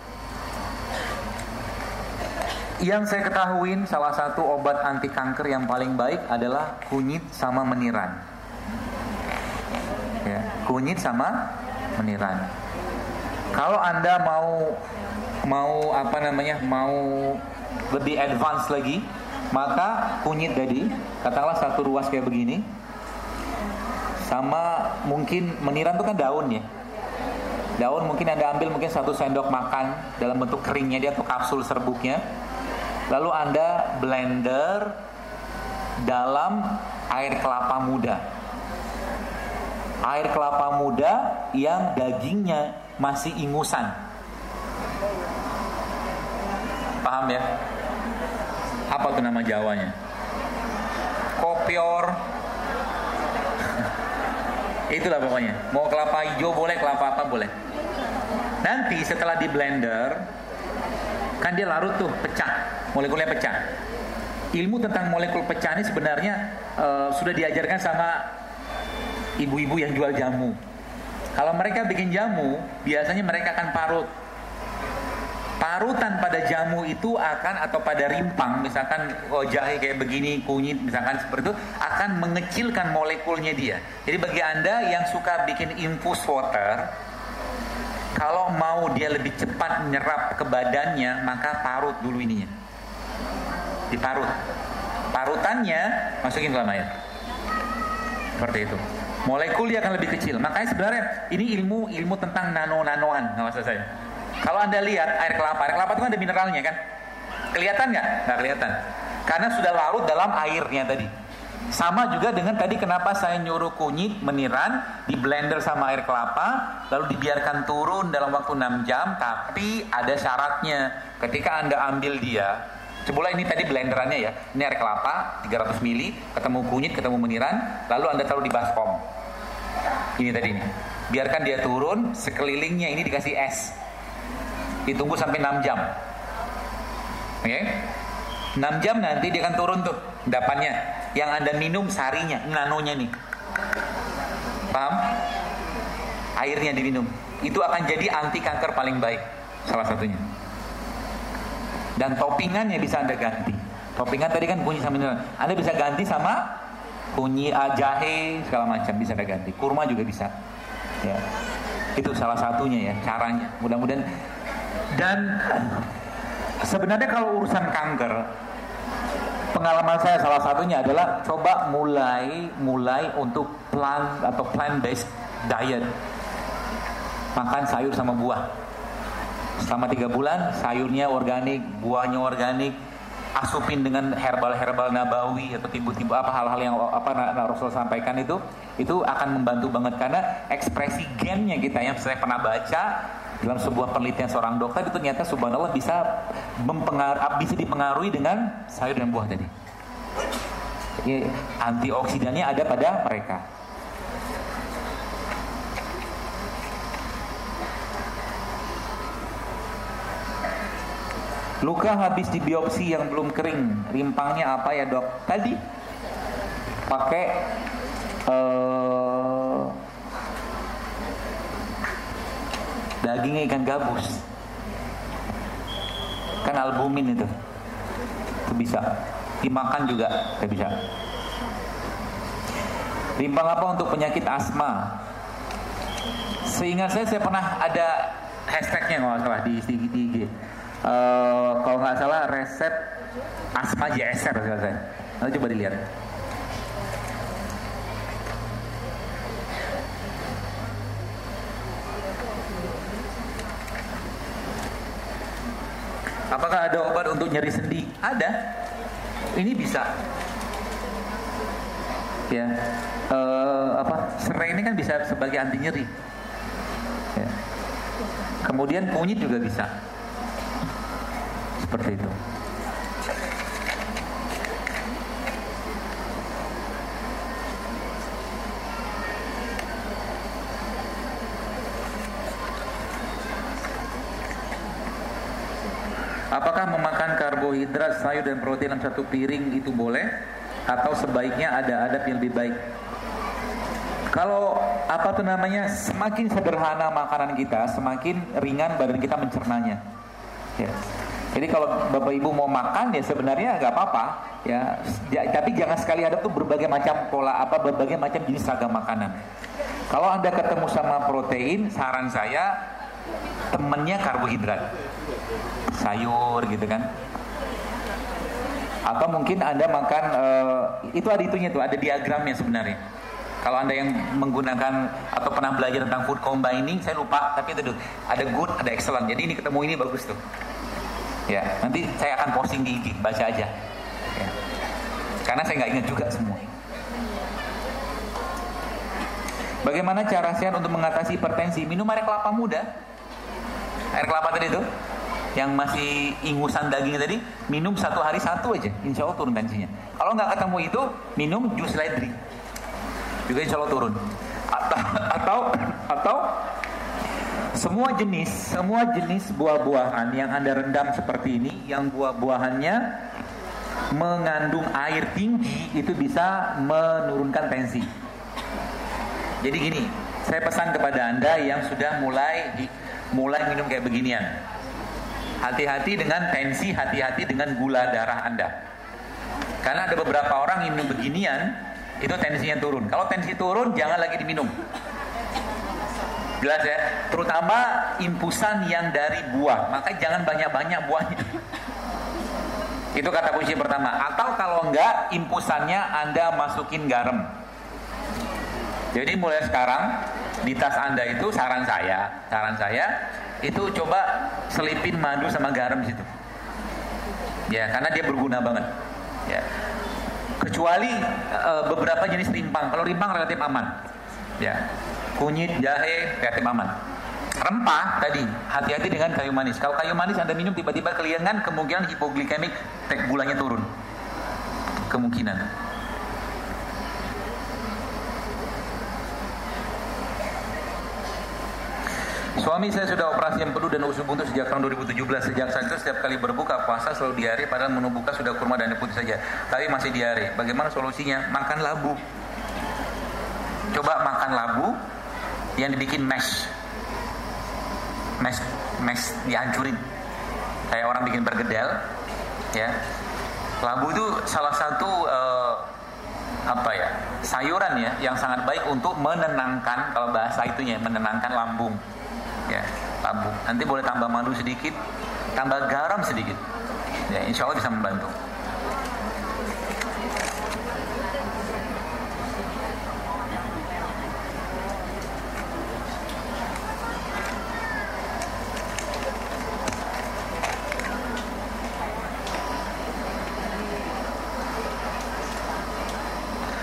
Yang saya ketahui, salah satu obat anti kanker yang paling baik adalah kunyit sama meniran. Ya, kunyit sama meniran. Kalau Anda mau lebih advance lagi, maka kunyit tadi, katakanlah 1 ruas kayak begini, sama mungkin meniran itu kan daun ya. Daun mungkin Anda ambil mungkin 1 sendok makan dalam bentuk keringnya dia atau kapsul serbuknya. Lalu Anda blender dalam air kelapa muda. Air kelapa muda yang dagingnya masih ingusan. Paham ya? Apa tuh nama Jawanya? Kopior. Itulah pokoknya. Mau kelapa hijau boleh, kelapa apa boleh. Nanti setelah di blender, kan dia larut tuh, pecah, molekulnya pecah. Ilmu tentang molekul pecah ini sebenarnya sudah diajarkan sama ibu-ibu yang jual jamu. Kalau mereka bikin jamu, biasanya mereka akan parut. Parutan pada jamu itu akan, atau pada rimpang, misalkan jahe kayak begini, kunyit misalkan seperti itu, akan mengecilkan molekulnya dia. Jadi bagi Anda yang suka bikin infus water, kalau mau dia lebih cepat menyerap ke badannya, maka parut dulu ininya. Diparut. Parutannya masukin ke dalam air. Seperti itu. Molekul dia akan lebih kecil. Makanya sebenarnya ini ilmu tentang nano-nanoan, nggak maksud saya. Kalau Anda lihat air kelapa itu kan ada mineralnya kan? Kelihatan nggak? Nggak kelihatan. Karena sudah larut dalam airnya tadi. Sama juga dengan tadi kenapa saya nyuruh kunyit meniran di blender sama air kelapa, lalu dibiarkan turun dalam waktu 6 jam, tapi ada syaratnya. Ketika Anda ambil dia, coba ini tadi blenderannya ya. Ini air kelapa 300 ml, ketemu kunyit, ketemu meniran, lalu Anda taruh di baskom. Ini tadi nih. Biarkan dia turun, sekelilingnya ini dikasih es. Ditunggu sampai 6 jam. Oke? 6 jam nanti dia akan turun tuh endapannya. Yang Anda minum sarinya, nanonya nih. Paham? Airnya diminum. Itu akan jadi anti kanker paling baik, salah satunya. Dan toppingannya bisa Anda ganti. Toppingan tadi kan kunyit sama mineral. Anda bisa ganti sama kunyit, jahe, segala macam bisa Anda ganti. Kurma juga bisa. Ya. Itu salah satunya ya caranya. Mudah-mudahan. Dan sebenarnya kalau urusan kanker, pengalaman saya salah satunya adalah coba mulai untuk plant based diet. Makan sayur sama buah. Selama 3 bulan sayurnya organik, buahnya organik, asupin dengan herbal nabawi atau tiba-tiba hal-hal yang Rasul sampaikan itu akan membantu banget karena ekspresi gennya kita yang saya pernah baca dalam sebuah penelitian seorang dokter itu ternyata subhanallah bisa dipengaruhi dengan sayur dan buah tadi. Jadi, antioksidannya ada pada mereka. Luka habis dibiopsi yang belum kering, rimpangnya apa ya dok? Tadi pakai daging ikan gabus, kan albumin itu bisa dimakan juga, bisa. Rimpang apa untuk penyakit asma? Seingat saya pernah ada hashtagnya kalau nggak salah di IG. Kalau nggak salah resep asma JSR saya. Nanti coba dilihat. Apakah ada obat untuk nyeri sendi? Ada. Ini bisa. Ya, serai ini kan bisa sebagai anti nyeri. Ya. Kemudian kunyit juga bisa. Seperti itu. Apakah memakan karbohidrat, sayur dan protein dalam satu piring itu boleh? Atau sebaiknya ada adab yang lebih baik? Kalau semakin sederhana makanan kita, semakin ringan badan kita mencernanya. Ya. Jadi kalau Bapak Ibu mau makan ya sebenarnya nggak apa-apa, ya. Tapi jangan sekali ada tuh berbagai macam berbagai macam jenis ragam makanan. Kalau Anda ketemu sama protein, saran saya temennya karbohidrat, sayur gitu kan. Atau mungkin Anda makan itu ada itunya tuh, ada diagramnya sebenarnya. Kalau Anda yang menggunakan atau pernah belajar tentang food combining, saya lupa, tapi itu ada good, ada excellent. Jadi ini ketemu ini bagus tuh. Ya, nanti saya akan posting di IG, baca aja. Ya. Karena saya nggak ingat juga semua. Bagaimana cara sehat untuk mengatasi hipertensi? Minum air kelapa muda. Air kelapa tadi tuh, yang masih ingusan daging tadi, minum 1 hari 1 aja, insya Allah turun tensinya. Kalau nggak ketemu itu, minum jus ledri, juga insya Allah turun. Atau semua jenis buah-buahan yang Anda rendam seperti ini, yang buah-buahannya mengandung air tinggi, itu bisa menurunkan tensi. Jadi gini, saya pesan kepada Anda yang sudah mulai minum kayak beginian. Hati-hati dengan tensi, hati-hati dengan gula darah Anda. Karena ada beberapa orang yang minum beginian, itu tensinya turun. Kalau tensi turun, jangan lagi diminum. Jelas ya? Terutama infusan yang dari buah. Maka jangan banyak-banyak buahnya. Itu kata kunci pertama. Atau kalau enggak, infusannya Anda masukin garam. Jadi mulai sekarang, di tas Anda itu saran saya itu coba selipin madu sama garam di situ. Ya, karena dia berguna banget. Ya. Kecuali beberapa jenis rimpang. Kalau rimpang relatif aman. Ya. Kunyit, jahe, relatif aman. Rempah tadi, hati-hati dengan kayu manis. Kalau kayu manis Anda minum tiba-tiba kelingan, kemungkinan hipoglikemik, gulanya turun. Kemungkinan. Suami saya sudah operasi empedu dan usus buntu sejak tahun 2017. Sejak saat itu setiap kali berbuka puasa selalu diare, padahal menu buka sudah kurma dan putih saja, tapi masih diare. Bagaimana solusinya? Makan labu. Coba makan labu yang dibikin mash dihancurin kayak orang bikin pergedel, ya. Labu itu salah satu sayuran ya yang sangat baik untuk menenangkan, kalau bahasa itunya menenangkan lambung. Ya, labu. Nanti boleh tambah madu sedikit, tambah garam sedikit. Ya, insya Allah bisa membantu.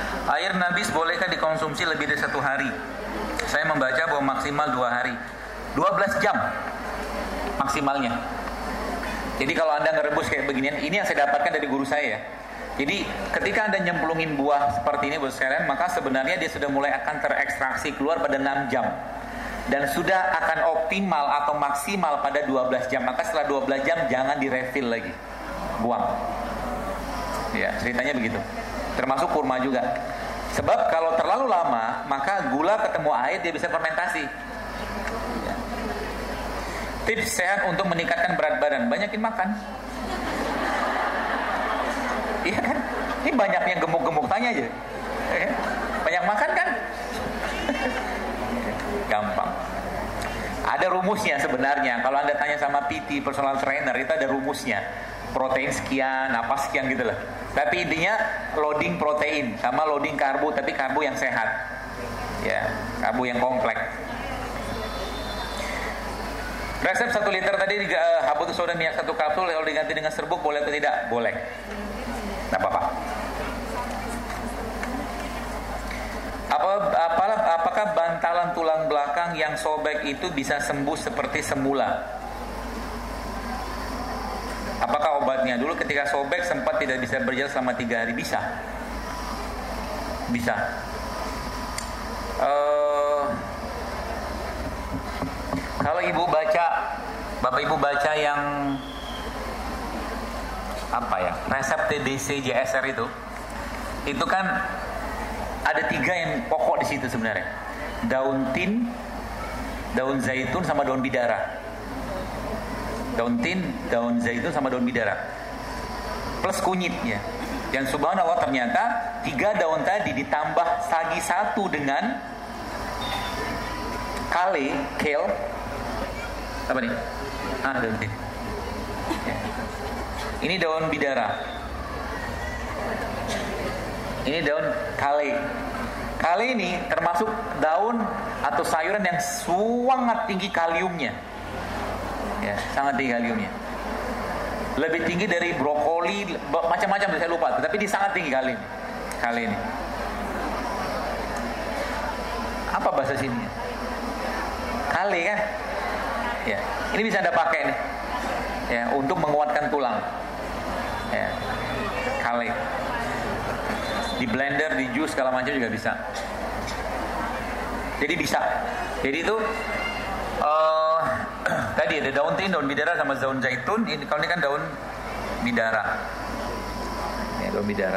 Air nabis bolehkah dikonsumsi lebih dari 1 hari? Saya membaca bahwa maksimal 2 hari. 12 jam maksimalnya. Jadi kalau Anda ngerebus kayak beginian, ini yang saya dapatkan dari guru saya. Jadi ketika Anda nyemplungin buah seperti ini buat sekalian, maka sebenarnya dia sudah mulai akan terekstraksi keluar pada 6 jam. Dan sudah akan optimal atau maksimal pada 12 jam. Maka setelah 12 jam jangan direfill lagi. Buang. Ya, ceritanya begitu. Termasuk kurma juga. Sebab kalau terlalu lama, maka gula ketemu air dia bisa fermentasi. Ya. Tips sehat untuk meningkatkan berat badan, banyakin makan. Iya kan? Ini banyak yang gemuk-gemuk, tanya aja. Banyak makan kan? Gampang. Ada rumusnya sebenarnya. Kalau Anda tanya sama PT, personal trainer, itu ada rumusnya. Protein sekian, apa sekian gitu lah. Tapi intinya loading protein sama loading karbo, tapi karbo yang sehat. Ya, karbo yang kompleks. Resep 1 liter tadi habatus sauda minyak 1 kapsul kalau diganti dengan serbuk boleh atau tidak? Boleh. Tidak apa-apa. Apakah bantalan tulang belakang yang sobek itu bisa sembuh seperti semula? Apakah obatnya? Dulu ketika sobek sempat tidak bisa berjalan selama 3 hari. Bisa. Kalau Bapak Ibu baca yang resep TBC JSR itu kan ada 3 yang pokok di situ sebenarnya. Daun tin, daun zaitun sama daun bidara. Daun tin, daun zaitun sama daun bidara. Plus kunyitnya. Dan subhanallah ternyata 3 daun tadi ditambah lagi 1 dengan kale. Apa nih? Daun tin. Ya. Ini daun bidara. Ini daun kale. Kale ini termasuk daun atau sayuran yang sangat tinggi kaliumnya. Ya, sangat tinggi kaliumnya. Lebih tinggi dari brokoli, macam-macam saya lupa, tapi dia sangat tinggi kali ini. Apa bahasa sini? Kale kan? Ya, ini bisa Anda pakai nih. Ya, untuk menguatkan tulang. Ya. Kale. Di blender, di jus segala macam juga bisa. Jadi bisa. Jadi itu tadi ada daun tin, daun bidara sama daun zaitun. Ini kalau ini kan daun bidara. Ya, daun bidara.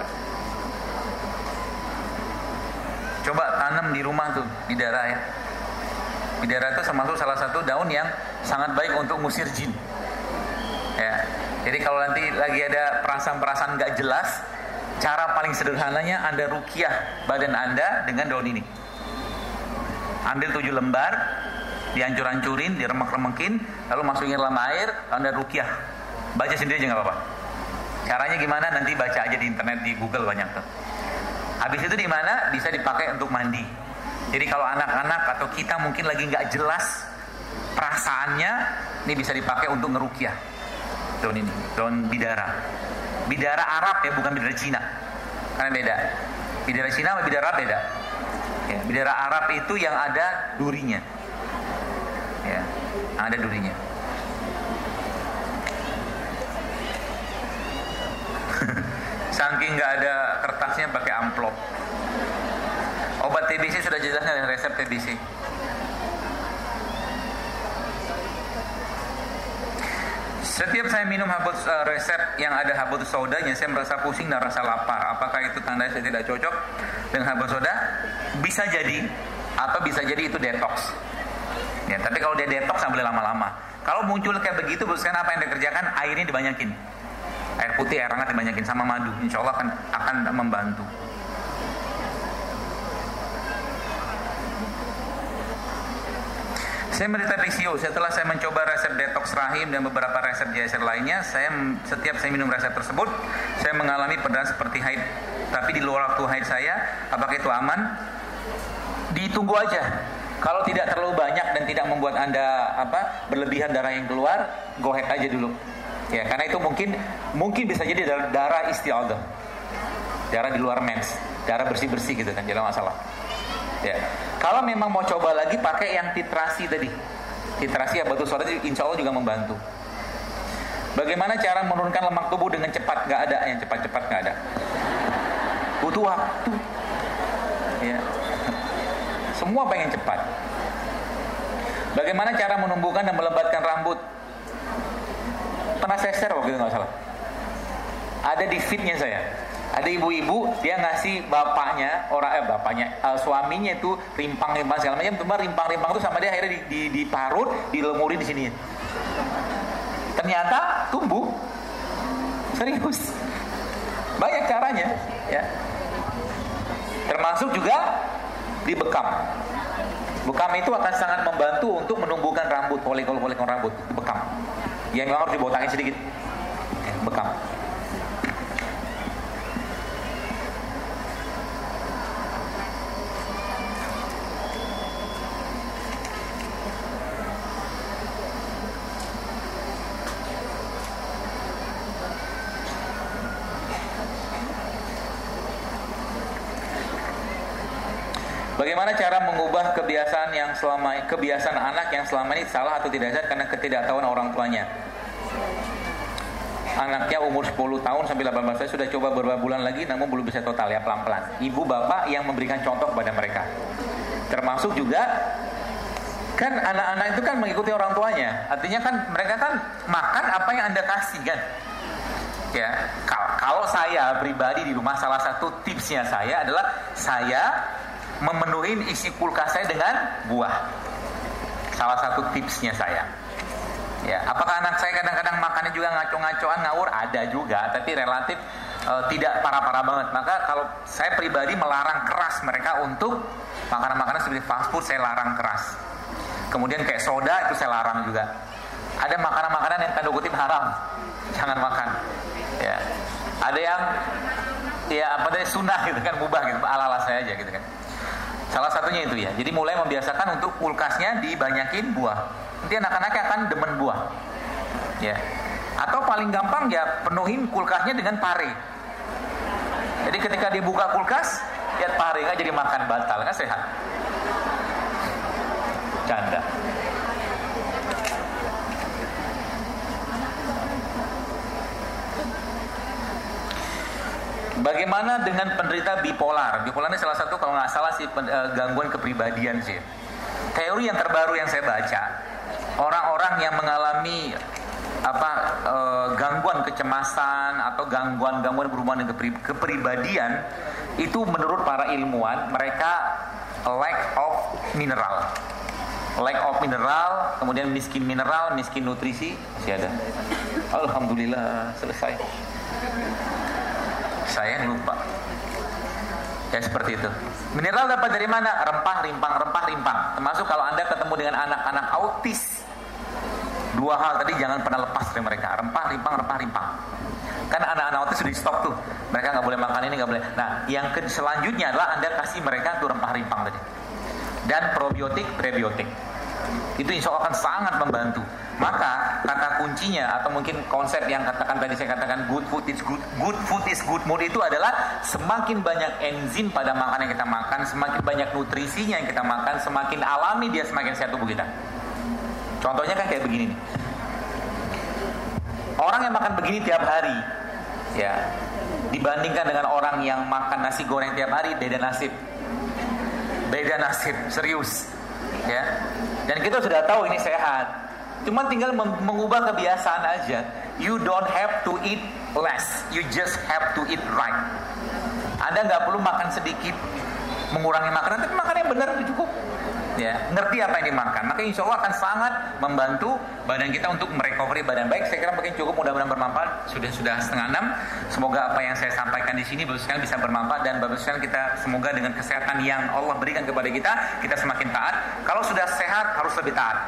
Coba tanam di rumah tuh bidara ya. Bidara itu termasuk salah satu daun yang sangat baik untuk ngusir jin. Ya. Jadi kalau nanti lagi ada perasaan-perasaan nggak jelas, cara paling sederhananya Anda ruqyah badan Anda dengan daun ini. Ambil 7 lembar, dihancur-hancurin, diremek-remekin, lalu masukin dalam air, Anda ruqyah. Baca sendiri aja nggak apa-apa. Caranya gimana? Nanti baca aja di internet, di Google banyak tuh. Habis itu di mana? Bisa dipakai untuk mandi. Jadi kalau anak-anak atau kita mungkin lagi nggak jelas perasaannya, ini bisa dipakai untuk ngeruqyah. Daun ini, daun bidara. Bidara Arab ya, bukan bidara Cina. Karena beda. Bidara Cina sama bidara Arab beda. Ya, bidara Arab itu yang ada durinya. Ya, ada durinya. Saking nggak ada kertasnya pakai amplop. Obat TBC sudah jelas dengan resep TBC. Setiap saya minum resep yang ada habatus saudanya, saya merasa pusing dan rasa lapar. Apakah itu tanda saya tidak cocok dengan habatus sauda? Bisa jadi, atau bisa jadi itu detox. Ya, tapi kalau dia detox nggak boleh lama-lama. Kalau muncul kayak begitu, sekarang apa yang dikerjakan? Airnya dibanyakin, air putih, air hangat dibanyakin sama madu. Insya Allah akan membantu. Saya menderita PCO. Setelah saya mencoba resep detox rahim dan beberapa resep JSR lainnya, setiap saya minum resep tersebut, saya mengalami perdarahan seperti haid. Tapi di luar waktu haid saya, apakah itu aman? Ditunggu aja. Kalau tidak terlalu banyak dan tidak membuat Anda berlebihan darah yang keluar, go ahead aja dulu. Ya, karena itu mungkin bisa jadi darah istiadah. Darah di luar mens, darah bersih-bersih gitu kan, jangan masalah. Ya. Kalau memang mau coba lagi, pakai yang titrasi tadi. Literasi habatus sauda insya Allah juga membantu. Bagaimana cara menurunkan lemak tubuh dengan cepat? Gak ada yang cepat-cepat, gak ada. Butuh waktu. Ya. Semua pengen cepat. Bagaimana cara menumbuhkan dan melebatkan rambut? Pernah saya share waktu itu nggak salah. Ada di feednya saya. Ada ibu-ibu dia ngasih bapaknya, suaminya itu rimpang-rimpang segala macam, cuma rimpang-rimpang itu sama dia akhirnya diparut, dilumuri di sini. Ternyata tumbuh. Serius. Banyak caranya, ya. Termasuk juga dibekam. Bekam itu akan sangat membantu untuk menumbuhkan rambut, polikol-polikol rambut, bekam. Yang memang harus dibotakin sedikit. Bekam. Bagaimana cara mengubah kebiasaan anak yang selama ini salah atau tidak sehat karena ketidaktahuan orang tuanya? Anaknya umur 10 tahun sampai 18 tahun sudah coba beberapa bulan lagi namun belum bisa total, ya pelan-pelan. Ibu bapak yang memberikan contoh kepada mereka. Termasuk juga kan anak-anak itu kan mengikuti orang tuanya. Artinya kan mereka kan makan apa yang Anda kasih kan. Ya, kalau saya pribadi di rumah salah satu tipsnya saya adalah saya memenuhi isi kulkas saya dengan buah. Salah satu tipsnya saya. Ya, apakah anak saya kadang-kadang makannya juga ngaco-ngacoan, ngawur? Ada juga, tapi relatif tidak parah-parah banget. Maka kalau saya pribadi melarang keras mereka untuk makanan-makanan seperti fast food, saya larang keras. Kemudian kayak soda itu saya larang juga. Ada makanan-makanan yang tanda kutip haram, jangan makan. Ya, ada yang sunnah gitu kan, mubah gitu, ala-ala saya aja gitu kan. Salah satunya itu ya. Jadi mulai membiasakan untuk kulkasnya dibanyakin buah. Nanti anak-anaknya akan demen buah. Ya. Atau paling gampang ya penuhin kulkasnya dengan pare. Jadi ketika dia buka kulkas, lihat pare, nggak jadi makan batal, kan sehat. Canda. Bagaimana dengan penderita bipolar? Bipolar ini salah satu kalau nggak salah sih gangguan kepribadian sih. Teori yang terbaru yang saya baca, orang-orang yang mengalami gangguan kecemasan atau gangguan berhubungan dengan kepribadian itu menurut para ilmuwan mereka lack of mineral, kemudian miskin mineral, miskin nutrisi. Masih ada. Alhamdulillah selesai. Saya lupa. Ya seperti itu. Mineral dapat dari mana? Rempah-rimpang. Termasuk kalau Anda ketemu dengan anak-anak autis. Dua hal tadi jangan pernah lepas dari mereka. Rempah-rimpang. Kan anak-anak autis sudah di stop tuh. Mereka nggak boleh makan ini, nggak boleh. Nah, yang selanjutnya adalah Anda kasih mereka tuh rempah-rimpang tadi. Dan probiotik, prebiotik. Itu insya Allah akan sangat membantu. Maka kata kuncinya atau mungkin konsep yang tadi saya katakan good food is good mood itu adalah semakin banyak enzim pada makanan yang kita makan, semakin banyak nutrisinya yang kita makan, semakin alami dia semakin sehat tubuh kita. Contohnya kan kayak begini nih. Orang yang makan begini tiap hari, ya, dibandingkan dengan orang yang makan nasi goreng tiap hari, beda nasib, serius, ya. Dan kita sudah tahu ini sehat. Cuma tinggal mengubah kebiasaan aja. You don't have to eat less, you just have to eat right. Anda nggak perlu makan sedikit, mengurangi makanan, tapi makan yang benar itu cukup. Ya, ngerti apa yang dimakan. Maka insya Allah akan sangat membantu badan kita untuk merecovery badan. Baik, saya kira mungkin cukup, mudah-mudahan bermanfaat. Sudah 5:30. Semoga apa yang saya sampaikan di sini Bapak sekalian bisa bermanfaat dan Bapak sekalian kita semoga dengan kesehatan yang Allah berikan kepada kita semakin taat. Kalau sudah sehat harus lebih taat.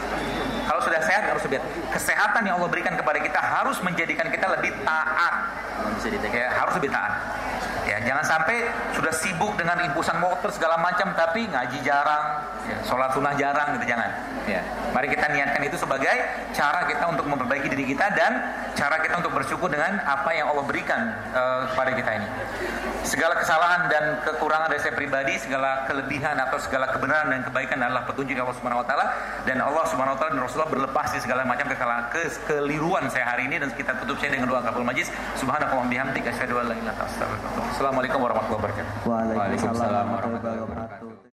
Kesehatan yang Allah berikan kepada kita harus menjadikan kita lebih taat. Ya, harus lebih taat. Ya, jangan sampai sudah sibuk dengan impusan motor segala macam tapi ngaji jarang, ya, sholat sunnah jarang gitu, jangan. Ya, mari kita niatkan itu sebagai cara kita untuk memperbaiki diri kita dan cara kita untuk bersyukur dengan apa yang Allah berikan kepada kita ini. Segala kesalahan dan kekurangan dari saya pribadi, segala kelebihan atau segala kebenaran dan kebaikan adalah petunjuk Allah Subhanahu wa taala, dan Allah Subhanahu wa taala dan Rasulullah berlepas di segala macam kekeliruan saya hari ini, dan kita tutup saya dengan doa kaful majlis. Subhanakallahumma bihamdika asyhadu an la ilaha illa anta astaghfiruka wa atubu ilaik. Assalamualaikum warahmatullahi wabarakatuh. Waalaikumsalam warahmatullahi wabarakatuh.